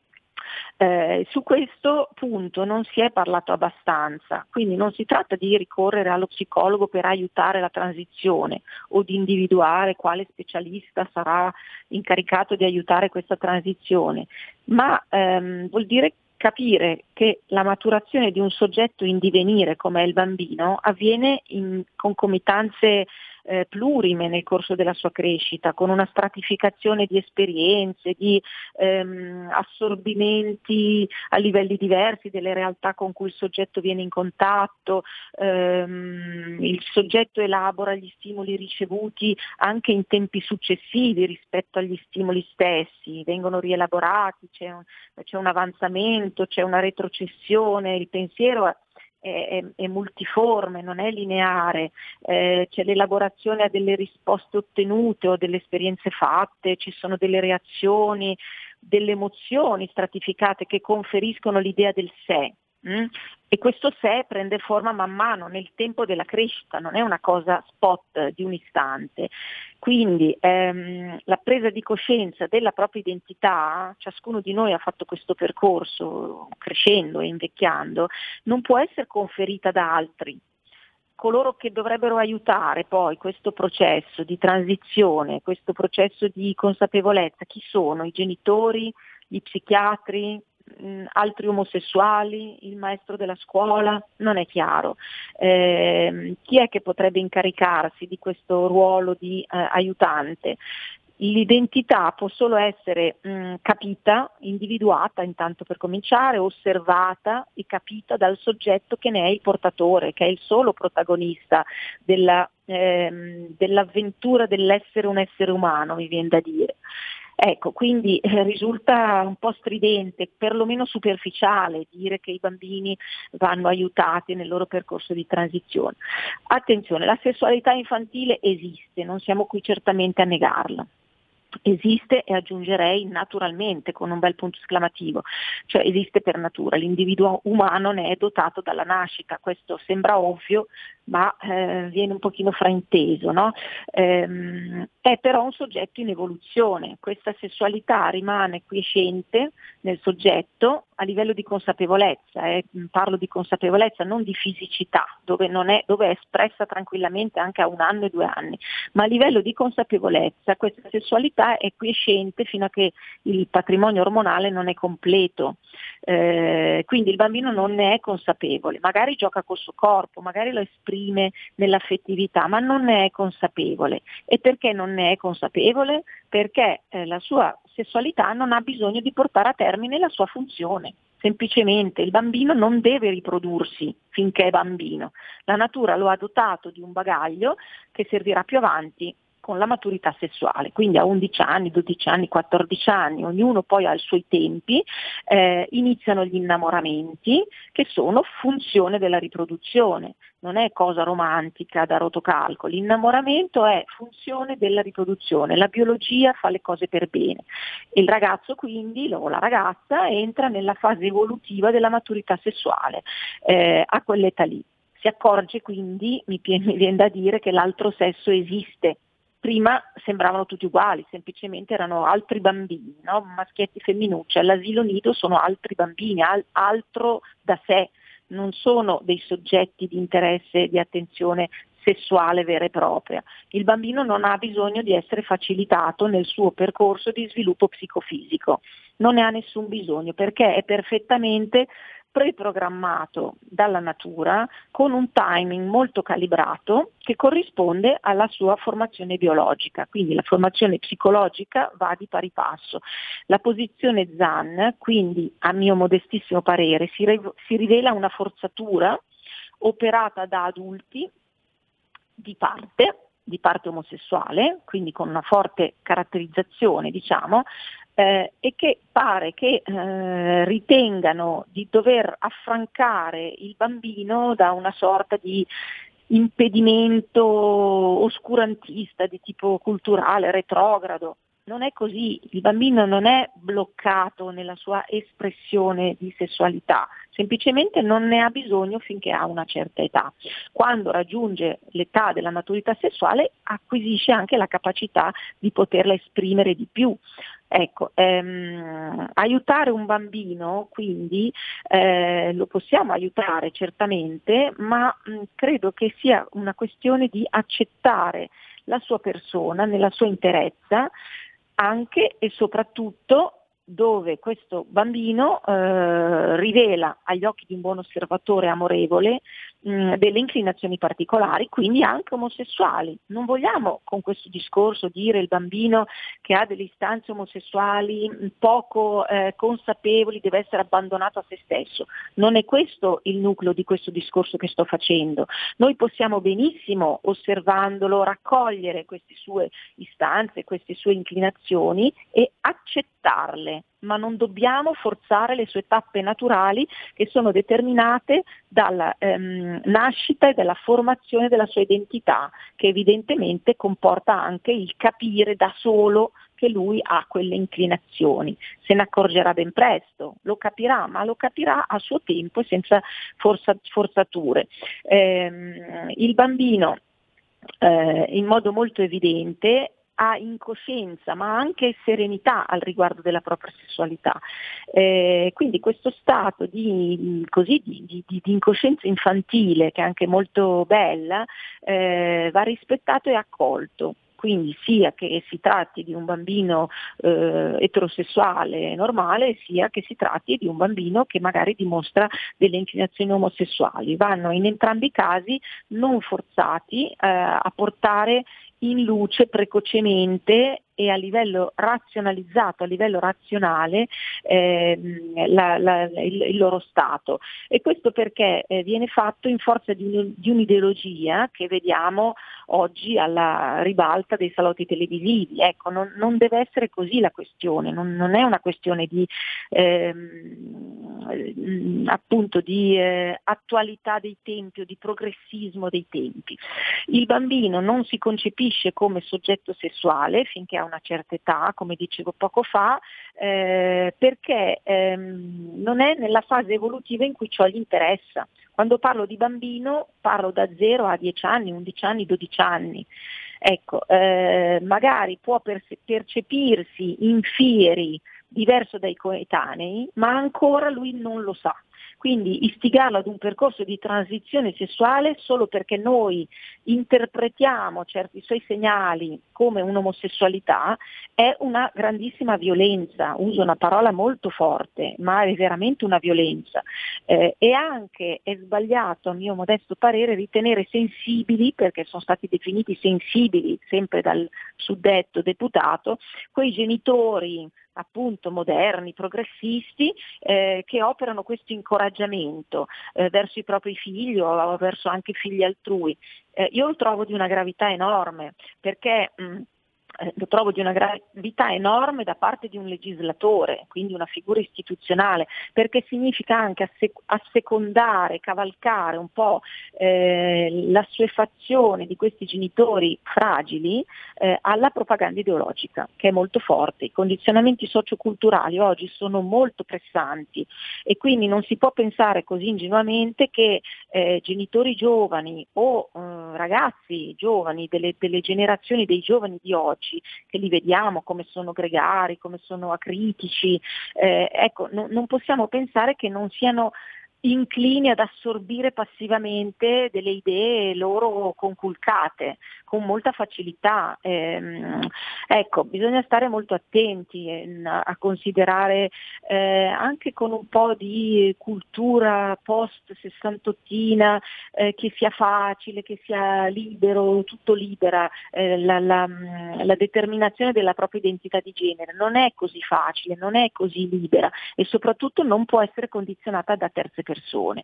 Eh, su questo punto non si è parlato abbastanza, quindi non si tratta di ricorrere allo psicologo per aiutare la transizione o di individuare quale specialista sarà incaricato di aiutare questa transizione, ma ehm, vuol dire capire che la maturazione di un soggetto in divenire come è il bambino avviene in concomitanze eh, plurime nel corso della sua crescita, con una stratificazione di esperienze, di ehm, assorbimenti a livelli diversi delle realtà con cui il soggetto viene in contatto, ehm, il soggetto elabora gli stimoli ricevuti anche in tempi successivi rispetto agli stimoli stessi, vengono rielaborati, c'è un, c'è un avanzamento, c'è una retrocessione, il pensiero è, è, è multiforme, non è lineare, eh, c'è l'elaborazione a delle risposte ottenute o delle esperienze fatte, ci sono delle reazioni, delle emozioni stratificate che conferiscono l'idea del sé. Mm? E questo sé prende forma man mano nel tempo della crescita, non è una cosa spot di un istante. Quindi ehm, la presa di coscienza della propria identità, ciascuno di noi ha fatto questo percorso crescendo e invecchiando, non può essere conferita da altri. Coloro che dovrebbero aiutare poi questo processo di transizione, questo processo di consapevolezza, chi sono? I genitori, gli psichiatri, altri omosessuali, il maestro della scuola, non è chiaro. Eh, chi è che potrebbe incaricarsi di questo ruolo di eh, aiutante? L'identità può solo essere mh, capita, individuata intanto per cominciare, osservata e capita dal soggetto che ne è il portatore, che è il solo protagonista della, ehm, dell'avventura dell'essere un essere umano, mi viene da dire. Ecco, quindi eh, risulta un po' stridente, perlomeno superficiale, dire che i bambini vanno aiutati nel loro percorso di transizione. Attenzione, la sessualità infantile esiste, non siamo qui certamente a negarla. Esiste, e aggiungerei naturalmente con un bel punto esclamativo, cioè esiste per natura, l'individuo umano ne è dotato dalla nascita, questo sembra ovvio ma eh, viene un pochino frainteso, no? Ehm, è però un soggetto in evoluzione, questa sessualità rimane quiescente nel soggetto a livello di consapevolezza, eh, parlo di consapevolezza, non di fisicità, dove, non è, dove è espressa tranquillamente anche a un anno e due anni, ma a livello di consapevolezza questa sessualità è quiescente fino a che il patrimonio ormonale non è completo, eh, quindi il bambino non ne è consapevole, magari gioca col suo corpo, magari lo esprime nell'affettività, ma non ne è consapevole. E perché non ne è consapevole? Perché eh, la sua sessualità non ha bisogno di portare a termine la sua funzione. Semplicemente il bambino non deve riprodursi finché è bambino. La natura lo ha dotato di un bagaglio che servirà più avanti con la maturità sessuale, quindi a undici anni, dodici anni, quattordici anni, ognuno poi ha i suoi tempi, eh, iniziano gli innamoramenti che sono funzione della riproduzione, non è cosa romantica da rotocalco, l'innamoramento è funzione della riproduzione, la biologia fa le cose per bene. Il ragazzo quindi, o la ragazza, entra nella fase evolutiva della maturità sessuale eh, a quell'età lì. Si accorge quindi, mi, mi viene da dire, che l'altro sesso esiste. Prima sembravano tutti uguali, semplicemente erano altri bambini, no? Maschietti e femminucce, all'asilo nido sono altri bambini, al- altro da sé, non sono dei soggetti di interesse e di attenzione sessuale vera e propria. Il bambino non ha bisogno di essere facilitato nel suo percorso di sviluppo psicofisico, non ne ha nessun bisogno perché è perfettamente preprogrammato dalla natura con un timing molto calibrato che corrisponde alla sua formazione biologica, quindi la formazione psicologica va di pari passo. La posizione Zan, quindi a mio modestissimo parere, si, re- si rivela una forzatura operata da adulti di parte, di parte omosessuale, quindi con una forte caratterizzazione, diciamo, eh, e che pare che eh, ritengano di dover affrancare il bambino da una sorta di impedimento oscurantista di tipo culturale, retrogrado. Non è così, il bambino non è bloccato nella sua espressione di sessualità, semplicemente non ne ha bisogno finché ha una certa età. Quando raggiunge l'età della maturità sessuale acquisisce anche la capacità di poterla esprimere di più. Ecco, ehm, aiutare un bambino quindi eh, lo possiamo aiutare certamente, ma mh, credo che sia una questione di accettare la sua persona nella sua interezza, anche e soprattutto dove questo bambino eh, rivela agli occhi di un buon osservatore amorevole mh, delle inclinazioni particolari, quindi anche omosessuali. Non vogliamo con questo discorso dire il bambino che ha delle istanze omosessuali mh, poco eh, consapevoli deve essere abbandonato a se stesso. Non è questo il nucleo di questo discorso che sto facendo. Noi possiamo benissimo, osservandolo, raccogliere queste sue istanze, queste sue inclinazioni e accettarle, ma non dobbiamo forzare le sue tappe naturali che sono determinate dalla ehm, nascita e dalla formazione della sua identità, che evidentemente comporta anche il capire da solo che lui ha quelle inclinazioni. Se ne accorgerà ben presto, lo capirà, ma lo capirà a suo tempo e senza forza, forzature. Ehm, il bambino eh, in modo molto evidente ha incoscienza ma anche serenità al riguardo della propria sessualità. Eh, quindi questo stato di, così, di, di, di incoscienza infantile, che è anche molto bella, eh, va rispettato e accolto. Quindi sia che si tratti di un bambino eh, eterosessuale normale, sia che si tratti di un bambino che magari dimostra delle inclinazioni omosessuali. Vanno in entrambi i casi non forzati eh, a portare in luce precocemente e a livello razionalizzato, a livello razionale eh, la, la, il, il loro stato. E questo perché eh, viene fatto in forza di, un, di un'ideologia che vediamo oggi alla ribalta dei salotti televisivi. Ecco, non, non deve essere così la questione, non, non è una questione di ehm, appunto di eh, attualità dei tempi o di progressismo dei tempi. Il bambino non si concepisce come soggetto sessuale finché ha una certa età, come dicevo poco fa, eh, perché ehm, non è nella fase evolutiva in cui ciò gli interessa. Quando parlo di bambino parlo da zero a dieci anni, undici anni, dodici anni. Ecco, eh, magari può perce- percepirsi in fieri diverso dai coetanei, ma ancora lui non lo sa. Quindi istigarlo ad un percorso di transizione sessuale solo perché noi interpretiamo certi suoi segnali come un'omosessualità è una grandissima violenza. Uso una parola molto forte, ma è veramente una violenza. Eh, e anche è sbagliato, a mio modesto parere, ritenere sensibili, perché sono stati definiti sensibili sempre dal suddetto deputato, quei genitori appunto moderni, progressisti, eh, che operano questo incoraggiamento eh, verso i propri figli o verso anche figli altrui. Eh, io lo trovo di una gravità enorme, perché mh, lo trovo di una gravità enorme da parte di un legislatore, quindi una figura istituzionale, perché significa anche assecondare, cavalcare un po' eh, l'assuefazione di questi genitori fragili eh, alla propaganda ideologica, che è molto forte. I condizionamenti socioculturali oggi sono molto pressanti e quindi non si può pensare così ingenuamente che eh, genitori giovani o eh, ragazzi giovani delle, delle generazioni dei giovani di oggi, che li vediamo come sono gregari, come sono acritici, eh, ecco, no, non possiamo pensare che non siano inclini ad assorbire passivamente delle idee loro conculcate con molta facilità. Eh, ecco, bisogna stare molto attenti eh, a considerare eh, anche con un po' di cultura post sessantottina eh, che sia facile, che sia libero, tutto libera, eh, la, la, la determinazione della propria identità di genere non è così facile, non è così libera e soprattutto non può essere condizionata da terze persone.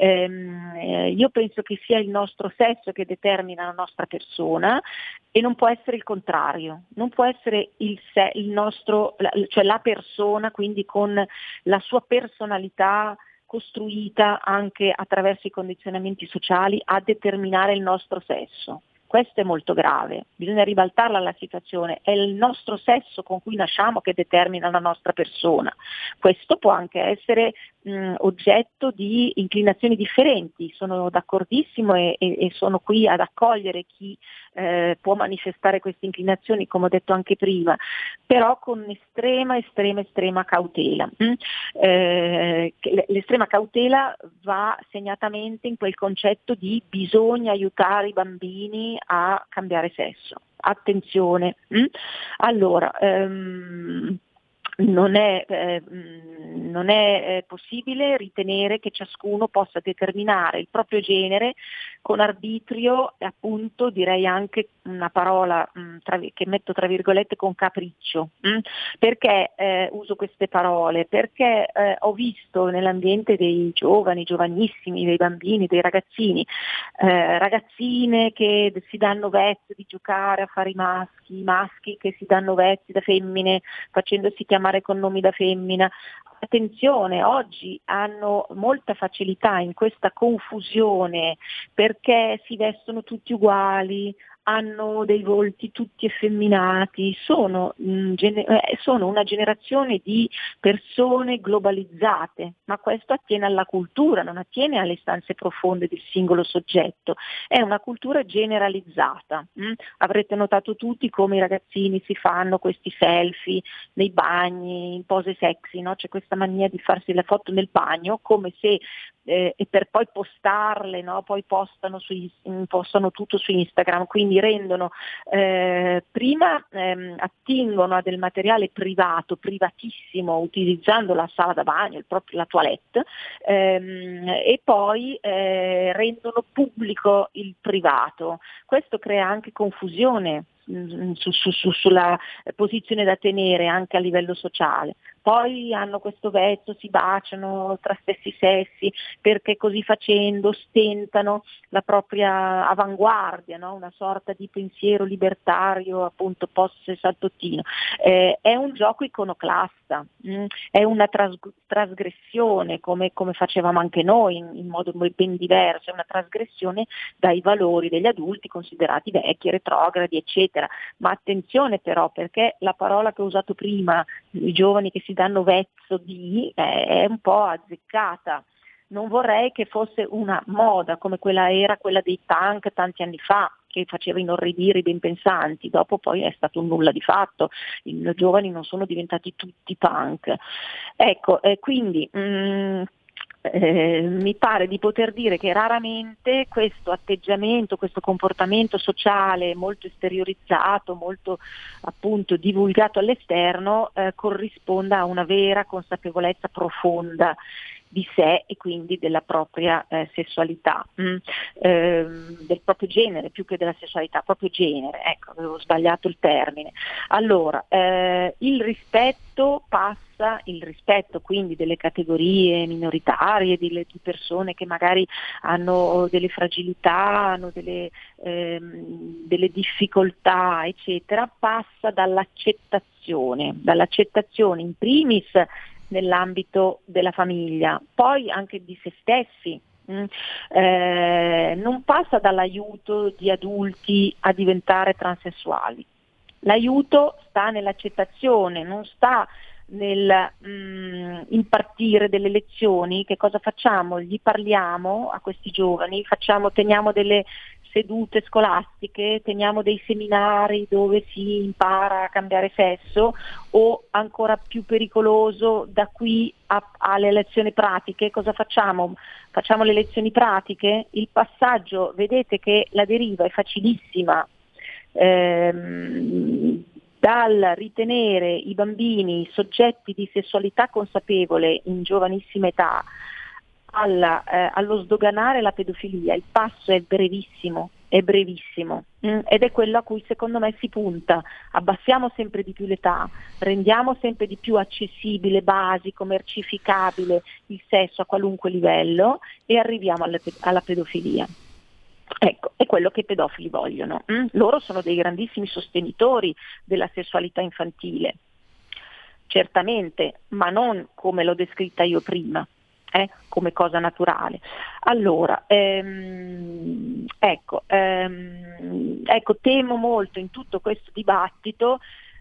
Eh, io penso che sia il nostro sesso che determina la nostra persona e non può essere il contrario, non può essere il, se, il nostro, cioè la persona, quindi con la sua personalità costruita anche attraverso i condizionamenti sociali a determinare il nostro sesso. Questo è molto grave, bisogna ribaltarla la situazione, è il nostro sesso con cui nasciamo che determina la nostra persona. Questo può anche essere mh, oggetto di inclinazioni differenti, sono d'accordissimo e, e, e sono qui ad accogliere chi eh, può manifestare queste inclinazioni, come ho detto anche prima, però con estrema, estrema, estrema cautela. Mm? Eh, l'estrema cautela va segnatamente in quel concetto di bisogna aiutare i bambini a cambiare sesso. Attenzione. Mm? Allora, um, non è, eh, non è eh, possibile ritenere che ciascuno possa determinare il proprio genere con arbitrio e appunto direi anche una parola mh, tra, che metto tra virgolette con capriccio. Mh? Perché eh, uso queste parole? Perché eh, ho visto nell'ambiente dei giovani, giovanissimi, dei bambini, dei ragazzini, eh, ragazzine che si danno vezzo di giocare a fare i maschi, maschi che si danno vezzi da femmine facendosi chiamare con nomi da femmina. Attenzione, oggi hanno molta facilità in questa confusione perché si vestono tutti uguali, hanno dei volti tutti effeminati, sono, mh, gene- eh, sono una generazione di persone globalizzate, ma questo attiene alla cultura, non attiene alle istanze profonde del singolo soggetto, è una cultura generalizzata. Mh? Avrete notato tutti come i ragazzini si fanno questi selfie nei bagni, in pose sexy, no? C'è questa mania di farsi le foto nel bagno come se eh, e per poi postarle, no? Poi postano, su, postano tutto su Instagram, quindi rendono eh, prima ehm, attingono a del materiale privato, privatissimo, utilizzando la sala da bagno, il proprio, la toilette, ehm, e poi eh, rendono pubblico il privato. Questo crea anche confusione Su, su, su, sulla posizione da tenere anche a livello sociale. Poi hanno questo vezzo, si baciano tra stessi sessi perché così facendo stentano la propria avanguardia, no? Una sorta di pensiero libertario appunto post sessantottino. Eh, è un gioco iconoclasta, mh? È una tras- trasgressione come, come facevamo anche noi in, in modo ben diverso, è una trasgressione dai valori degli adulti considerati vecchi, retrogradi, eccetera. Ma attenzione però, perché la parola che ho usato prima, i giovani che si danno vezzo di, è un po' azzeccata. Non vorrei che fosse una moda come quella era quella dei punk tanti anni fa, che faceva inorridire i ben pensanti, dopo poi è stato un nulla di fatto, i giovani non sono diventati tutti punk. Ecco, eh, quindi mh, Eh, mi pare di poter dire che raramente questo atteggiamento, questo comportamento sociale molto esteriorizzato, molto appunto divulgato all'esterno, eh, corrisponda a una vera consapevolezza profonda di sé e quindi della propria eh, sessualità, mm? eh, del proprio genere, più che della sessualità, proprio genere, ecco, avevo sbagliato il termine. Allora, eh, il rispetto passa, il rispetto quindi delle categorie minoritarie, di, di persone che magari hanno delle fragilità, hanno delle, ehm, delle difficoltà, eccetera, passa dall'accettazione, dall'accettazione in primis nell'ambito della famiglia, poi anche di se stessi. Mm. Eh, non passa dall'aiuto di adulti a diventare transessuali. L'aiuto sta nell'accettazione, non sta nel mm, impartire delle lezioni. Che cosa facciamo? Gli parliamo a questi giovani, facciamo, teniamo delle sedute scolastiche, teniamo dei seminari dove si impara a cambiare sesso, o ancora più pericoloso, da qui a, alle lezioni pratiche, cosa facciamo? Facciamo le lezioni pratiche, il passaggio, vedete che la deriva è facilissima, ehm, dal ritenere i bambini soggetti di sessualità consapevole in giovanissima età alla, eh, allo sdoganare la pedofilia, il passo è brevissimo, è brevissimo mm, ed è quello a cui secondo me si punta. Abbassiamo sempre di più l'età, rendiamo sempre di più accessibile, basico, mercificabile il sesso a qualunque livello e arriviamo alla, alla pedofilia. Ecco, è quello che i pedofili vogliono. Mm? Loro sono dei grandissimi sostenitori della sessualità infantile, certamente, ma non come l'ho descritta io prima. Eh, come cosa naturale. Allora, ehm, ecco, ehm, ecco, temo molto in tutto questo dibattito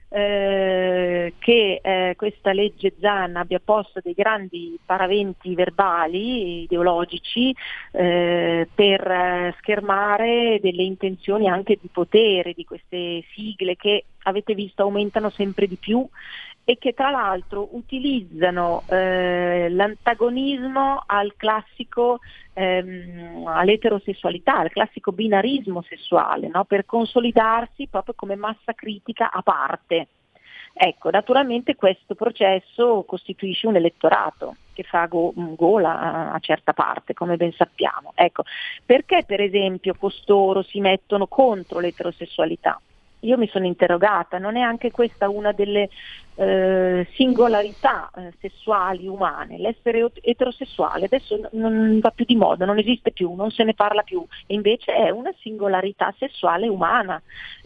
eh, che eh, questa legge Zan abbia posto dei grandi paraventi verbali, ideologici, eh, per eh, schermare delle intenzioni anche di potere di queste sigle che avete visto aumentano sempre di più e che tra l'altro utilizzano eh, l'antagonismo al classico, ehm, all'eterosessualità, al classico binarismo sessuale, no? Per consolidarsi proprio come massa critica a parte. Ecco, naturalmente questo processo costituisce un elettorato che fa go- gola a, a certa parte, come ben sappiamo. Ecco, perché per esempio costoro si mettono contro l'eterosessualità? Io mi sono interrogata, non è anche questa una delle eh, singolarità eh, sessuali umane? L'essere eterosessuale adesso n- non va più di moda, non esiste più, non se ne parla più, e invece è una singolarità sessuale umana,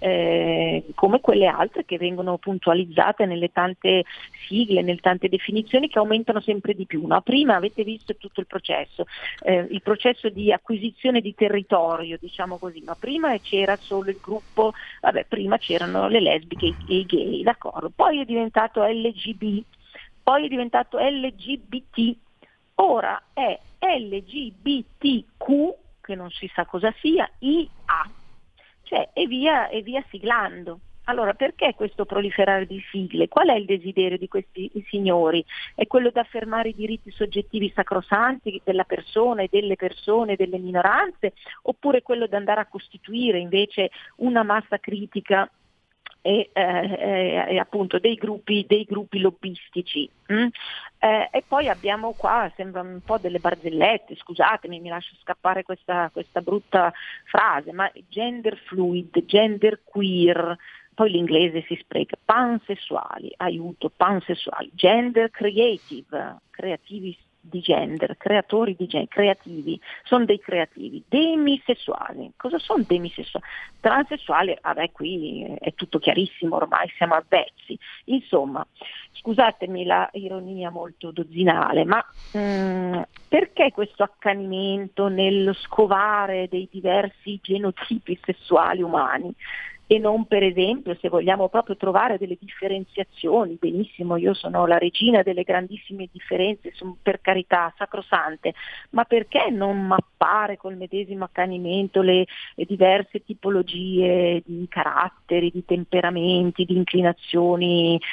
eh, come quelle altre che vengono puntualizzate nelle tante sigle, nelle tante definizioni che aumentano sempre di più. No? Prima avete visto tutto il processo, eh, il processo di acquisizione di territorio, diciamo così, ma prima c'era solo il gruppo, vabbè, prima c'erano le lesbiche e i gay, d'accordo, poi è diventato L G B, poi è diventato L G B T, ora è L G B T Q, che non si sa cosa sia, I A, cioè e via, e via siglando. Allora, perché questo proliferare di sigle? Qual è il desiderio di questi signori? È quello di affermare i diritti soggettivi sacrosanti della persona e delle persone, delle minoranze, oppure quello di andare a costituire invece una massa critica e, eh, e appunto dei gruppi, dei gruppi lobbistici? Mm? Eh, e poi abbiamo qua, sembra un po' delle barzellette, scusatemi, mi lascio scappare questa, questa brutta frase, ma gender fluid, gender queer, poi l'inglese si spreca, pansessuali, aiuto, pansessuali, gender creative, creativi di gender, creatori di genere, creativi, sono dei creativi, demisessuali, cosa sono demisessuali? Transessuali, vabbè, qui è tutto chiarissimo, ormai siamo avvezzi, insomma, scusatemi la ironia molto dozzinale, ma mh, perché questo accanimento nello scovare dei diversi genotipi sessuali umani? E non, per esempio, se vogliamo proprio trovare delle differenziazioni, benissimo, io sono la regina delle grandissime differenze, sono per carità sacrosante, ma perché non mappare col medesimo accanimento le, le diverse tipologie di caratteri, di temperamenti, di inclinazioni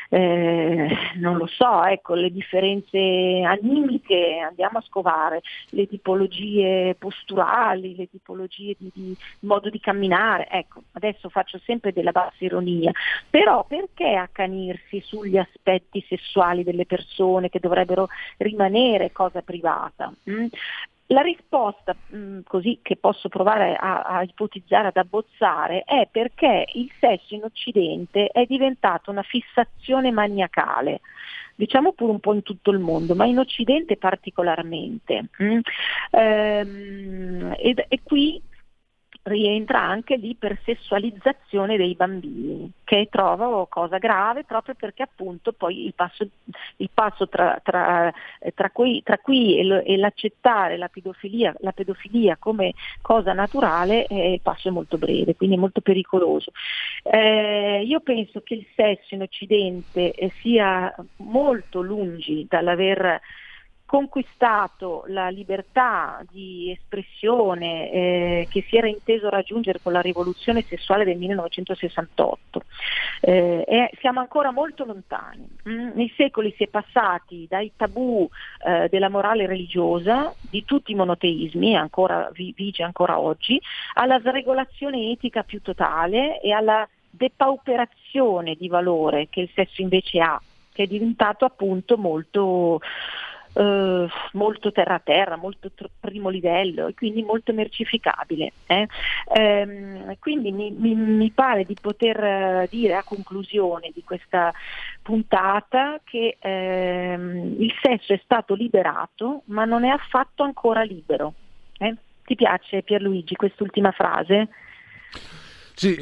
eh, non lo so, ecco, le differenze animiche andiamo a scovare, le tipologie posturali, le tipologie di, di modo di camminare, ecco, adesso faccio sempre della bassa ironia, però perché accanirsi sugli aspetti sessuali delle persone che dovrebbero rimanere cosa privata? Mm? La risposta mh, così che posso provare a, a ipotizzare, ad abbozzare, è perché il sesso in Occidente è diventato una fissazione maniacale, diciamo pure un po' in tutto il mondo, ma in Occidente particolarmente. Mm? Ehm, ed, e qui rientra anche l'ipersessualizzazione dei bambini, che trovo cosa grave proprio perché appunto poi il passo, il passo tra, tra, tra, qui, tra qui e, lo, e l'accettare la pedofilia, la pedofilia come cosa naturale, eh, il passo è molto breve, quindi è molto pericoloso. Eh, io penso che il sesso in Occidente sia molto lungi dall'aver conquistato la libertà di espressione eh, che si era inteso raggiungere con la rivoluzione sessuale del millenovecentosessantotto. Eh, e siamo ancora molto lontani. Mm? Nei secoli si è passati dai tabù eh, della morale religiosa, di tutti i monoteismi, ancora vi, vige ancora oggi, alla sregolazione etica più totale e alla depauperazione di valore che il sesso invece ha, che è diventato appunto molto Uh, molto terra a terra, molto tr- primo livello e quindi molto mercificabile. Eh? Ehm, quindi mi, mi, mi pare di poter uh, dire a conclusione di questa puntata che ehm, il sesso è stato liberato ma non è affatto ancora libero. Eh? Ti piace Pierluigi quest'ultima frase? Sì,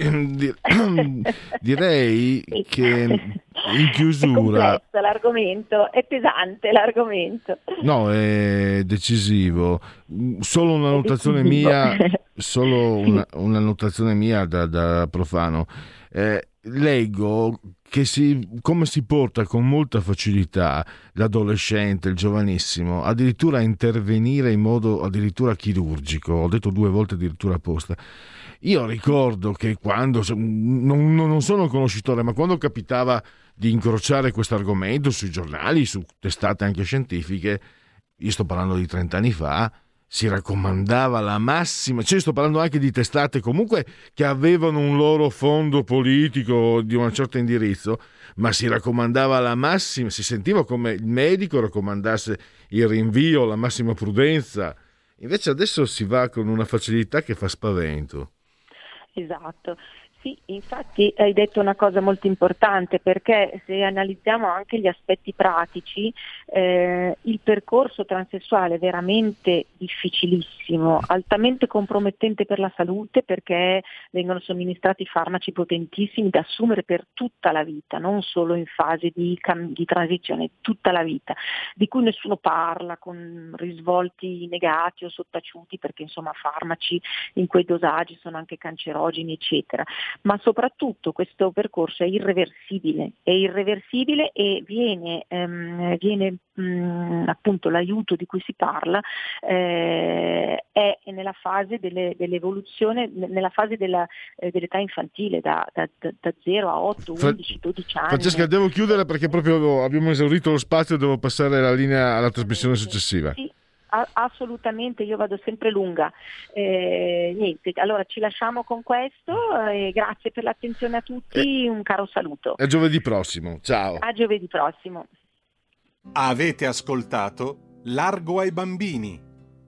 direi che in chiusura... È complesso l'argomento, è pesante l'argomento. No, è decisivo. Solo una notazione mia, solo una, una notazione mia da, da profano. Eh, leggo che si, come si porta con molta facilità l'adolescente, il giovanissimo, addirittura a intervenire in modo addirittura chirurgico. Ho detto due volte addirittura apposta. Io ricordo che quando, non, non sono conoscitore, ma quando capitava di incrociare questo argomento sui giornali, su testate anche scientifiche, io sto parlando di trent'anni fa, si raccomandava la massima, cioè sto parlando anche di testate comunque che avevano un loro fondo politico di un certo indirizzo, ma si raccomandava la massima, si sentiva come il medico raccomandasse il rinvio, la massima prudenza. Invece adesso si va con una facilità che fa spavento. Esatto. Sì, infatti hai detto una cosa molto importante, perché se analizziamo anche gli aspetti pratici, eh, il percorso transessuale è veramente difficilissimo, altamente compromettente per la salute, perché vengono somministrati farmaci potentissimi da assumere per tutta la vita, non solo in fase di, di transizione, tutta la vita, di cui nessuno parla, con risvolti negati o sottaciuti, perché insomma farmaci in quei dosaggi sono anche cancerogeni, eccetera. Ma soprattutto questo percorso è irreversibile, è irreversibile e viene, ehm, viene mh, appunto l'aiuto di cui si parla eh, è nella fase delle, dell'evoluzione, nella fase della, eh, dell'età infantile, da, da, da zero a otto, undici, dodici anni. Francesca, devo chiudere perché proprio abbiamo esaurito lo spazio e devo passare la linea alla trasmissione successiva. Sì. Assolutamente, io vado sempre lunga. Eh, niente, allora ci lasciamo con questo e grazie per l'attenzione a tutti, un caro saluto. A giovedì prossimo, ciao. A giovedì prossimo. Avete ascoltato Largo ai bambini.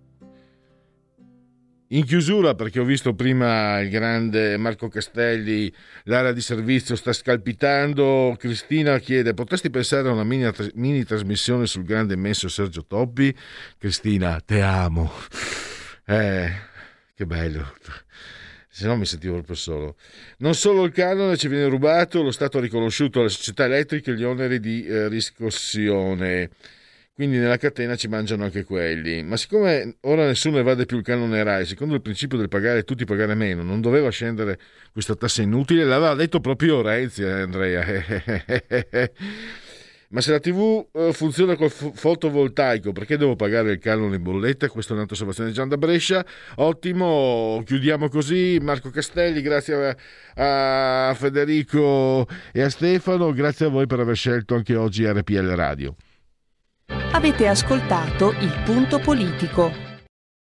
In chiusura, perché ho visto prima il grande Marco Castelli, l'area di servizio sta scalpitando, Cristina chiede: potresti pensare a una mini, mini trasmissione sul grande immenso Sergio Tobbi? Cristina, te amo. Eh, che bello. Se no mi sentivo proprio solo. Non solo il canone ci viene rubato, lo Stato ha riconosciuto alle società elettriche gli oneri di eh, riscossione. Quindi nella catena ci mangiano anche quelli. Ma siccome ora nessuno evade più il canone Rai, secondo il principio del pagare tutti pagare meno, non doveva scendere questa tassa inutile, l'aveva detto proprio Renzi, Andrea. Ma se la tivù eh, funziona col f- fotovoltaico, perché devo pagare il canone in bolletta? Questa è un'altra osservazione di Gian da Brescia. Ottimo, chiudiamo così. Marco Castelli, grazie a, a Federico e a Stefano, grazie a voi per aver scelto anche oggi R P L Radio. Avete ascoltato Il Punto Politico.